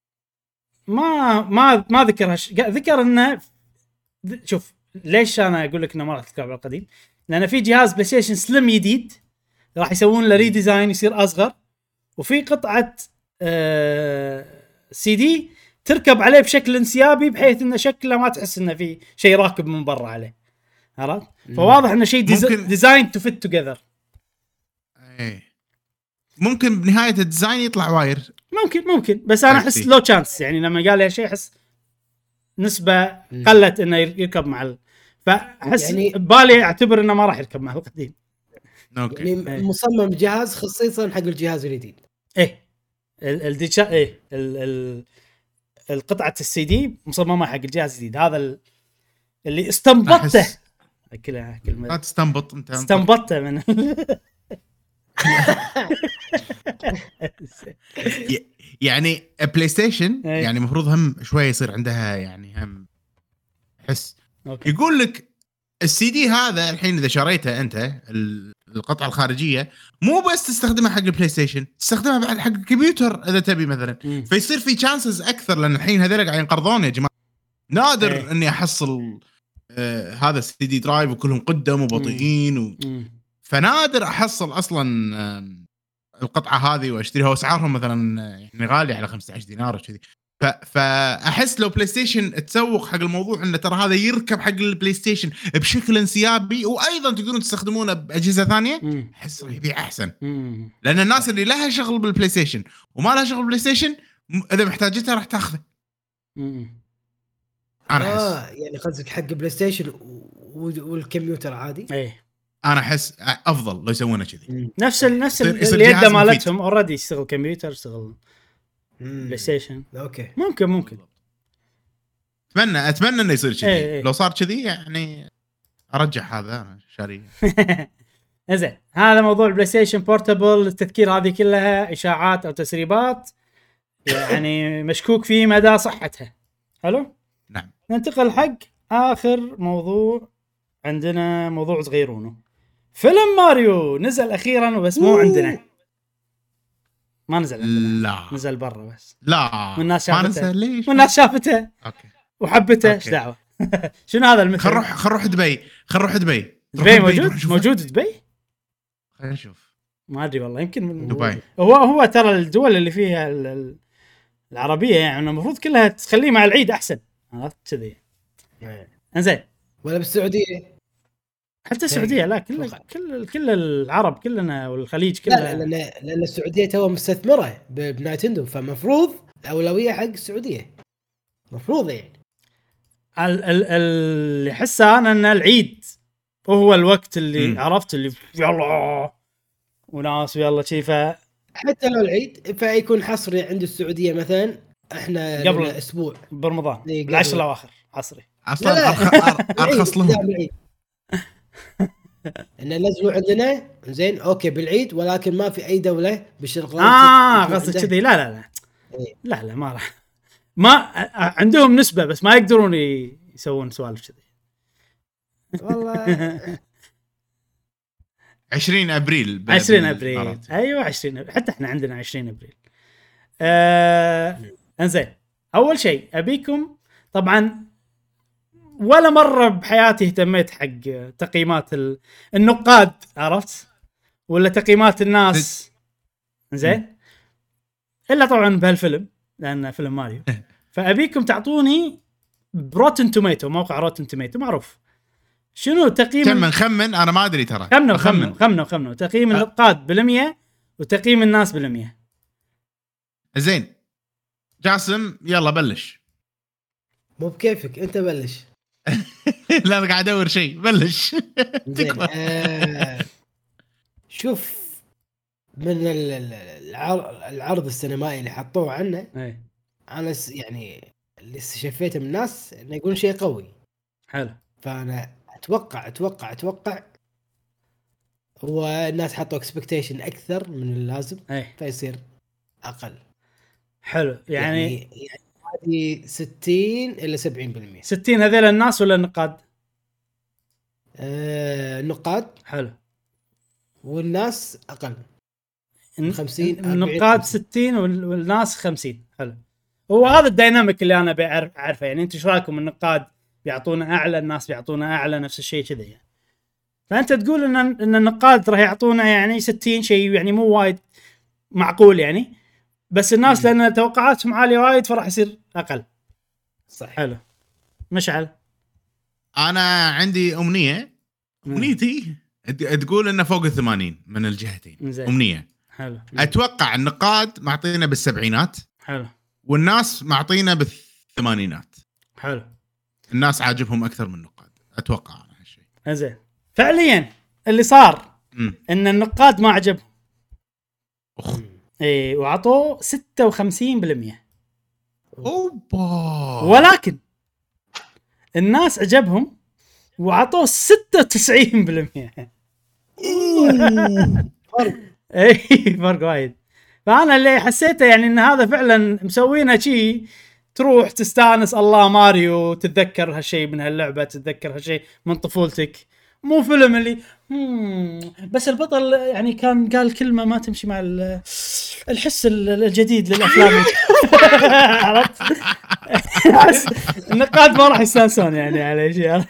ما ذكر انه شوف ليش انا اقول لك انه ما راح تركب على القديم لان في جهاز بلاي ستيشن سلم جديد راح يسوون له ريديزاين يصير اصغر وفي قطعه سي دي تركب عليه بشكل انسيابي بحيث انه شكله ما تحس انه في شيء راكب من برا عليه عرفت. فواضح انه شيء ديزاين تو فيت توجذر. ممكن بنهايه الديزاين يطلع واير ممكن بس انا احس لو تشانس يعني لما قال لي شيء احس نسبه قلت انه يركب مع فاحس يعني بالي اعتبر انه ما راح يركب مع القديم. اوكي يعني مصمم جهاز خصيصا حق الجهاز الجديد. القطعه السي دي مصممه حق الجهاز الجديد. هذا اللي استنبطته أحس- كلها لا كلمه تستنبط انت استنبطته من يعني بلاي ستيشن إيه. يعني المفروض هم شوي يصير عندها يعني هم حس اوكي يقول لك السي دي هذا الحين اذا شريته انت القطعه الخارجيه مو بس تستخدمها حق البلاي ستيشن، تستخدمها بعد حق الكمبيوتر اذا تبي مثلا، مم. فيصير في تشانسز اكثر لان الحين هذول قاعدين ينقرضون يا جماعه. نادر إيه. اني احصل هذا السي دي درايف وكلهم قدم وبطيئين فنادر احصل اصلا القطعه هذه واشتريها واسعارهم مثلا يعني غاليه على 15 دينار وكذي. فاحس لو بلاي ستيشن تسوق حق الموضوع انه ترى هذا يركب حق البلاي ستيشن بشكل انسيابي وايضا تقدرون تستخدمونه باجهزه ثانيه، احس راح يبيع احسن. لان الناس اللي لها شغل بالبلاي ستيشن وما لها شغل بالبلاي ستيشن اذا محتاجتها راح تاخذه. انا احس يعني قصدك حق بلاي ستيشن والكمبيوتر عادي. ايه انا احس افضل لو يسوونه كذي. نفس يصير اليد جهاز مالتهم اوريدي يشتغل كمبيوتر يشتغل بلاي ستيشن. اوكي ممكن اتمنى انه يصير كذي. إيه. لو صار كذي يعني ارجح هذا انا شاري. زين هذا موضوع البلاي ستيشن بورتابل. التذكير هذه كلها اشاعات او تسريبات يعني مشكوك في مدى صحتها. حلو نعم ننتقل حق اخر موضوع عندنا، موضوع صغيرونه. فيلم ماريو نزل اخيرا وبس مو عندنا، ما نزل عندنا، لا نزل برا بس. لا والناس ما شافته ننسى ليش. والناس شافته اوكي وحبته. أوكي. ايش دعوه شنو هذا المثل؟ خل نروح دبي. دبي موجود دبي. خلينا نشوف. ما ادري والله يمكن من دبي هو ترى الدول اللي فيها العربيه يعني المفروض كلها تخليه مع العيد احسن، عرفت كذي. انزين ولا بالسعوديه حتى السعوديه لا كل العرب كلنا والخليج كلها. لا لان السعوديه تو مستثمره بنايتندو، فمفروض اولويه حق السعوديه مفروض يعني. اللي احسه انا ان العيد وهو الوقت اللي عرفت اللي يلا وناس ويلا شيفه. حتى لو العيد فيكون حصري عند السعوديه مثلا. احنا قبل اسبوع برمضان بالعشر الاواخر حصري اصلا ارخص لهم. ان نزلوا عندنا زين اوكي بالعيد، ولكن ما في اي دوله بالشرق الاوسط قصدك كذي. لا ما راح. ما عندهم نسبه بس ما يقدرون يسوون سوالف كذي والله. 20 ابريل 20 ابريل ايوه 20 أبريل. حتى احنا عندنا 20 ابريل. انزين اول شيء ابيكم طبعا ولا مره بحياتي اهتميت حق تقييمات النقاد، عرفت، ولا تقييمات الناس زين، الا طبعا بهالفيلم لانه فيلم ماريو. فابيكم تعطوني بروتن توميتو، موقع روتن توميتو معروف شنو تقييم. كم نخمن انا ما ادري ترى. خمنوا تقييم النقاد ب100 وتقييم الناس ب100. زين جاسم يلا بلش. مو بكيفك انت بلش. لا انا قاعد ادور شيء بلش. شوف من العرض السينمائي اللي حطوه عنه انا يعني اللي استشفيته من الناس انه يقول شيء قوي حلو. فانا اتوقع هو الناس حطوا اكسبكتيشن اكثر من اللازم فيصير اقل. حلو يعني هذه 60 الى 70%. 60 هذول الناس ولا النقاد؟ النقاد حلو والناس اقل 50. النقاد 60 والناس 50. حلو. هو هذا الديناميك اللي انا بعرفه يعني. انتم ايش رايكم؟ النقاد بيعطونا اعلى، الناس بيعطونا اعلى، نفس الشيء كذا يعني. فانت تقول ان النقاد راح يعطونا يعني 60 شيء يعني مو وايد معقول يعني، بس الناس لان توقعاتهم عاليه وايد فراح يصير اقل. صح. حلو. مشعل انا عندي امنيتي تقول انه فوق 80 من الجهتين. امنيه. حلو. اتوقع النقاد معطينا بالسبعينات. حلو. والناس معطينا بالثمانينات. حلو. الناس عاجبهم اكثر من النقاد اتوقع هالشيء. زين فعليا اللي صار ان النقاد ما عجبهم. اي وعطوه 56%. اوبا. ولكن الناس عجبهم وعطوه 96%. اي فرق وايد. فانا اللي حسيته يعني ان هذا فعلا مسوينه شيء تروح تستانس الله ماريو، تتذكر هالشيء من هاللعبه، تتذكر هالشيء من طفولتك. مو فيلم اللي بس البطل يعني كان قال كلمه ما تمشي مع الحس الجديد للافلام. عرفت؟ النقاد ما راح يستانسون يعني على شيء.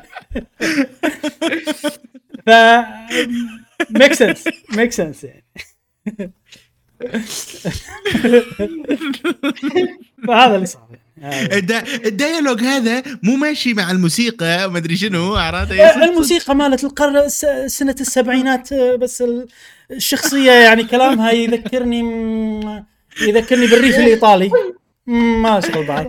ف ميك سنس يعني. فهذا اللي صار. الديالوج هذا مو ماشي مع الموسيقى ما ادري شنو. عرفت الموسيقى مالت القرن سنة السبعينات، بس الشخصية يعني كلامها يذكرني بالريف الإيطالي. ما شغل بعد.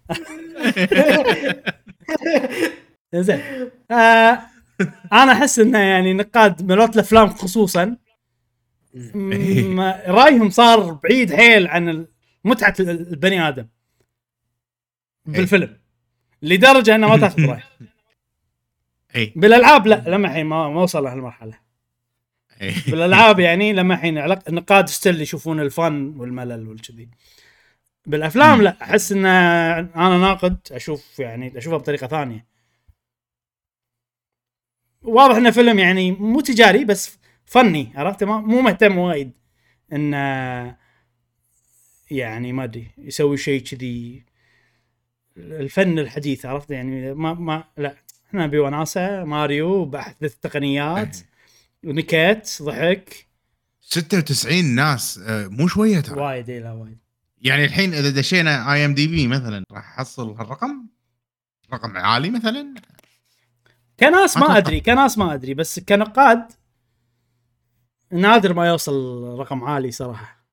زين. أنا أحس إنه يعني نقاد ملوت الأفلام خصوصا رأيهم صار بعيد حيل عن متعة البني آدم بالفيلم لدرجة أنه ما تاخذ رأي. بالألعاب لا، لما حين ما وصل هالمرحلة. بالألعاب يعني لما حين النقاد ستيل يشوفون الفن والملل والكذي. بالأفلام لا، أحس إن أنا ناقد أشوفها بطريقة ثانية. واضح إنه فيلم يعني مو تجاري بس فني، عرفت؟ مو مهتم وايد إن يعني ما أدري يسوي شيء كذي الفن الحديث، عرفت؟ يعني ما لا، احنا بوناسة ماريو بحث التقنيات ونكات ضحك. 96 ناس مو شوية ترى. وايد. لا وايد. يعني الحين إذا دشينا IMDb مثلا راح حصل هالرقم، رقم عالي مثلا. كناس ما أدري بس كنقاد نادر ما يوصل رقم عالي صراحة.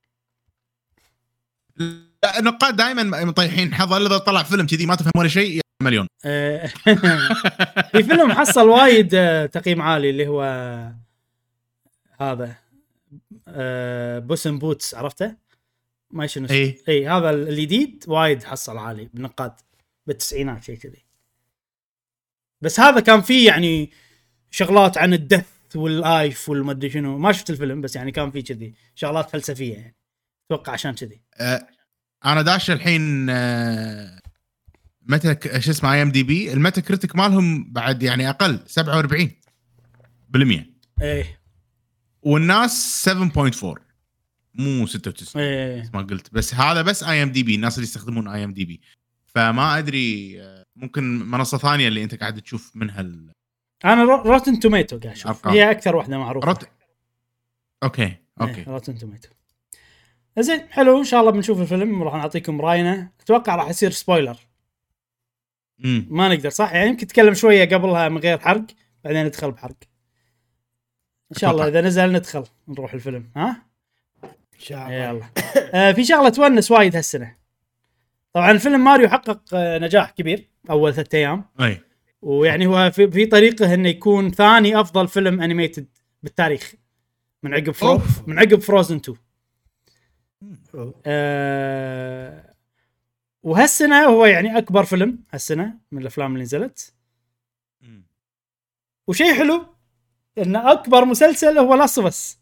لا النقاد دائما مطيحين حظ، اذا طلع فيلم كذي ما تفهم ولا شيء مليون. في فيلم حصل وايد تقييم عالي اللي هو هذا بوس ان بوتس، عرفته؟ ما شنو اي هذا الجديد وايد حصل عالي بالنقاد بالتسعينات شيء كذي. بس هذا كان فيه يعني شغلات عن الدث والايف والمدري شنو. ما شفت الفيلم بس يعني كان فيه كذي شغلات فلسفيه يعني اتوقع عشان كذي. انا داش الحين متى شو اسمه IMDb الميتا كريتيك مالهم بعد يعني اقل 47%. ايه والناس 7.4 مو 96 ما قلت. بس هذا بس IMDb الناس اللي يستخدمون IMDb. فما ادري ممكن منصه ثانيه اللي انت قاعد تشوف منها انا روتن توميتو قاعد اشوف هي اكثر واحده معروفه. اوكي روتن توميتو. زين حلو. ان شاء الله بنشوف الفيلم وراح نعطيكم راينا. اتوقع راح يصير سبويلر. ما نقدر صح يعني يمكن نتكلم شويه قبلها من غير حرق بعدين ندخل بحرق ان شاء الله. اذا نزل ندخل نروح الفيلم. ها ان شاء الله. يلا. في شغله تونس وايد هالسنه. طبعا الفيلم ماريو حقق نجاح كبير اول 3 ايام. ويعني هو في طريقه انه يكون ثاني افضل فيلم انيميتد بالتاريخ من عقب فروزن 2. وهالسنه هو يعني اكبر فيلم هالسنه من الافلام اللي نزلت. وشيء حلو ان اكبر مسلسل هو لاست اوف اس.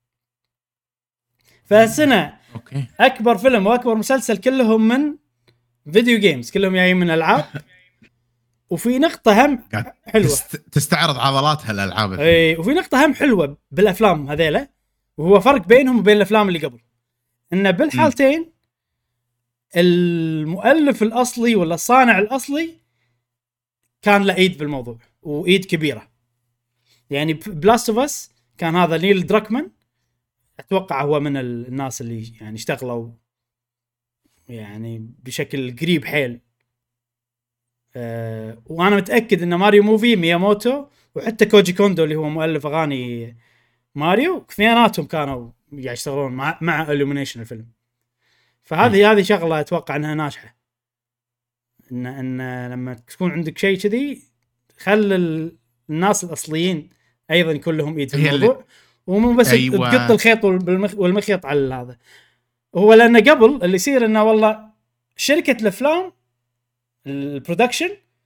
فهالسنه اكبر فيلم واكبر مسلسل كلهم من فيديو جيمز، كلهم جايين من العاب. وفي نقطه هم حلوه تستعرض عضلاتها الالعاب. وفي نقطه هم حلوه بالافلام هذيله وهو فرق بينهم وبين الافلام اللي قبل. ان بالحالتين المؤلف الاصلي ولا الصانع الاصلي كان له ايد بالموضوع وايد كبيره. يعني بلاست اوف اس كان هذا نيل دراكمان اتوقع هو من الناس اللي يعني اشتغلوا يعني بشكل قريب حيل. وانا متاكد ان ماريو موفي مياموتو وحتى كوجي كوندو اللي هو مؤلف اغاني ماريو اثنيناتهم كانوا يشتغلون مع إلومينيشن الفيلم. فهذه شغله اتوقع انها ناجحه. ان لما تكون عندك شيء كذي خل الناس الاصليين ايضا يكون لهم ايد في الموضوع ومو بس تقط الخيط والمخيط على هذا. هو لأن قبل اللي يصير إنه والله شركة الأفلام البرودكشن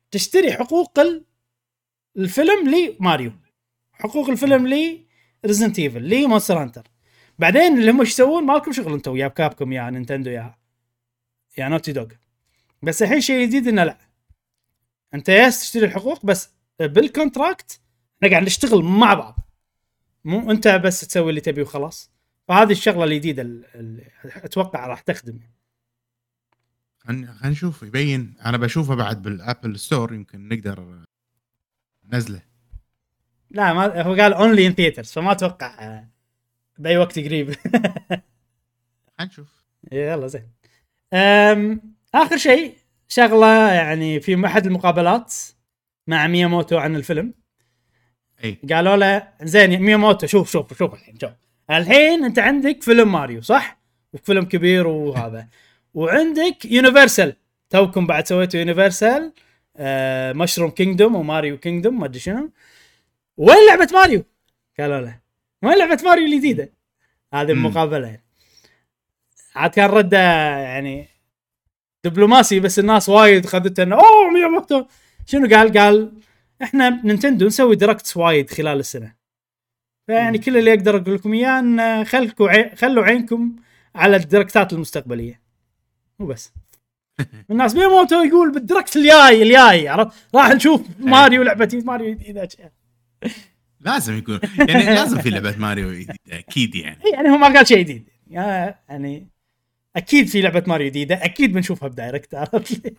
تشتري حقوق الفيلم لماريو، حقوق الفيلم لي ريزنت ايفل، لي مونستر هانتر. بعدين اللي هم ايش يسوون؟ مالكم شغل انتم يا كابكم يا نينتندو يا نوتي دوغ. بس الحين شيء جديد انه لا، انت ياس تشتري الحقوق بس بالكونتراكت احنا قاعد نشتغل مع بعض، مو انت بس تسوي اللي تبيه وخلاص. فهذه الشغله الجديده اللي اتوقع راح تخدم. خلينا نشوف يبين. انا بشوفه بعد بالابل ستور، يمكن نقدر نزله. لا ما هو قال اونلي ان ثياترز، فما اتوقع باي وقت قريب. هنشوف. يلا زين. اخر شيء شغله يعني في احد المقابلات مع مياموتو عن الفيلم، اي قالوا له زين مياموتو شوف الحين انت عندك فيلم ماريو صح، وفيلم كبير وهذا، وعندك يونيفرسال توكم بعد سويتوا يونيفرسال مشروم كينجدوم وماريو كينجدوم ما ادري شنو، وين لعبه ماريو؟ قالوا له وين لعبه ماريو الجديده؟ هذه المقابله عاد كان رده يعني دبلوماسي، بس الناس وايد خذتها انه اوه مياموتو شنو قال احنا نينتندو نسوي دايركتس وايد خلال السنه، فيعني كل اللي اقدر اقول لكم اياه ان خلوا عينكم على الدايركتات المستقبليه وبس. الناس مياموتو يقول بالدايركت الجاي راح نشوف ماريو لعبه ماريو جديده. لازم يكون يعني لازم في لعبه ماريو جديده اكيد يعني هو ما قال شيء جديد يعني اكيد في لعبه ماريو جديده اكيد بنشوفها بدايركت، عرفت؟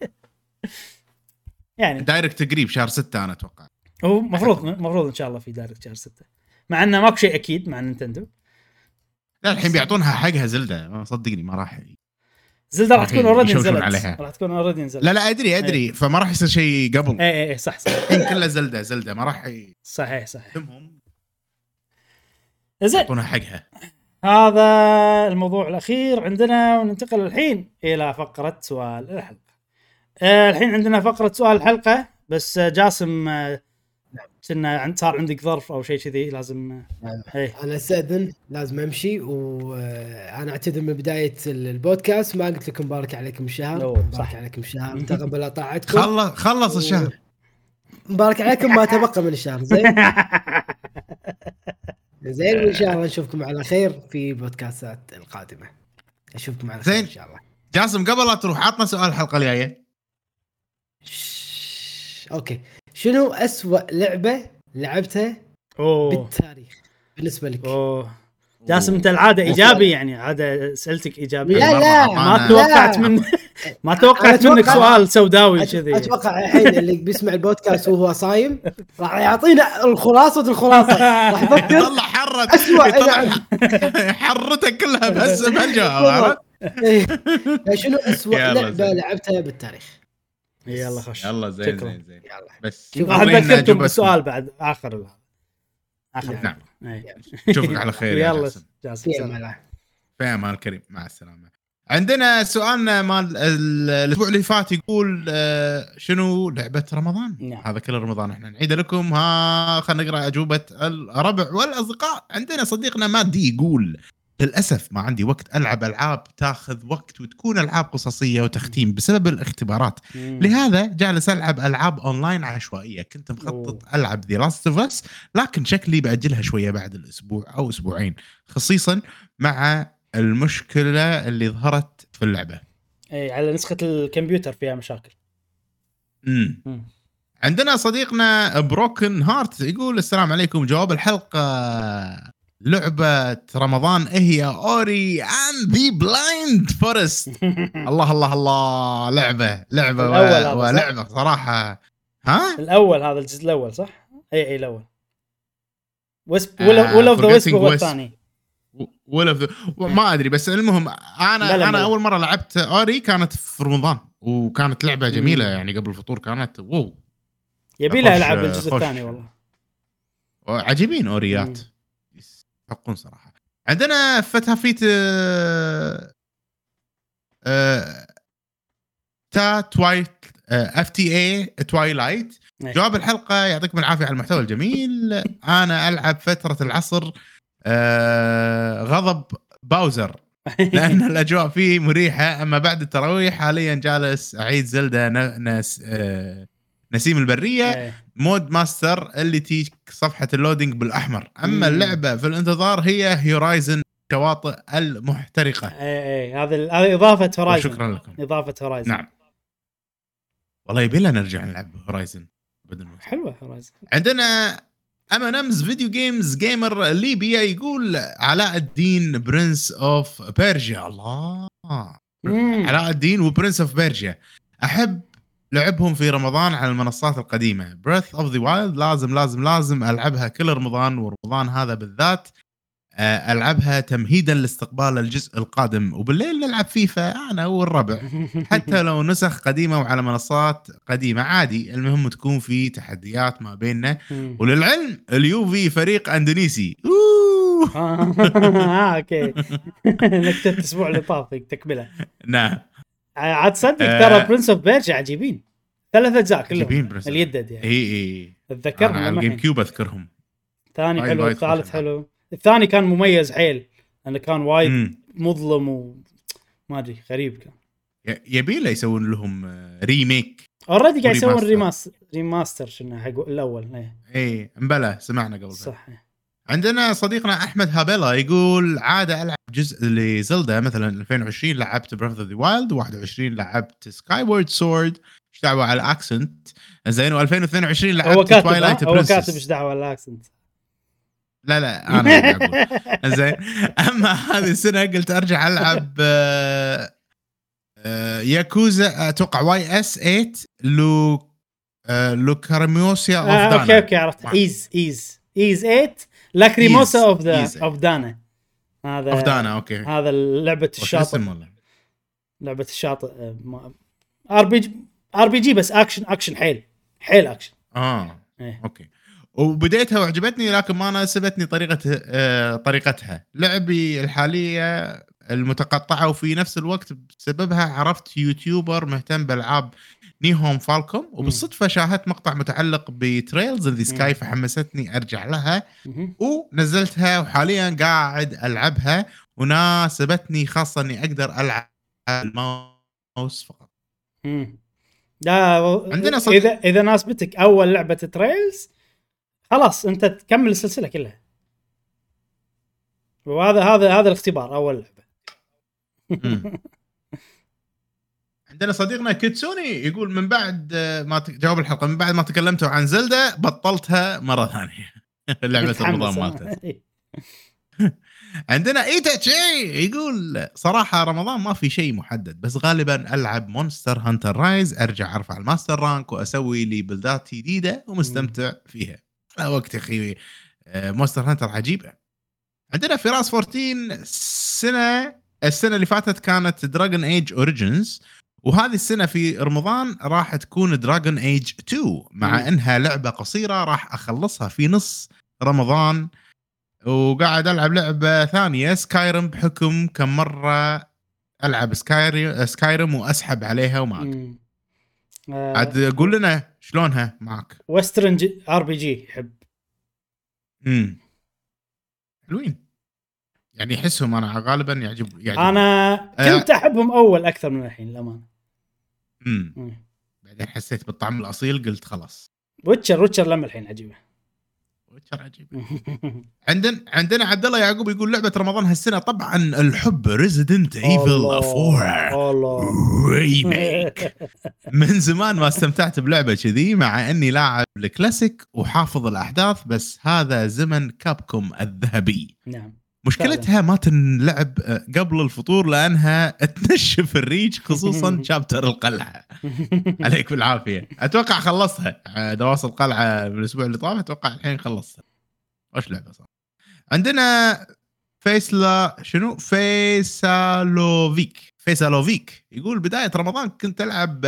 يعني دايركت قريب شهر 6 انا اتوقع. هو مفروض ان شاء الله في دايركت شهر 6، مع انه ماكو شيء اكيد مع نينتندو. لا الحين بيعطونها حقها زلدة، صدقني ما راح زلدة راح تكون اوريدي نزلت عليها. راح تكون اوريدي نزلت. لا ادري فما راح يصير شيء قبل. اي صح الحين كله زلدة ما راح صحيح تمهم. زين يعطونها حقها. هذا الموضوع الاخير عندنا، وننتقل الحين الى فقره سؤال الحلقه. الحين عندنا فقره سؤال الحلقه، بس جاسم كنا صار عندك ظرف او شيء كذي لازم انا استاذن لازم امشي، وانا اعتذر من بدايه البودكاست ما قلت لكم بارك عليكم الشهر. بارك عليكم الشهر تقبل طاعتكم. خلص الشهر مبارك عليكم ما تبقى من الشهر. زين وان شاء الله نشوفكم على خير في البودكاستات القادمه. اشوفكم على خير ان شاء الله. جاسم قبل لا تروح عطنا سؤال الحلقه الجايه. اوكي شنو أسوأ لعبه لعبتها بالتاريخ بالنسبه لك؟ جاسم انت العاده ايجابي، يعني عاده اسئلتك ايجابيه. لا ما توقعت من ما توقعت منك سؤال سوداوي كذي. اتوقع الحين اللي بيسمع البودكاست وهو صايم راح يعطينا الخلاصه راح يطلع حرت حرتك كلها بس بهالجواب. شنو أسوأ لعبه لعبتها بالتاريخ؟ يلا خش. يلا زين يلا بس راح نذكركم بالسؤال بعد اخر نعم. نشوفك على خير يا جاسم. في امان الكريم، مع السلامه. عندنا سؤالنا مال الاسبوع اللي فات يقول شنو لعبه رمضان؟ نعم. هذا كل رمضان احنا نعيد لكم. خلينا نقرا اجوبه الربع والاصدقاء. عندنا صديقنا مادي يقول للأسف ما عندي وقت ألعب ألعاب تاخذ وقت وتكون ألعاب قصصية وتختيم بسبب الاختبارات. لهذا جالس ألعب ألعاب أونلاين عشوائية. كنت مخطط ألعب The Last of Us لكن شكلي بأجلها شوية بعد الأسبوع أو أسبوعين، خصيصا مع المشكلة اللي ظهرت في اللعبة. أي على نسخة الكمبيوتر فيها مشاكل. عندنا صديقنا بروكن هارت يقول السلام عليكم، جواب الحلقة لعبة رمضان هي أوري and the Blind Forest. الله لعبة ولعبة صراحة. الأول هذا الجزء الأول صح؟ أي الأول. ولا of the Wisp هو الثاني. ولا ما أدري، بس المهم أنا أول مرة لعبت أوري كانت في رمضان، وكانت لعبة جميلة يعني قبل الفطور كانت واو. يبي لها ألعب الجزء الثاني والله. عجيبين أوريات. حقون صراحة. عندنا فتافيت توايت FTA توايلايت. جواب الحلقة يعطيكم العافية على المحتوى الجميل. أنا ألعب فترة العصر غضب باوزر لأن الأجواء فيه مريحة، أما بعد التراويح حاليا جالس أعيد زلدة نسيم البريه إيه. مود ماستر اللي تيجي صفحه اللودينج بالاحمر. اما اللعبه في الانتظار هي هورايزن شواطئ المحترقه. ايه هذه اضافه هورايزن. وشكرا لكم. اضافه هورايزن. نعم والله يبي لنا نرجع نلعب هورايزن بدل حلوه هورايزن. عندنا امنمز فيديو جيمز جيمر ليبيا يقول علاء الدين برنس اوف بيرجيا. الله علاء الدين وبرنس اوف بيرجيا احب لعبهم في رمضان على المنصات القديمه. بريث اوف ذا وايلد لازم العبها كل رمضان، ورمضان هذا بالذات العبها تمهيدا لاستقبال الجزء القادم، وبالليل نلعب فيفا انا والربع حتى لو نسخ قديمه وعلى منصات قديمه عادي، المهم تكون في تحديات ما بيننا. وللعلم اليوفي فريق اندونيسي. اوكي. نكتة الاسبوع اللي طاف تكمله. نعم عاد صدق ترى برنس اوف بيرجيا عجيبين 3 أجزاء كلهم اليدد يعني. اي اتذكرهم على الجيم كيوب اذكرهم. الثاني حلو، الثالث حلو، الثاني كان مميز حيل لانه كان وايد مظلم وما ادري غريب كان. يبي له يسوون لهم ريميك. اوريدي قاعد يسوون ريماستر شنو حق الاول. اي مبلا سمعنا قبل صح. عندنا صديقنا احمد هابيلا يقول عاده العب جزء لزلدا، مثلا 2020 لعبت بريث اوف ذا وايلد، 21 لعبت سكاي وورد سورد، ايش دعوه على الاكسنت زين، و2022 لعبت تويلايت برنسس. هو كاتب ايش دعوه على الاكسنت. لا انا اقول زين. اما هذه السنه قلت ارجع العب ياكوزا اتوقع واي اس 8 لوكارميوسيا اوف دانا. اوكي عرفت. ايز 8 لاكريموسا اوف دانا. هذا اوف دانا. اوكي هذا لعبه الشاطئ. لعبه الشاطئ ار بي جي بس اكشن حيل اكشن. اوكي. وبديتها وعجبتني لكن ما ناسبتني طريقتها. لعبي الحاليه المتقطعه، وفي نفس الوقت بسببها عرفت يوتيوبر مهتم بالعاب نيهوم فالكوم، وبالصدفه شاهدت مقطع متعلق بتريلز ان ذا سكاي فحمستني ارجع لها ونزلتها، وحاليا قاعد العبها وناسبتني، خاصه اني اقدر العب الماوس فقط. عندنا اذا ناسبتك اول لعبه تريلز خلاص انت تكمل السلسله كلها، وهذا هذا الاختبار اول لعبه. عندنا صديقنا كيتسوني يقول من بعد ما جاوب الحلقه، من بعد ما تكلمتوا عن زلدة بطلتها مره ثانيه. لعبه رمضان مالته. عندنا ايتاتشي يقول صراحه رمضان ما في شيء محدد، بس غالبا العب مونستر هانتر رايز، ارجع ارفع الماستر رانك واسوي لي بلدات جديده ومستمتع فيها. لا وقت اخي مونستر هانتر عجيبه. عندنا فراس 14 السنه اللي فاتت كانت دراجون ايج اوريجينز، وهذه السنه في رمضان راح تكون دراجون ايج 2 مع انها لعبه قصيره راح اخلصها في نص رمضان. وقاعد العب لعبه ثانيه سكايرم بحكم كم مره العب سكايرم واسحب عليها وماك. عاد قول لنا شلونها معك. وسترن ار بي جي يحب. حلوين يعني يحسهم انا غالبا يعجب. انا كنت احبهم اول اكثر من الحين الامانه. بعدين حسيت بالطعم الاصيل قلت خلاص. ويتشر لما الحين عجيبه. ويتشر عجيبه. عندنا عبد الله يعقوب يقول لعبه رمضان هالسنه طبعا الحب ريزيدنت ايفل 4 ريميك. من زمان ما استمتعت بلعبه كذي مع اني لاعب الكلاسيك وحافظ الاحداث، بس هذا زمن كابكوم الذهبي. نعم مشكلتها ما تنلعب قبل الفطور لانها تنشف الريج، خصوصا شابتر القلعه. عليك بالعافيه. اتوقع خلصتها دواصل القلعه من الاسبوع اللي طاف، اتوقع الحين خلصتها. وش لعبه صار. عندنا فيسالوفيك يقول بدايه رمضان كنت العب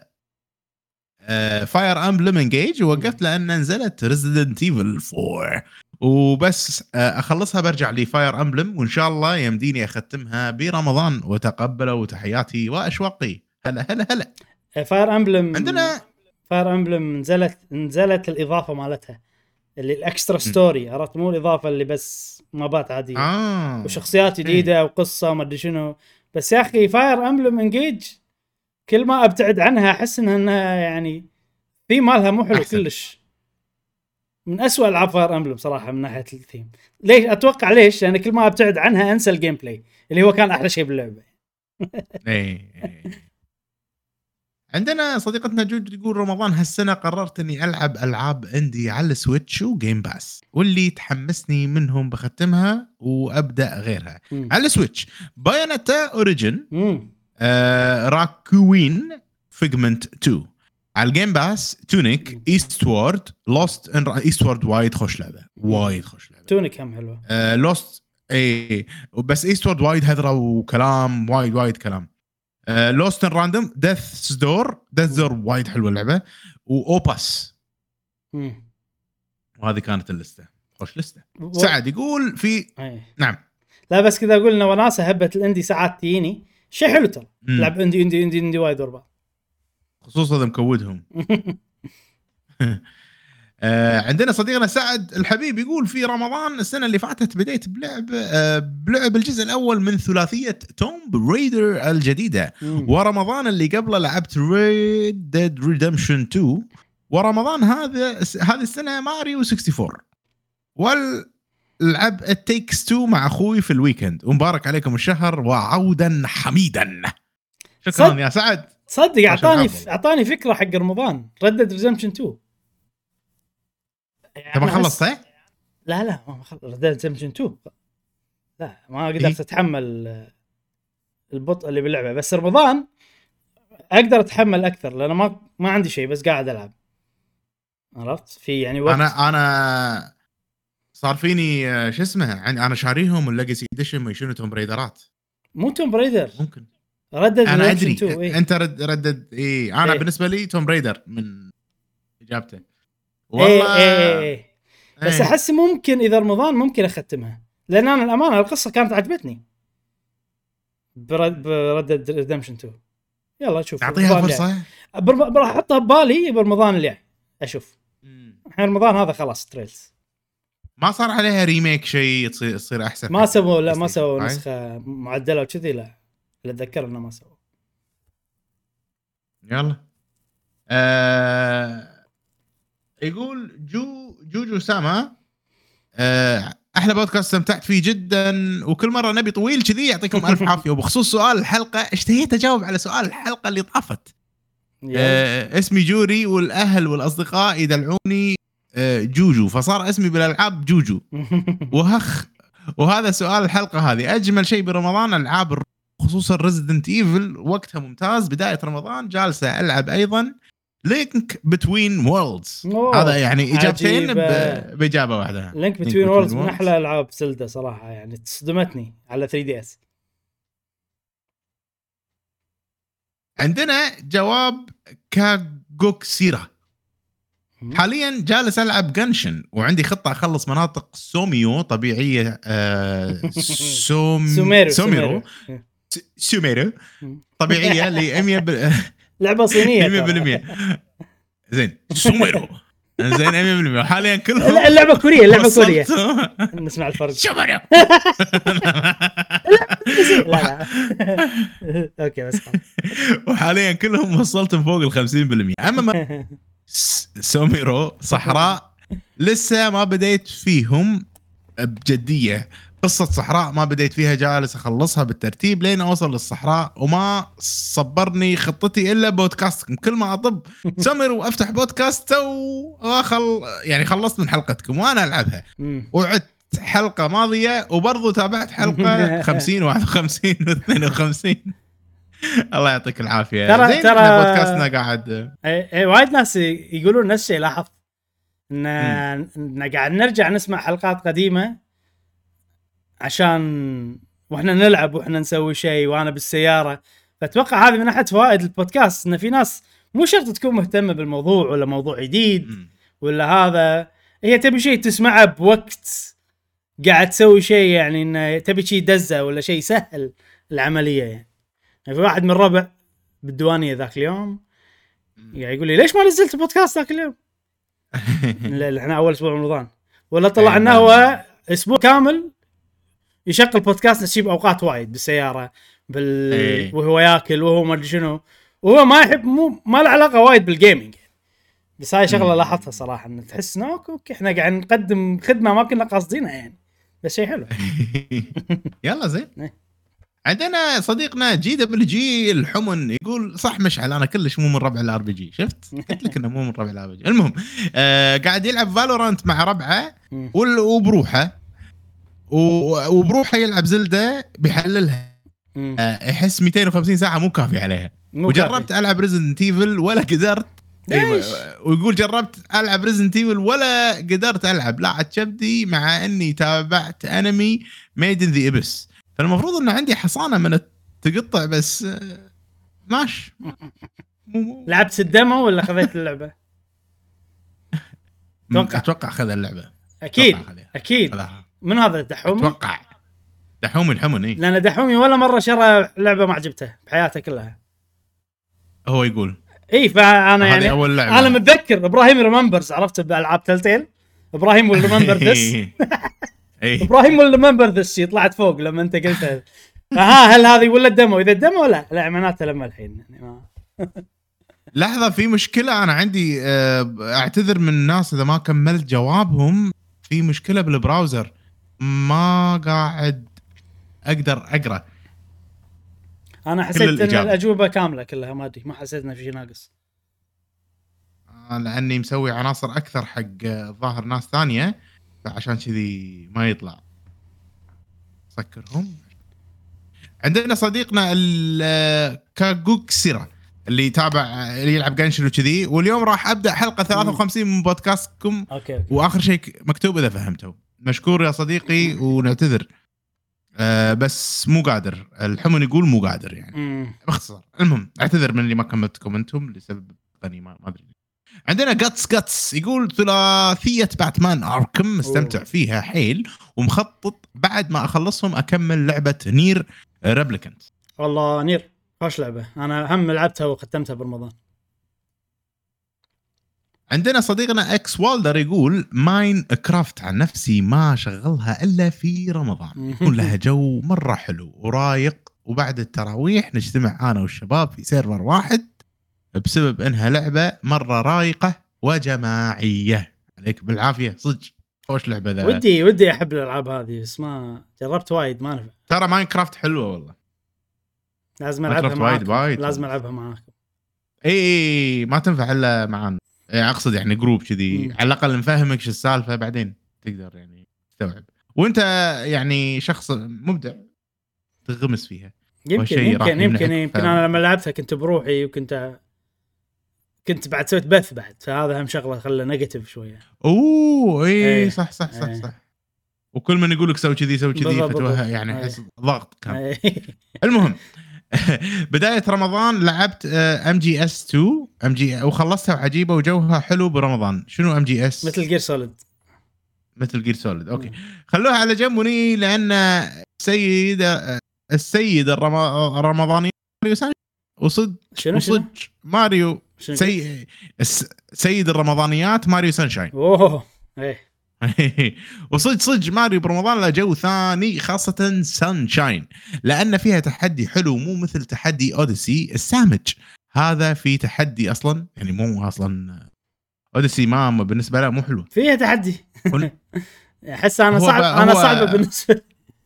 فاير امبلم انجيج، ووقفت لان نزلت ريزيدنت ايفل 4 وبس اخلصها برجع لي فاير امبلم، وان شاء الله يمديني اختمها برمضان. وتقبلوا تحياتي واشواقي. هلا فاير امبلم. عندنا فاير امبلم نزلت الاضافه مالتها اللي الاكسترا ستوري، عرفت؟ مو الاضافه اللي بس مابات عاديه وشخصيات جديده وقصه وما ادري شنو. بس يا اخي فاير امبلم انجيج كل ما ابتعد عنها احس انها يعني في مالها مو حلو أحسن. كلش، من أسوأ العاب فاير امبلم صراحه من ناحيه الثيم. ليش اتوقع؟ ليش؟ لان كل ما ابتعد عنها انسى الجيم بلاي اللي هو كان احلى شيء باللعبه. إيه. عندنا صديقتنا جود تقول رمضان هالسنه قررت اني العب العاب اندي على السويتش وجيم باس، واللي تحمسني منهم بختمها وابدا غيرها. على السويتش بايونيتا اوريجن، راكوين، فيجمنت 2. على الجيم باس تونيك، ايستوارد، لوست ان ايستوارد. وايد خوش لعبه، وايد خوش لعبه. تونيك هم حلوه. لوست اي بس ايستوارد وايد هذره وكلام، وايد كلام. لوست ان راندوم، ديث دور وايد حلوه اللعبه، واوباس. وهذه كانت اللسته. خوش لسته. سعد يقول في نعم. لا بس كذا اقول لنا وناسه هبه الاندي ساعات تجيني شيء حلو ترى. لعب اندي وايد وربع، خصوصا اذا مكودهم. عندنا صديقنا سعد الحبيب يقول في رمضان السنه اللي فاتت بديت بلعب الجزء الاول من ثلاثيه توم ريدر الجديده، ورمضان اللي قبله لعبت ريد ديد ريدمشن 2، ورمضان هذه السنه ماريو 64، واللعب التيكس 2 مع اخوي في الويكند. ومبارك عليكم الشهر وعودا حميدا. شكرا يا سعد. صدق اعطاني فكره حق رمضان. ردد ريدمشن 2 انت ما خلصته؟ لا ما خلصت ردد ريدمشن 2. لا ما قدرت اتحمل البطء اللي باللعبه. بس رمضان اقدر اتحمل اكثر لان ما عندي شيء، بس قاعد العب. عرفت في يعني وقت. انا صار فيني شو اسمه، انا شاريهم الليجاسي اديشن ما يشونوا توم بريدرات. مو توم بريدر، ممكن ردد انا ادري 2. إيه؟ انت ردد انا بالنسبه لي توم بريدر من اجابته والله. بس احس ممكن اذا رمضان ممكن اختمها، لان انا الامانه القصه كانت عجبتني بردد ريدمشن 2. يلا شوف اعطيها فرصه. راح احطها ببالي برمضان اللي اشوف. الحين رمضان هذا خلاص تريلز ما صار عليها ريميك شيء تصير احسن. ما سووا نسخه معدله وكذي. لا اتذكر انه ما سووا. يلا يقول جوجو ساما احلى بودكاست استمتعت فيه جدا، وكل مره نبي طويل كذي. يعطيكم الف عافيه. وبخصوص سؤال الحلقه اشتهيت اجاوب على سؤال الحلقه اللي طافت. اسمي جوري والاهل والاصدقاء يدلعوني جوجو، فصار اسمي بالالعاب جوجو. وهذا سؤال الحلقه هذه. اجمل شيء برمضان العاب خصوصا ريزيدنت ايفل، وقتها ممتاز. بدايه رمضان جالسه العب ايضا لينك بتوين وورلدز. هذا يعني اجابتين باجابه واحده. لينك بتوين وورلدز من احلى العاب سلدا صراحه، يعني تصدمتني على 3DS. عندنا جواب كاغوكسيرا. حاليا جالس العب جنشن وعندي خطه اخلص مناطق سوميو طبيعيه. سوميرو طبيعيه ل 100 لعبه صينيه 100%. زين سوميرو زين 100%. حاليا كلهم اللعبه كوريه نسمع الفرق. سوميرو لا اوكي بس وحاليا كلهم وصلتهم فوق 50%. اما سوميرو صحراء لسه ما بديت فيهم بجديه. قصة صحراء ما بديت فيها، جالس أخلصها بالترتيب لين أوصل للصحراء، وما صبرني خطتي إلا بودكاستكم. كل ما أطب سمر وأفتح بودكاست يعني خلصت من حلقتكم وأنا ألعبها. وعدت حلقة ماضية وبرضو تابعت حلقة 50 51 و52. الله يعطيك العافية. ترى بودكاستنا قاعد وايد ناس يقولون نفس الشيء. لاحظت إن قاعد نرجع نسمع حلقات قديمة عشان واحنا نلعب واحنا نسوي شيء وانا بالسياره. فاتوقع هذه من احد فوائد البودكاست، ان في ناس مو شرط تكون مهتمه بالموضوع ولا موضوع جديد ولا هذا، هي تبي شيء تسمعه بوقت قاعد تسوي شيء، يعني ان تبي شيء دزه ولا شيء سهل العمليه. يعني في واحد من الربع بالديوانيه ذاك اليوم يعني يقول لي ليش ما نزلت بودكاست ذاك اليوم؟ احنا اول اسبوع رمضان ولا طلعنا هو اسبوع كامل يشغل بودكاست نسيب اوقات وايد بالسياره وهو ياكل وهو ما ادري شنو، وهو ما يحب ما له علاقه وايد بالجيمنج. بس هاي شغله لاحظتها صراحه، ان تحس انه اوكي احنا قاعد نقدم خدمه ما كنا قاصدينها يعني، بس شيء حلو. يلا زين. إيه. عندنا صديقنا جي دبليو جي الحمن يقول صح مشعل انا كلش مو من ربع الار بي جي، شفت قلت لك انه مو من ربع الار بي جي. المهم قاعد يلعب فالورانت مع ربعه وبروحه وبروحه يلعب زلدة بيحللها. يحس 250 ساعه مو كافي عليها. وجربت العب ريزيدنت ايفل ولا قدرت. ويقول جربت العب ريزيدنت ايفل ولا قدرت العب لا كبدي، مع اني تابعت انمي ميد ان ذا ابس، فالمفروض ان عندي حصانه من التقطع بس ماش. لعبت الدمو ولا خذيت اللعبه؟ اتوقع اخذ اللعبه اكيد اكيد. من هذا دحومي؟ اتوقع دحومي الحمن. اي لان دحومي ولا مره شرى لعبه ما عجبته بحياته كلها. هو يقول اي فانا يعني انا متذكر ابراهيم ريمبرز، عرفت بالالعاب تلتيل ابراهيم ويل ريمبر ذس. ابراهيم ويل ريمبر ذس طلعت فوق لما انت قلت هل هذه ولا الدمو؟ اذا الدمو لا معناته لما الحين يعني ما لحظه في مشكله انا عندي. اعتذر من الناس اذا ما كملت جوابهم. في مشكله بالبراوزر ما قاعد اقدر اقرا. انا حسيت ان الاجوبه كامله كلها، ما ادري ما حسيت انه في شيء ناقص. لاني مسوي عناصر اكثر حق ظاهر ناس ثانيه، فعشان كذي ما يطلع. سكرهم. عندنا صديقنا الكاغوكسيرا اللي يتابع اللي يلعب جنشن وكذي، واليوم راح ابدا حلقه 53 من بودكاستكم. أوكي. واخر شيء مكتوب اذا فهمته. مشكور يا صديقي ونعتذر. بس مو قادر. الحمن يقول مو قادر يعني باختصار. المهم اعتذر من اللي ما كملت كومنتهم لسبب ثاني ما ادري. عندنا جاتس يقول ثلاثيه باتمان اركم مستمتع فيها حيل، ومخطط بعد ما اخلصهم اكمل لعبه نير ريبليكانت. والله نير خوش لعبه، انا هم لعبتها وختمتها برمضان. عندنا صديقنا اكس والدر يقول ماين كرافت عن نفسي ما شغلها الا في رمضان، يكون لها جو مره حلو ورايق، وبعد التراويح نجتمع انا والشباب في سيرفر واحد بسبب انها لعبه مره رايقه وجماعيه. عليك بالعافيه صدق. خوش لعبه ذا. ودي احب الالعاب هذه بس ما جربت وايد ما نفع. ترى ماين كرافت حلوه والله. لازم العبها معاكم. لازم العبها معاكم. اي ما تنفع الا معانا. اقصد يعني جروب كذي على الاقل نفهمك شو السالفه بعدين تقدر يعني تستوعب. وانت يعني شخص مبدع تغمس فيها. يمكن انا لما لعبتها كنت بروحي وكنت بعد سويت بث بعد، فهذا هم شغله خلى نيجاتيف شويه. اي صح. وكل من يقول لك سوي كذي فتوها يعني احس ضغط كان. المهم بداية رمضان لعبت MGS2 وخلصتها وعجيبة وجوها حلو برمضان. شنو MGS؟ مثل جير سوليد. اوكي خلوها على جنب وني، لأن السيد الرمضاني ماريو سانشاين وصدق ماريو سيد الرمضانيات ماريو سانشاين. وصدق ماريو برمضان له جو ثاني، خاصة سانشاين لأن فيها تحدي حلو مو مثل تحدي أوديسي السامج. هذا في تحدي أصلا يعني مو أصلا أوديسي ما بالنسبة له مو حلو. فيها تحدي أحس أنا صعبة بالنسبة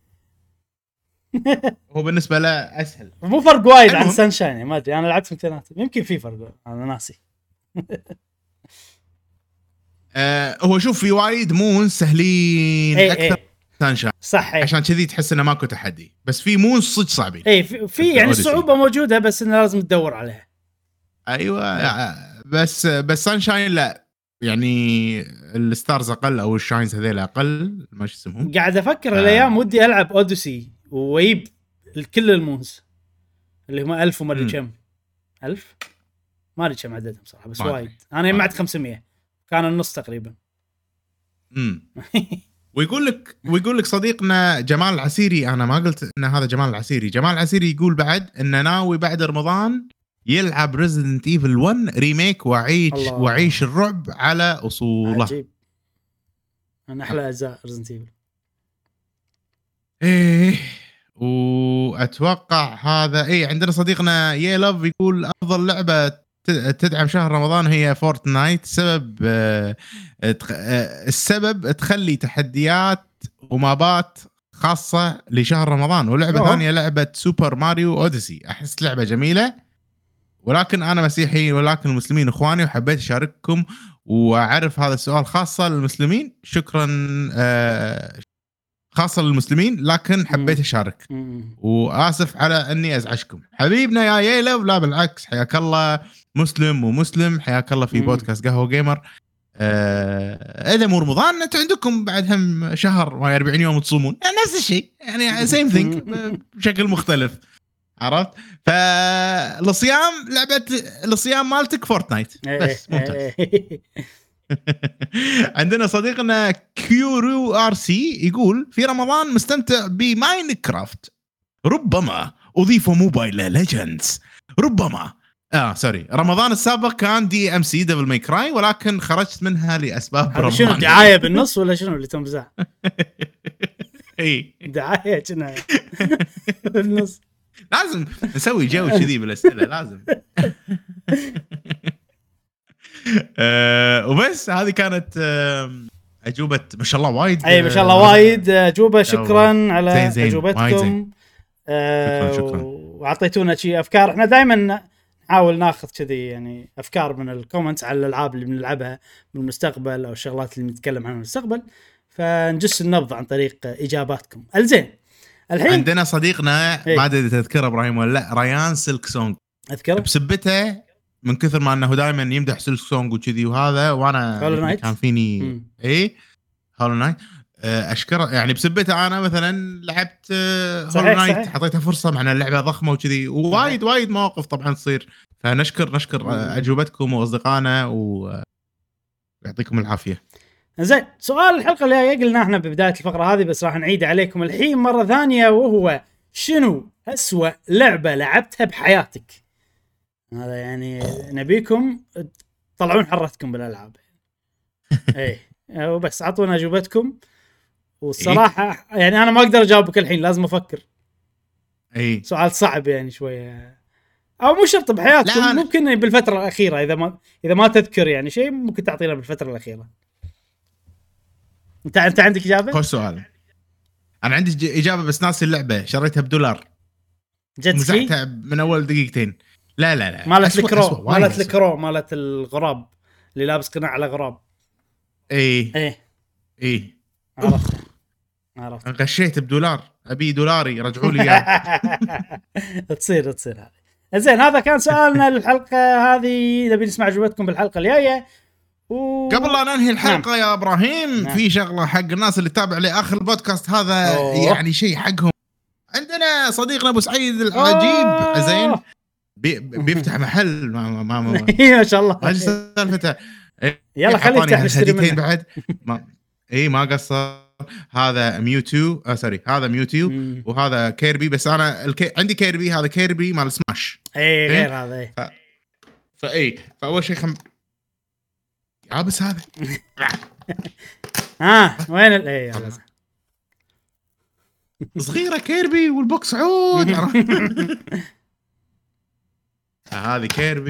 هو بالنسبة له أسهل. مو فرق وايد عن سانشاين ما أدري. أنا لعبت متنات يمكن في فرق أنا ناسي. هو شوف في وايد مونز سهلين اكثر سانشاين صح. عشان كذي تحس انه ماكو تحدي، بس في مونز صدق صعبين. في يعني الصعوبه موجوده بس انه لازم تدور عليها. ايوه بس سانشاين لا يعني الستارز اقل او الشاينز هذول اقل ما شو اسمهم. قاعد افكر الايام ودي العب اوديسي ويب كل المونز اللي هم 1000 وما ادري كم 1000 ما ادري كم عددهم صراحه بس وايد. انا جمعت 500 كان النص تقريبا. ويقول لك صديقنا جمال العسيري، انا ما قلت ان هذا جمال العسيري يقول بعد انه ناوي بعد رمضان يلعب ريزيدنت ايفل 1 ريميك وعيش الرعب على اصوله. عجيب. انا احلى اجزاء ريزيدنت ايفل. واتوقع هذا عندنا صديقنا يلوف يقول افضل لعبه تدعم شهر رمضان هي فورتنايت. السبب تخلي تحديات ومابات خاصة لشهر رمضان، ولعبة ثانية لعبة سوبر ماريو أوديسي. أحس لعبة جميلة، ولكن أنا مسيحي ولكن المسلمين إخواني وحبيت أشارككم وأعرف هذا السؤال خاصة للمسلمين. شكرا خاصة للمسلمين، لكن حبيت أشارك وآسف على أني أزعجكم. حبيبنا يا ييلا، ولا بالعكس، حياك الله مسلم ومسلم، حياك الله في بودكاست قهوة جيمر. إذا مو رمضان أنتوا عندكم بعد هم شهر و 40 يوم تصومون، نفس الشيء يعني same thing بشكل مختلف، عرفت؟ فالصيام لعبة الصيام مالتك فورتنايت بس ممتاز. عندنا صديقنا كيورو ار سي يقول في رمضان مستمتع بماينكرافت، ربما أضيف موبايل ليجندز، ربما سوري رمضان السابق كان دي ام سي ديفل ماي كراي، ولكن خرجت منها لاسباب رمضان. شنو دعايه بالنص ولا شنو اللي تمزح؟ اي دعايه كنا بالنص. لازم نسوي جو كذي بالاسئله لازم. وبس هذه كانت اجوبه ما شاء الله وايد. اي ما شاء الله وايد اجوبه. شكرا على اجوبتكم. شكرا. واعطيتونا شيء افكار. احنا دائما نحاول ناخذ كذي يعني افكار من الكومنتس على الالعاب اللي بنلعبها بالمستقبل او الشغلات اللي بنتكلم عنها بالمستقبل، فنجس النبض عن طريق اجاباتكم. الزين الحين عندنا صديقنا ما ادري تذكره ابراهيم ولا لا، ريان سلك سونج. اذكره بسبته من كثر ما انه دائما يمدح سلك سونج وكذي وهذا، وانا كان فيني اي هولو نايت اشكره يعني بسبته. انا مثلا لعبت هولو نايت، حطيتها فرصه مع اللعبه ضخمه وكذي، ووايد وايد مواقف طبعا تصير. فنشكر اجوبتكم واصدقائنا ويعطيكم العافيه. زين سؤال الحلقه اللي قلنا احنا ببدايه الفقره هذه، بس راح نعيد عليكم الحين مره ثانيه، وهو شنو أسوأ لعبه لعبتها بحياتك؟ هذا يعني نبيكم تطلعون حرتكم بالالعاب. اي وبس اعطونا اجوبتكم. والصراحه يعني انا ما اقدر اجاوبك الحين، لازم افكر. اي سؤال صعب يعني شويه، او مو شرط بحياتكم، ممكن بالفتره الاخيره اذا ما تذكر يعني شيء ممكن تعطينا بالفتره الاخيره. انت عندك اجابه؟ خوش سؤال. انا عندي اجابه بس ناسي اللعبه، شريتها بدولار، مزحتها من اول دقيقتين. لا مالت الكرو، مالت الكرو، مالت الغراب اللي لابس قناع على غراب. اي عرفت غشيت بدولار، ابي دولاري رجعوا لي اياه. تصير هذه. زين هذا كان سؤالنا للحلقه هذه. نبي نسمع اجوبتكم بالحلقه الجايه. قبل لا ننهي الحلقه يا ابراهيم في شغله حق الناس اللي تتابع لاخر البودكاست هذا. يعني شيء حقهم. عندنا صديقنا ابو سعيد العجيب زين بيفتح محل ما شاء الله. ما سالفته. يلا خليه يفتح يشتري منه بعد. ما قصر. هذا ميوتو هذا ميوتو وهذا كيربي. بس انا عندي كيربي، هذا كيربي مال سماش. غير هذا. فاول شيء بس هذا وين يلا صغيره كيربي والبوكس عود. هذه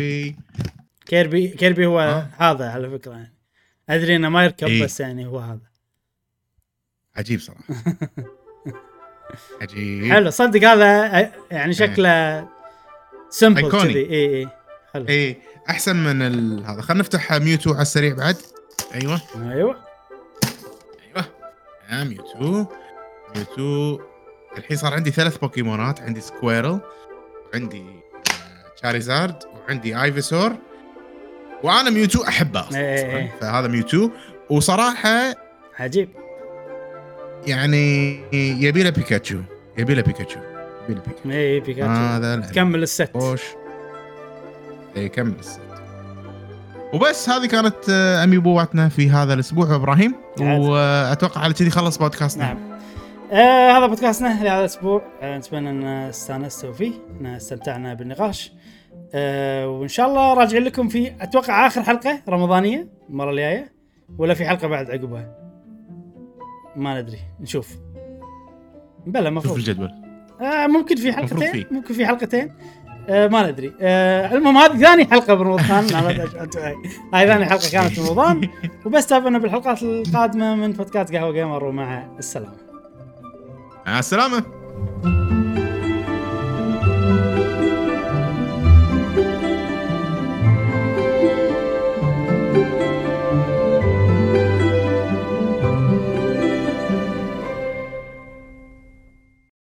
كيربي هو هذا على فكره يعني. ادري انه ما يركب بس يعني هو هذا. عجيب صراحه. عجيب حلو صدق. هذا يعني شكله سمبل كذي. اي حلو. احسن من هذا. خلينا نفتح ميوتو على السريع بعد. ايوه ميوتو. الحين صار عندي 3 بوكيمونات. عندي سكويرل، عندي شاريزارد، وعندي ايفيسور، وانا ميوتو احبه فهذا ميوتو. وصراحه عجيب يعني يبي له بيكاتشو. بيكاتشو هذا تكمل الست. كمل الست. وبس هذه كانت اميبواتنا في هذا الاسبوع ابراهيم. واتوقع على كذي خلص بودكاستنا. نعم. هذا بودكاستنا لهذا الاسبوع. نتمنى ان استانستوا فيه، ان استمتعنا بالنقاش. وان شاء الله راجعين لكم في اتوقع اخر حلقه رمضانيه المره الجايه، ولا في حلقه بعد عقبها ما ندري، نشوف. بلا مفروض شوف الجدول. ممكن في حلقتين، ممكن في حلقتين. ما ندري. المهم هذه ثاني حلقه برمضان. هاي ثاني حلقه كانت برمضان. وبس تابعونا بالحلقات القادمه من بودكاست قهوه جيمر، ومع السلامه. مع السلامه.